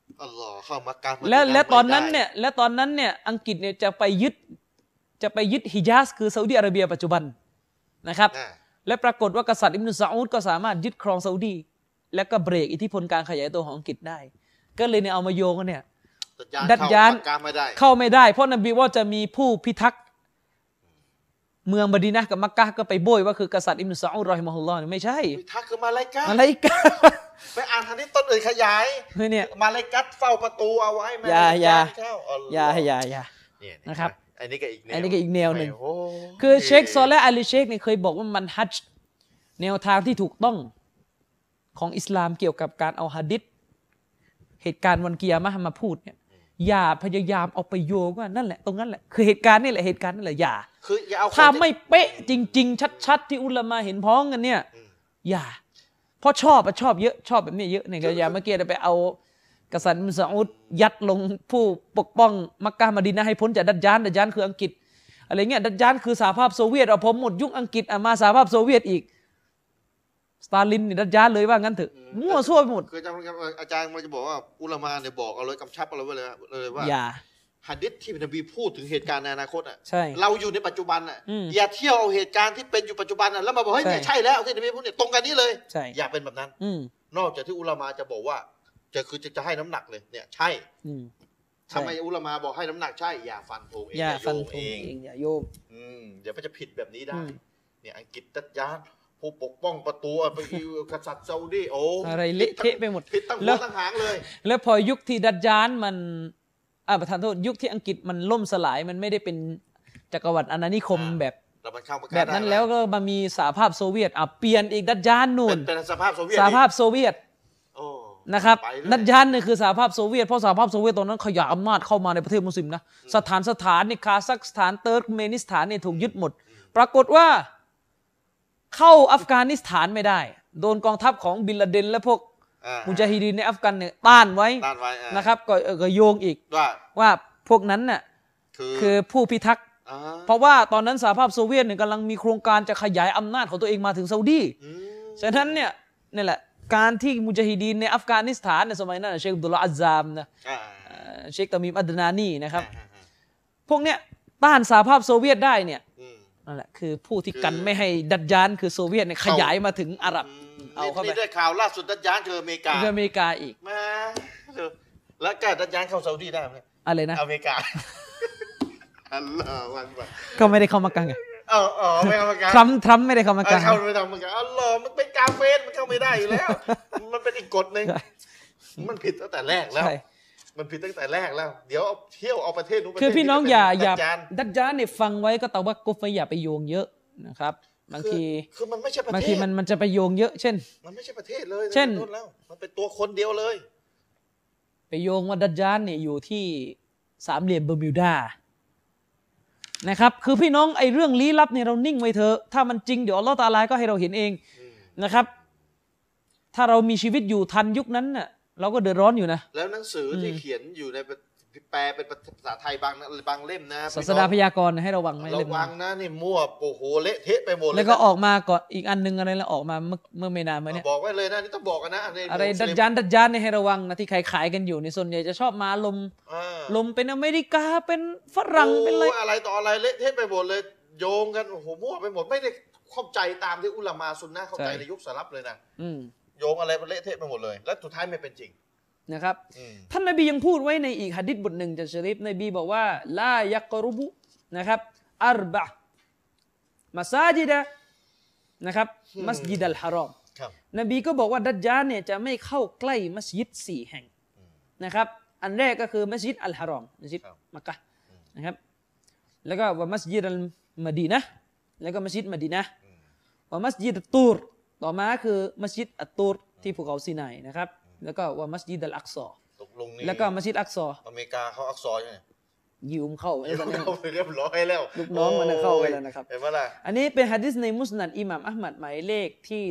อัลลอฮ์เข้ามักกะฮ์และตอนนั้นเนี่ยอังกฤษเนี่ยจะไปยึดฮิญาซคือซาอุดิอาระเบียปัจจุบันนะครับและปรากฏว่ากษัตริย์อิบนุซาอุดก็สามารถยึดครองซาอุดีและก็เบรกอิทธิพลการขยายตัวของอังกฤษได้ก็เลยเนี่ยเอามาโยงกันเนี่ยดัดยานเข้าไม่ได้เพราะนบีว่าจะมีผู้พิทักษ์เมืองมะดีนะห์กับมักกะฮ์ก็ไปโบยว่าคือกษัตริย์อิบนุซาอุดรอฮิมะฮุลลอฮ์ไม่ใช่พิทักษ์คือมาลาอิกะฮ์อะไรกันไปอ่านหะดีษต้นอื่นขยายเนี่ยมาลาอิกะฮ์เฝ้าประตูเอาไว้ไม่อย่าเนี่ยนะครับอันนี้ก็อีกแนวหนึ่งคือเชคซอเลห์อาลีเชคเนี่ยเคยบอกว่ามันฮัจญ์แนวทางที่ถูกต้องของอิสลามเกี่ยวกับการเอาหะดีษเหตุการณ์วันกิยามะห์มาพูดเนี่ยอย่าพยายามเอาไปโยงว่านั่นแหละตรงนั้นแหละคือเหตุการณ์นี่แหละเหตุการณ์นั่นแหละอย่าเอาถ้าไม่เป๊ะจริงๆชัดๆที่อุลามะเห็นพ้องกันเนี่ยอย่าเพราะชอบเยอะชอบแบบนี้เยอะเนี่ยก็อย่าเมื่อกี้ไปเอากษัตริย์อิบนุซาอุดยัดลงผู้ปกป้องมักกะฮ์มะดีนะห์ให้พ้นจากดัจญาลคืออังกฤษอะไรเงี้ยดัจญาลคือสหภาพโซเวียตเอาผมหมดยุคอังกฤษมาสหภาพโซเวียตอีกสตาลินนี่ดัจญาลเลยว่างั้นเถอะมั่วซั่วไปหมดคืออาจารย์มันจะบอกว่าอุลามะเนี่ยบอกเอาเลยกำชับเอาเลยว่าอย่าหะดีษที่นบีพูดถึงเหตุการณ์ในอนาคตอ่ะใช่เราอยู่ในปัจจุบันอ่ะอย่าเที่ยวเอาเหตุการณ์ที่เป็นอยู่ปัจจุบันอ่ะแล้วมาบอกเฮ้ยเนี่ยใช่แล้วที่นบีพูดเนี่ยตรงกันนี้เลยอย่าเป็นแบบนั้นนอกจากที่อุลามะจะบอกว่าจะให้น้ำหนักเลยเนี่ยใช่ทำไมอุลามะบอกให้น้ำหนักใช่อย่าฟันธงเองอย่าฟันธงเองอย่าโยงเดี๋ยวมันจะผิดแบบนี้ได้เนี่ยอังกฤษดัจญาลผู้ปกป้องประตูไปกษัตริย์ซาอุดีโอ้อะไรเละเทะไปหมดผิดตั้งหัวตั้งหางเลยแล้วพอยุคที่ดัจญาลมันประธานโทษยุคที่อังกฤษมันล่มสลายมันไม่ได้เป็นจักรวรรดิอาณานิคมแบบนั้นแล้วก็มามีสหภาพโซเวียตเปลี่ยนอีกดัจญาลนู่นเป็นสหภาพโซเวียตนะครับดัจญาลเนี่ยคือสหภาพโซเวียตเพราะสหภาพโซเวียตตอนนั้นขยายอำนาจเข้ามาในประเทศมุสลิมนะสถานนี่คาซัคสถานเติร์กเมนิสถานเนี่ยถูกยึดหมดปรากฏว่าเข้าอัฟกานิสถานไม่ได้โดนกองทัพของบินลาเดนและพวกมุญาฮิดีนในอัฟกันเนี่ยต้านไว้นะครับก็โยงอีกว่าพวกนั้นน่ะคือผู้พิทักษ์เพราะว่าตอนนั้นสหภาพโซเวียตเนี่ยกำลังมีโครงการจะขยายอำนาจของตัวเองมาถึงซาอุดีฉะนั้นเนี่ยนี่แหละการที่มุญาฮิดีนในอัฟกานิสถานในสมัยนั้นเชคอับดุลลาห์อัซซามนะเชคตามีมอัดนานีนะครับพวกเนี้ยต้านสหภาพโซเวียตได้เนี่ยนั่นแหละคือผู้ที่กันไม่ให้ดัจญาลคือโซเวียตเนี่ยขยายมาถึงอาหรับเอาเข้าไปนี่ได้ข่าวล่าสุดดัจญาลคืออเมริกาอีกมาแล้วแกดัจญาลเข้าซาอุดีได้ไหมอะไรนะอเมริกาอัลลอฮ์วันก็ไม่ได้เข้ามากังไงไม่เข้ามากังทรัมป์ไม่ได้เข้ามากังเข้าไม่ได้มากังอัลลอฮ์มันเป็นกาเฟสมันเข้าไม่ได้อยู่แล้วมันเป็นอีกกฎนึงมันผิดตั้งแต่แรกแล้วมันผิดตั้งแต่แรกแล้วเดี๋ยวเที่ยวเอาประเทศนู้นคือพี่น้องอย่าดัจญาลเนี่ยฟังไว้ก็แต่ว่ากุฟอย่าไปโยงเยอะนะครับบางทีคือมันไม่ใช่ประเทศบางทีมันจะไปโยงเยอะเช่นมันไม่ใช่ประเทศเลยเช่นมันเป็นตัวคนเดียวเลยไปโยงว่าดัจญาลเนี่ยอยู่ที่สามเหลี่ยมเบอร์มิวดานะครับคือพี่น้องไอ้เรื่องลี้ลับเนี่ยเรานิ่งไว้เถอะถ้ามันจริงเดี๋ยวอัลเลาะห์ตะอาลาก็ให้เราเห็นเองนะครับถ้าเรามีชีวิตอยู่ทันยุคนั้นน่ะเราก็เดือดร้อนอยู่นะแล้วหนังสือที่เขียนอยู่ในแปลเป็นภาษาไทยบางเล่มนะศาสดาพยากรณ์ให้ระวังไม่ระวังนะนี่มั่วโอ้โหเละเทะไปหมดเลยแล้วก็ออกมาก่อนอีกอันนึงอะไรแล้วออกมาเมื่อไม่นานมาเนี้ยบอกไว้เลยนะนี่ต้องบอกกันนะอะไรดัจญาลเนี่ยให้ระวังนะที่ขายกันอยู่ในส่วนใหญ่จะชอบมาลมเป็นอเมริกาเป็นฝรั่งเป็นอะไรต่ออะไรเละเทะไปหมดเลยโยงกันโอ้โหมั่วไปหมดไม่ได้เข้าใจตามที่อุลามะซุนนะห์เข้าใจในยุคสลับเลยนะโยงอะไรเละเทะไปหมดเลยแล้วสุดท้ายไม่เป็นจริงนะครับท่านนบียังพูดไว้ในอีกหะดีษบทหนึ่งจากชะรีฟนบีบอกว่าลายักรุบุนะครับอัรบะมัสยิดะนะครับมัสยิดอัลฮารอมนบีก็บอกว่าดัจญาลเนี่ยจะไม่เข้าใกล้มัสยิด4แห่งนะครับอันแรกก็คือมัสยิดอัลฮารอมมัสยิดมักกะฮ์นะครับแล้วก็ว่ามัสยิดอัลมะดีนะห์แล้วก็มัสยิดมะดีนะห์ว่ามัสยิดอัตตูรต่อมาคือมัสยิดอัตตูรที่ภูเขาซีไนนะครับแล้วก็ว่ามัสยิดอัลอักซอแล้วก็มัสยิดอักซออเมริกาเขาอักซอใช่ไหมยืมเข้าเรียบร้อยแล้วลูกน้องมันเข้าไปแล้วนะครับเห็นไหมล่ะอันนี้เป็นหะดีษในมุสนัดอิหม่ามอะห์มัดหมายเลขที่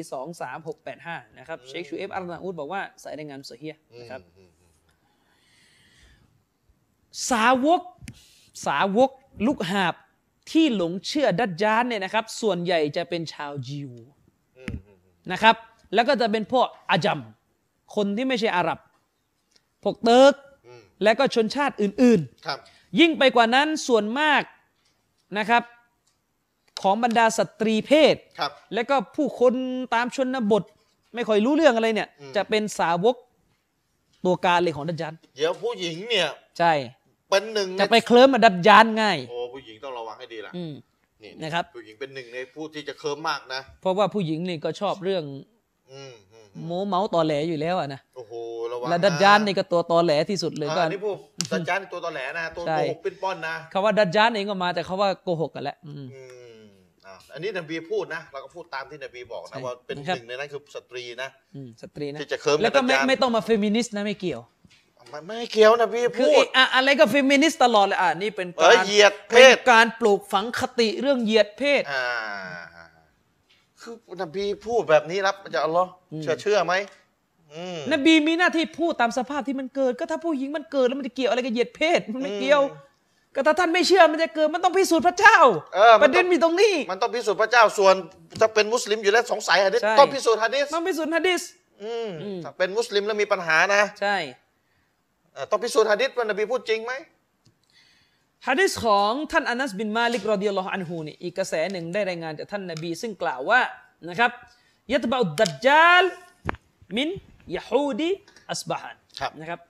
23685นะครับเชคชูเอฟอัลนาอูดบอกว่าใส่ในงานซอฮีฮ์นะครับสาวกลูกหาบที่หลงเชื่อดัจญาลเนี่ยนะครับส่วนใหญ่จะเป็นชาวยิวนะครับแล้วก็จะเป็นพวกอาจัมคนที่ไม่ใช่อาหรับพวกเติร์กอืมและก็ชนชาติอื่นครับๆ ยิ่งไปกว่านั้นส่วนมากนะครับของบรรดาสตรีเพศครับและก็ผู้คนตามชนบทไม่ค่อยรู้เรื่องอะไรเนี่ย จะเป็นสาวกตัวการเลยของดัจญาลเดี๋ยวผู้หญิงเนี่ยใช่เป็นหนึ่งจะไปเคลิ้มมาดัจญาลง่ายโอ้ผู้หญิงต้องระวังให้ดีล่ะอืมนี่นะครับผู้หญิงเป็นหนึ่งในผู้ที่จะเคิร์มมากนะเพราะว่าผู้หญิงนี่ก็ชอบเรื่องอืมโม้เมาตอแหลอยู่แล้วอะนะโอ้โหระวังและดัจญาลนี่ก็ตัวตอแหลที่สุดเลยก็อันนี้พวกดัจญาลตัวตอแหลนะตัวใช่โกหกปิ้นป้อนนะคำว่าดัจญาลเองก็มาแต่เขาว่าโกหกกันแหละอืมอันนี้นบีพูดนะเราก็พูดตามที่นบีบอกใช่นะว่าเป็นครับหนึ่งในนั้นคือสตรีนะสตรีนะที่จะเคิร์มแล้วก็ไม่ดัจญาลไม่ต้องมาเฟมินิสต์นะไม่เกี่ยวไม่เกี่ยวนบีคือพูดอะไรก็เฟมินิสต์ตลอดเลยนี่เป็นการเหยียดเพเป็นศการปลูกฝังคติเรื่องเหยียดเพศคือนบีพูดแบบนี้รับจากอัลลอฮ์เชื่อไหมนบีมีหน้าที่พูดตามสภาพที่มันเกิดก็ถ้าผู้หญิงมันเกิดแล้วมันจะเกี่ยวอะไรกับเหยียดเพศมันไม่เกี่ยวก็ถ้าท่านไม่เชื่อมันจะเกิดมันต้องพิสูจน์พระเจ้าประเด็นมีตรงนี้มันต้องพิสูจน์พระเจ้าส่วนถ้าเป็นมุสลิมอยู่แล้วสงสัยหะดีษใช่ต้องพิสูจน์หะดีษต้องพิสูจน์หะดีษถ้าเป็นมุสลิมแล้วมีปัญหานะใช่ต้องพิสูจน์หะดีษว่านบีพูดจริงไหมหะดีษของท่านอานัสบินมาลิกรอฎิยัลลอฮุอันฮูนี่อีกกระแสหนึ่งได้รายงานจากท่านนบีซึ่งกล่าวว่านะครับยัตบะอุดดัจญาลมินยะฮูดีอัสบะฮานนะครับ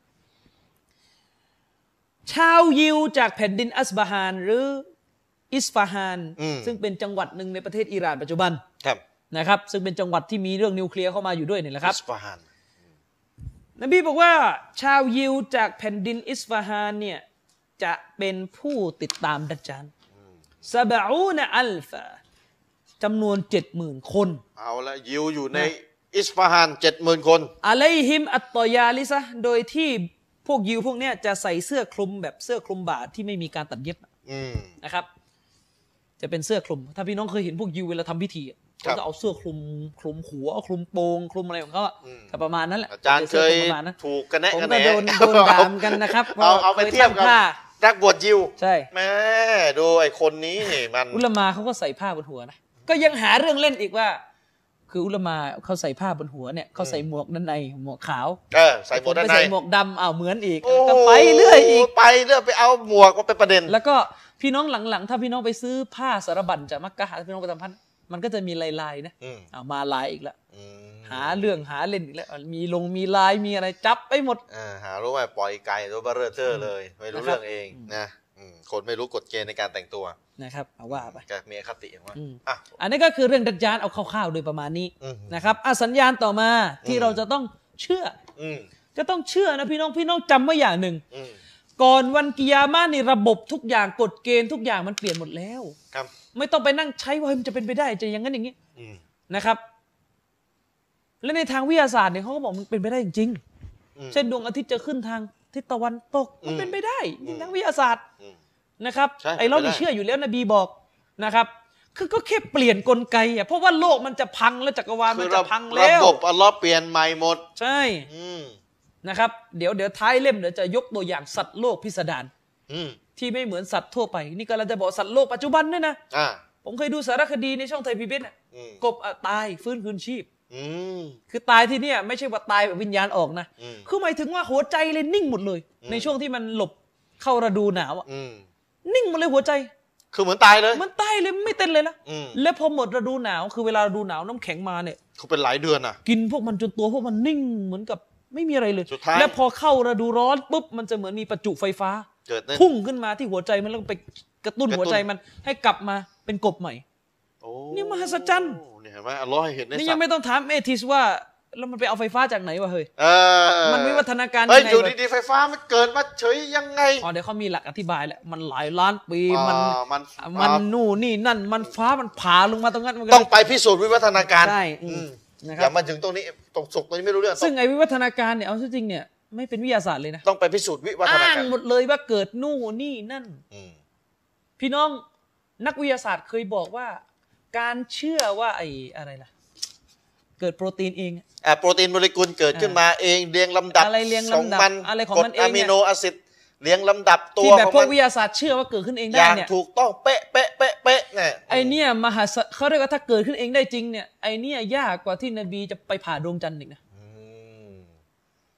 ชาวยิวจากแผ่นดินอัสบะฮานหรืออิสฟาฮานซึ่งเป็นจังหวัดหนึ่งในประเทศอิหร่านปัจจุบันนะครับซึ่งเป็นจังหวัดที่มีเรื่องนิวเคลียร์เข้ามาอยู่ด้วยนี่แหละครับอิสฟาฮานนบีบอกว่าชาวยิวจากแผ่นดินอิสฟาฮานเนี่ยจะเป็นผู้ติดตามดัจญาลซะบะอูนอัลฟะจำนวน 70,000 คนเอาละยิวอยู่ในอิสฟาฮาน 70,000 คนอะลัยฮิมอัตตอยาลิซะโดยที่พวกยิวพวกเนี้ยจะใส่เสื้อคลุมแบบเสื้อคลุมบ่าที่ไม่มีการตัดเย็บนะครับ จะเป็นเสื้อคลุมถ้าพี่น้องเคยเห็นพวกยิวเวลาทำพิธีเขาจะเอาเสื้อคลุมหัวคลุมโปงคลุมอะไรของเขาก็ประมาณนั้นแหละอาจารย์เคยถูกกันแนะผมกันก็แหนโดนด่ามกันนะครับเอาไปเทียบกับนักบวชยิวใช่แม่ดูไอ้คนนี้นี่มันอุลามาเขาก็ใส่ผ้าบนหัวนะก็ยังหาเรื่องเล่นอีกว่า คืออุลามาเขาใส่ผ้าบนหัวเนี่ยเขาใส่หมวกด้านในหมวกขาวใส่หมวกด้านในใส่หมวกดำเหมือนอีกก็ไปเรื่อยอีกไปเรื่อยไปเอาหมวกมาเป็นประเด็นแล้วก็พี่น้องหลังๆถ้าพี่น้องไปซื้อผ้าสารบัญจากมักกะฮ์พี่น้องไปทำพันมันก็จะมีลายๆนะมาลายอีกแล้วหาเรื่องหาเล่นอีกแล้วมีลายมีอะไรจับไปหมดหารู้ไหมปล่อยไก่ตัวเบอร์เทอร์เลยไม่รู้เรื่องเองนะคนไม่รู้กฎเกณฑ์ในการแต่งตัวนะครับเอาว่าไปก็มีอคติอย่างว่าอันนี้ก็คือเรื่องดัจญาลเอาคร่าวๆโดยประมาณนี้นะครับสัญญาณต่อมาที่เราจะต้องเชื่อจะต้องเชื่อนะพี่น้องจำไว้อย่างหนึ่งก่อนวันกิยามะห์นี่ระบบทุกอย่างกฎเกณฑ์ทุกอย่างมันเปลี่ยนหมดแล้วไม่ต้องไปนั่งใช้ว่ามันจะเป็นไปได้จะอย่างนั้นอย่างนี้นะครับและในทางวิทยาศาสตร์เนี่ยเขาก็บอกมันเป็นไปได้จริงๆเช่นดวงอาทิตย์จะขึ้นทางทิศตะวันตกมันเป็นไปได้ทางวิทยาศาสตร์นะครับไอ้เรานี่เชื่ออยู่แล้วนบีบอกนะครับคือก็แค่เปลี่ยนกลไกเพราะว่าโลกมันจะพังแล้วจักรวาลมันจะพังแล้วระบบอัลลอฮ์เปลี่ยนใหม่หมดใช่นะครับเดี๋ยวท้ายเล่มเดี๋ยวจะยกตัวอย่างสัตว์โลกพิสดารที่ไม่เหมือนสัตว์ทั่วไปนี่ก็เราจะบอกสัตว์โลกปัจจุบันด้วยนะผมเคยดูสารคดีในช่องไทยพีบีเอสกบตายฟื้นคืนชีพคือตายที่เนี่ยไม่ใช่ว่าตายแบบวิญญาณออกนะคือหมายถึงว่าหัวใจเลยนิ่งหมดเลยในช่วงที่มันหลบเข้าฤดูหนาวนิ่งหมดเลยหัวใจคือเหมือนตายเลยมันตายเลยไม่เต้นเลยนะแล้วพอหมดฤดูหนาวคือเวลาฤดูหนาวน้ำแข็งมาเนี่ยเขาเป็นหลายเดือนกินพวกมันจนตัวพวกมันนิ่งเหมือนกับไม่มีอะไรเลยแล้วพอเข้าฤดูร้อนปุ๊บมันจะเหมือนมีประจุไฟฟ้าพุ่งขึ้นมาที่หัวใจมันแล้วไปกระตุ้นหัวใจมันให้กลับมาเป็นกบใหม่นี่มหัศจรรย์นี่เห็นไหมอัลลอฮ์ให้เห็นนี่ยังไม่ต้องถามเอทิสว่าแล้วมันไปเอาไฟฟ้าจากไหนวะเฮ้ยมันวิวัฒนาการยังไงอยู่ดีๆไฟฟ้ามันเกิดมาเฉยยังไงเดี๋ยวเขามีหลักอธิบายแหละมันหลายล้านปีมันนู่นนี่นั่นมันฟ้ามันผ่าลงมาตรงนั้นต้องไปพิสูจน์วิวัฒนาการใช่อย่ามาถึงตรงนี้ตรงศกตรงนี้ไม่รู้เรื่องซึ่งไอ้วิวัฒนาการเนี่ยเอาจริงเนี่ยไม่เป็นวิทยาศาสตร์เลยนะต้องไปพิสูจน์วิวัฒนาการอ้างหมดเลยว่าเกิดนู่นนี่นั่นพี่น้องนักวิทยาศาสตร์เคยบอกว่าการเชื่อว่าไอ้อะไรล่ะเกิดโปรตีนเองโปรตีนโมเลกุลเกิดขึ้นมาเองเรียงลำดับอะไรเรียงลำดับอะไรของมันเองอะมิโนแอซิดเรียงลำดับตัวที่แบบพวกวิทยาศาสตร์เชื่อว่าเกิดขึ้นเองได้เนี่ยถูกต้องเป๊ะเป๊ะเป๊ะเป๊ะเนี่ยไอเนี่ยมหาเขาเรียกว่าถ้าเกิดขึ้นเองได้จริงเนี่ยไอเนี่ยยากกว่าที่นบีจะไปผ่าดวงจันทร์อีกนะ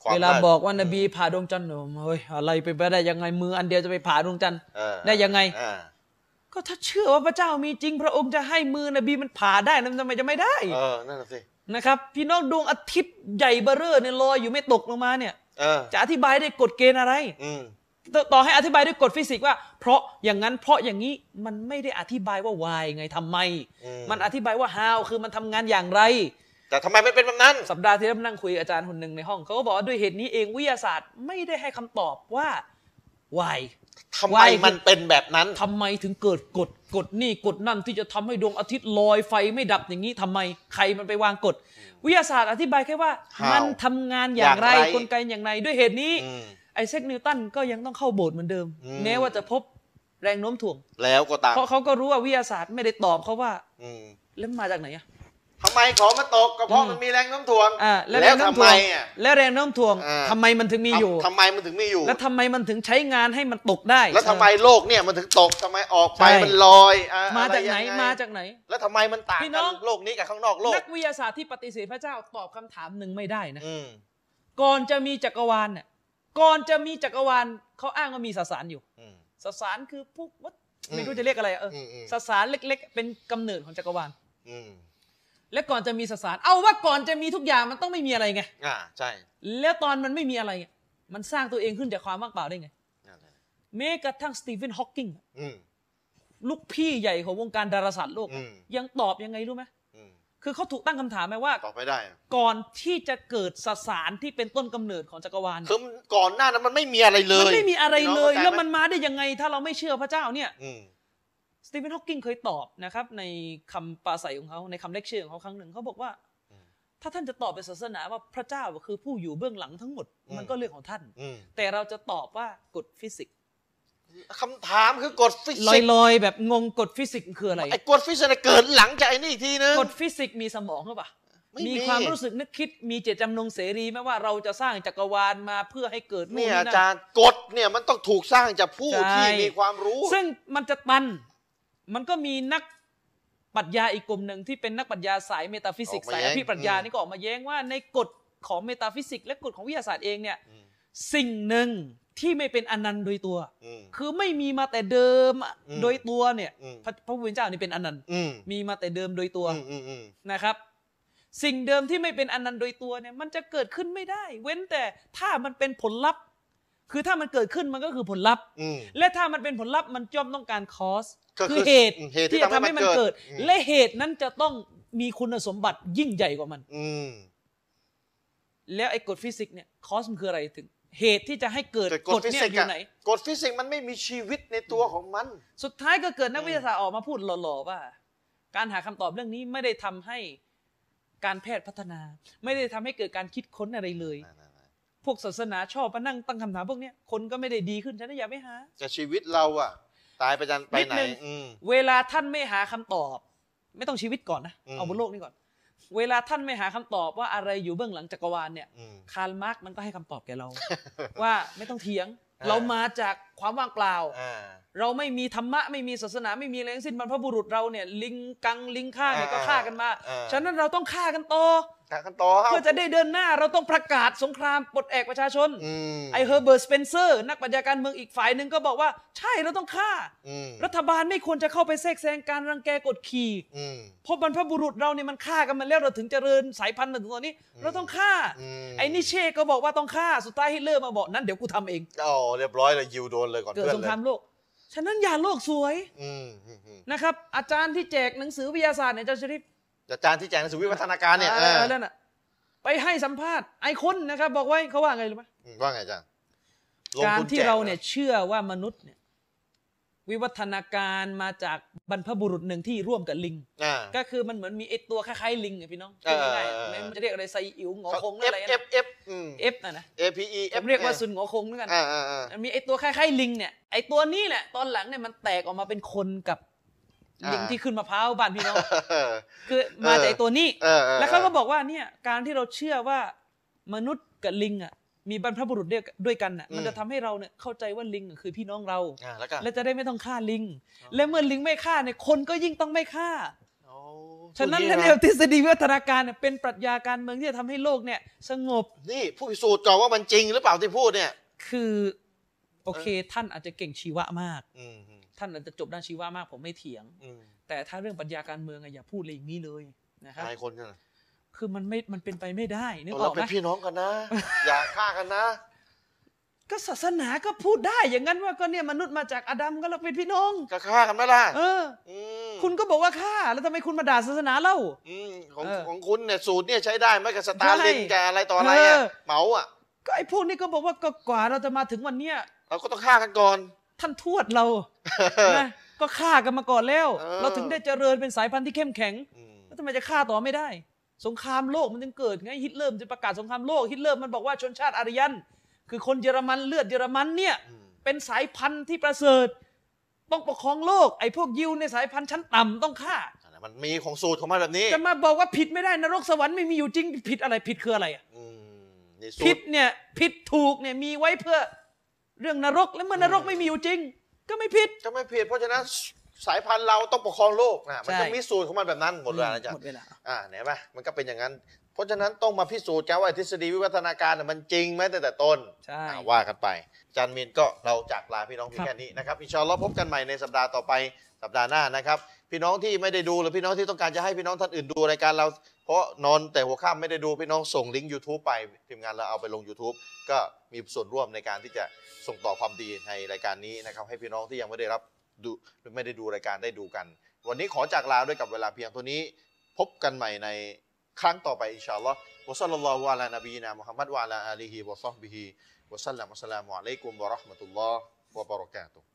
เวลาบอกว่านบีผ่าดวงจันทร์เฮ้ยอะไรเป็นไปได้ยังไงมืออันเดียวจะไปผ่าดวงจันทร์ได้ยังไงก็ถ้าเชื่อว่าพระเจ้ามีจริงพระองค์จะให้มือนบีมันผ่าได้นั้นทำไมจะไม่ได้นั่นสินะครับพี่น้องดวงอาทิตย์ใหญ่เบ้อเร่อเนี่ยลอยอยู่ไม่ตกลงมาเนี่ยจะอธิบายได้กฎเกณฑ์อะไรต่อให้อธิบายด้วยกฎฟิสิกส์ว่าเพราะอย่างนั้นเพราะอย่างนี้มันไม่ได้อธิบายว่า why ไงทำไมมันอธิบายว่า how คือมันทำงานอย่างไรแต่ทำไมไม่เป็นแบบนั้นสัปดาห์ที่แล้วนั่งคุยกับอาจารย์คนหนึ่งในห้องเขาก็บอกว่าด้วยเหตุนี้เองวิทยาศาสตร์ไม่ได้ให้คำตอบว่า why ทำไมมันเป็นแบบนั้นทำไมถึงเกิดกฎนี่กฎนั่นที่จะทำให้ดวงอาทิตย์ลอยไฟไม่ดับอย่างนี้ทำไมใครมันไปวางกฎวิทยาศาสตร์อธิบายแค่ว่ามันทำงานอย่างไรกลไกอย่างไรด้วยเหตุนี้ไอแซคนิวตันก็ยังต้องเข้าโบสถ์เหมือนเดิมแม้ว่าจะพบแรงโน้มถ่วงแล้วก็ตามเพราะเขาก็รู้ว่าวิทยาศาสตร์ไม่ได้ตอบเขาว่าแล้วมาจากไหนอะทำไมของมันตกก็เพราะมันมีแรงโน้มถ่วงแล้วทำไมแล้วแรงโน้มถ่วงทำไมมันถึงมีอยู่ทำไมมันถึงมีอยู่แล้วทำไมมันถึงใช้งานให้มันตกได้แล้วทำไมโลกเนี่ยมันถึงตกทำไมออกไปมันลอยมาจากไหนมาจากไหนแล้วทำไมมันต่างกันโลกนี้กับข้างนอกโลกนักวิทยาศาสตร์ที่ปฏิเสธพระเจ้าตอบคำถามหนึ่งไม่ได้นะก่อนจะมีจักรวาลเนี่ยก่อนจะมีจักรวาลเขาอ้างว่ามีสสารอยู่สสารคือพวกวัดไม่รู้จะเรียกอะไรสสารเล็กๆเป็นกำเนิดของจักรวาลและก่อนจะมีสสารเอาว่าก่อนจะมีทุกอย่างมันต้องไม่มีอะไรไงใช่แล้วตอนมันไม่มีอะไรมันสร้างตัวเองขึ้นจากความว่างเปล่าได้ไงแม้กระทั่งสตีเฟนฮอว์กิงลูกพี่ใหญ่ของวงการดาราศาสตร์โลกยังตอบยังไงรู้ไหมคือเขาถูกตั้งคำถามไหมว่าตอบไม่ได้ก่อนที่จะเกิดสสารที่เป็นต้นกำเนิดของจักรวาลคือก่อนหน้านั้นมันไม่มีอะไรเลยมันไม่มีอะไรเลยแล้วมันมาได้ยังไงถ้าเราไม่เชื่อพระเจ้าเนี่ยสตีเฟนฮอว์กิงเคยตอบนะครับในคำปราศัยของเขาในคำเลคเชอร์ของเขาครั้งหนึ่งเขาบอกว่าถ้าท่านจะตอบเป็นศาสนาว่าพระเจ้าคือผู้อยู่เบื้องหลังทั้งหมดมันก็เรื่องของท่านแต่เราจะตอบว่ากฎฟิสิกส์คำถามคือกฎฟิสิกส์ลอยๆแบบงงกฎฟิสิกส์คืออะไรไอ้กฎฟิสิกส์เกิดหลังจากไอ้นี่อีกทีนึงกฎฟิสิกส์มีสมองหรือเปล่ามีความรู้สึกนึกคิดมีเจตจำนงเสรีไหมว่าเราจะสร้างจักรวาลมาเพื่อให้เกิดนี่อาจารย์กฎเนี่ยมันต้องถูกสร้างจากผู้ที่มีความรู้ซึ่งมันจะตันมันก็มีนักปรัชญาอีกกลุ่มหนึ่งที่เป็นนักปรัชญาสายเมตาฟิสิกส์สายอภิปรัชญานี่ก็ออกมาแย้งว่าในกฎของเมตาฟิสิกส์และกฎของวิทยาศาสตร์เองเนี่ยสิ่งหนึ่งที่ไม่เป็นอนันต์โดยตัวคือไม่มีมาแต่เดิมโดยตัวเนี่ยพระผู้เป็นเจ้านี่เป็นอนันต์มีมาแต่เดิมโดยตัวนะครับสิ่งเดิมที่ไม่เป็นอนันต์โดยตัวเนี่ยมันจะเกิดขึ้นไม่ได้เว้นแต่ถ้ามันเป็นผลลัพธ์คือถ้ามันเกิดขึ้นมันก็คือผลลัพธ์และถ้ามันเป็นผลลัพธ์มันย่อมต้องการคอสคือเหตุที่จะทำให้มันเกิดและเหตุนั้นจะต้องมีคุณสมบัติยิ่งใหญ่กว่ามันแล้วไอ้กฎฟิสิกส์เนี่ยคอสมันคืออะไรถึงเหตุที่จะให้เกิดกฎเนี่ยอยู่ไหนกฎฟิสิกส์มันไม่มีชีวิตในตัวของมันสุดท้ายก็เกิดนักวิทยาศาสตร์ออกมาพูดหล่อๆว่าการหาคำตอบเรื่องนี้ไม่ได้ทำให้การแพทย์พัฒนาไม่ได้ทำให้เกิดการคิดค้นอะไรเลยพวกศาสนาชอบมานั่งตั้งคำถามพวกนี้คนก็ไม่ได้ดีขึ้นฉันอย่าไม่หาแต่ชีวิตเราอะตายไปจันไปไหนเวลาท่านไม่หาคำตอบไม่ต้องชีวิตก่อนนะเอาบนโลกนี้ก่อนเวลาท่านไม่หาคำตอบว่าอะไรอยู่เบื้องหลังจักรวาลเนี่ยคาร์ลมาร์กซ์มันก็ให้คำตอบแกเราว่าไม่ต้องเถียงเรามาจากความว่างเปล่าเราไม่มีธรรมะไม่มีศาสนาไม่มีอะไรทั้งสิ้นบรรพบุรุษเราเนี่ยลิงกังลิงฆ่าเนี่ยก็ฆ่ากันมาฉะนั้นเราต้องฆ่ากันต่อเพื่อจะได้เดินหน้าเราต้องประกาศสงครามปลดแอกประชาชนไอเฮอร์เบิร์ตสเปนเซอร์นักปรัชญาการเมืองอีกฝ่ายหนึ่งก็บอกว่าใช่เราต้องฆ่ารัฐบาลไม่ควรจะเข้าไปแทรกแซงการรังแกกดขี่เพราะบรรพบุรุษเราเนี่ยมันฆ่ากันมาแล้วเราถึงเจริญสายพันธุ์มาถึงตอนนี้เราต้องฆ่าไอ้นิเช่ก็บอกว่าต้องฆ่าสุดท้ายฮิตเลอร์มาบอกนั้นเดี๋ยวกูทำเองเรียบร้อยเลยยิวโดนเลยก่อนเกิดสงครามโลกฉะนั้นอย่าโลกสวยนะครับอาจารย์ที่แจกหนังสือวิทยาศาสตร์เนี่ยอาจารย์ชริฟอาจารย์ที่แจกหนังสือวิวัฒนาการเนี่ยนั่นน่ะไปให้สัมภาษณ์ไอคอนนะครับบอกไว้เขาว่าไงรู้ไหมว่าไงอาจารย์การที่เราเนี่ยเชื่อว่ามนุษย์เนี่ยวิวัฒนาการมาจากบรรพบุรุษหนึ่งที่ร่วมกับลิงก็คือมันเหมือนมีไอตัวคล้ายๆลิงไงพี่น้องง่ายๆมันจะเรียกอะไรไซอิ๋วงอคงอะไรนะ F นะ APE ผมเรียกว่าซุนงอคงเหมือนกันมีไอตัวคล้ายๆลิงเนี่ยไอตัวนี้แหละตอนหลังเนี่ยมันแตกออกมาเป็นคนกับลิงที่ขึ้นมะพร้าวบ้านพี่น้องคือมาจากตัวนี้แล้วเขาก็บอกว่าเนี่ยการที่เราเชื่อว่ามนุษย์กับลิงอ่ะมีบรรพบุรุษด้วยกันน่ะมันจะทำให้เราเนี่ยเข้าใจว่าลิงคือพี่น้องเราและจะได้ไม่ต้องฆ่าลิงและเมื่อลิงไม่ฆ่าเนี่ยคนก็ยิ่งต้องไม่ฆ่าฉะนั้นพูดแนวทฤษฎีวิวัฒนาการเนี่ยเป็นปรัชญาการเมืองที่จะทำให้โลกเนี่ยสงบนี่ผู้พิสูจน์ก่อนว่ามันจริงหรือเปล่าที่พูดเนี่ยคือโอเคท่านอาจจะเก่งชีวะมากอืมท่านอาจจะจบด้านชีวะมากผมไม่เถียงอืมแต่ถ้าเรื่องปรัชญาการเมืองอะอย่าพูดเลยอย่างนี้เลยนะครับนายคนกันคือมันเป็นไปไม่ได้นึกอเราอกเป็ไหมนพี่น้องกันนะ อย่าฆ่ากันนะก็ศาสนาก็พูดได้อย่างนั้นว่าก็เนี่ยมนุษย์มาจากอาดัมก็เราเป็นพี่น้องก็ฆ่ากันไหมล่ะเออมคุณก็บอกว่าฆ่าแล้วทำไมคุณมาด่าศาสนาเล่าของเออของคุณเนี่ยสูตรเนี่ยใช้ได้ไหมกับสตาร์ลินใช่กับอะไรต่ออะไรเออ่ะอเหมาอ่ะก็ไอ้พวกนี้ก็บอกว่าก็กว่าเราจะมาถึงวันเนี้ยเราก็ต้องฆ่ากันก่อนท่านทวดเรานะก็ฆ่ากันมาก่อนแล้วเออเราถึงได้เจริญเป็นสายพันธุ์ที่เข้มแข็งอืมแล้วทำไมจะฆ่าต่อไม่ได้ สงครามโลกมันจึงเกิดไงฮิตเลอร์มันจะประกาศสงครามโลกฮิตเลอร์มันบอกว่าชนชาติอารยันคือคนเยอรมันเลือดเยอรมันเนี่ยอืมเป็นสายพันธุ์ที่ประเสริฐต้องปกครองโลกไอ้พวกยิวในสายพันธุ์ชั้นต่ำต้องฆ่ามันมีของสูตรของมันแบบนี้จะมาบอกว่าผิดไม่ได้นรกสวรรค์ไม่มีอยู่จริงผิดอะไรผิดคืออะไรอะนี่สูผิตดรเนี่ยผิดถูกเนี่ยมีไว้เพื่อเรื่องนรกแล้วเมื่อนรกไม่มีอยู่จริง ก็ไม่ผิดจะไม่ผิดเพราะฉะนั้นสายพันธุ์เราต้องปกครองโลกนะมันใช่จะมีสูตรของมันแบบนั้นหมดเวลานะจ๊ะหมดเวลาเห็นไหมมันก็เป็นอย่างนั้น เพราะฉะนั้นต้องมาพิสูจน์กันว่าทฤษฎีวิวัฒนาการน่ะมันจริงไหมตั้งแต่ต้นใช่ว่ากันไปอาจารย์มีนก็เราจากลาพี่น้องเพียงครับแค่นี้นะครับอินชาอัลลอฮ์พบกันใหม่ในสัปดาห์ต่อไปสัปดาห์หน้านะครับพี่น้องที่ไม่ได้ดูหรือพี่น้องที่ต้องการจะให้พี่น้องท่านอื่นดูรายการเราเพราะนอนแต่หัวค่ำไม่ได้ดูพี่น้องส่งลิงก์ YouTube ไปทีมงานเราเอาไปลง YouTube ก็มีส่วนร่วมในการที่จะส่งต่อความดีในรายการนี้นะครับให้พี่น้องที่ยังไม่ได้รับดูไม่ได้ดูรายการได้ดูกัน วันนี้ขอจากลาด้วยกับเวลาเพียงเท่านี้พบกันใหม่ในครั้งต่อไปอินชาอัลลอฮ์วะซัลลัลลอฮุอะลานบีนามุฮัมมัดวะอะลาอาลีฮิวะซอฮบิฮิวะซัลลัมอัสสลามุอะลัยกุมวะเราะห์มะตุลลอฮ์วะบะเราะกาตุฮ์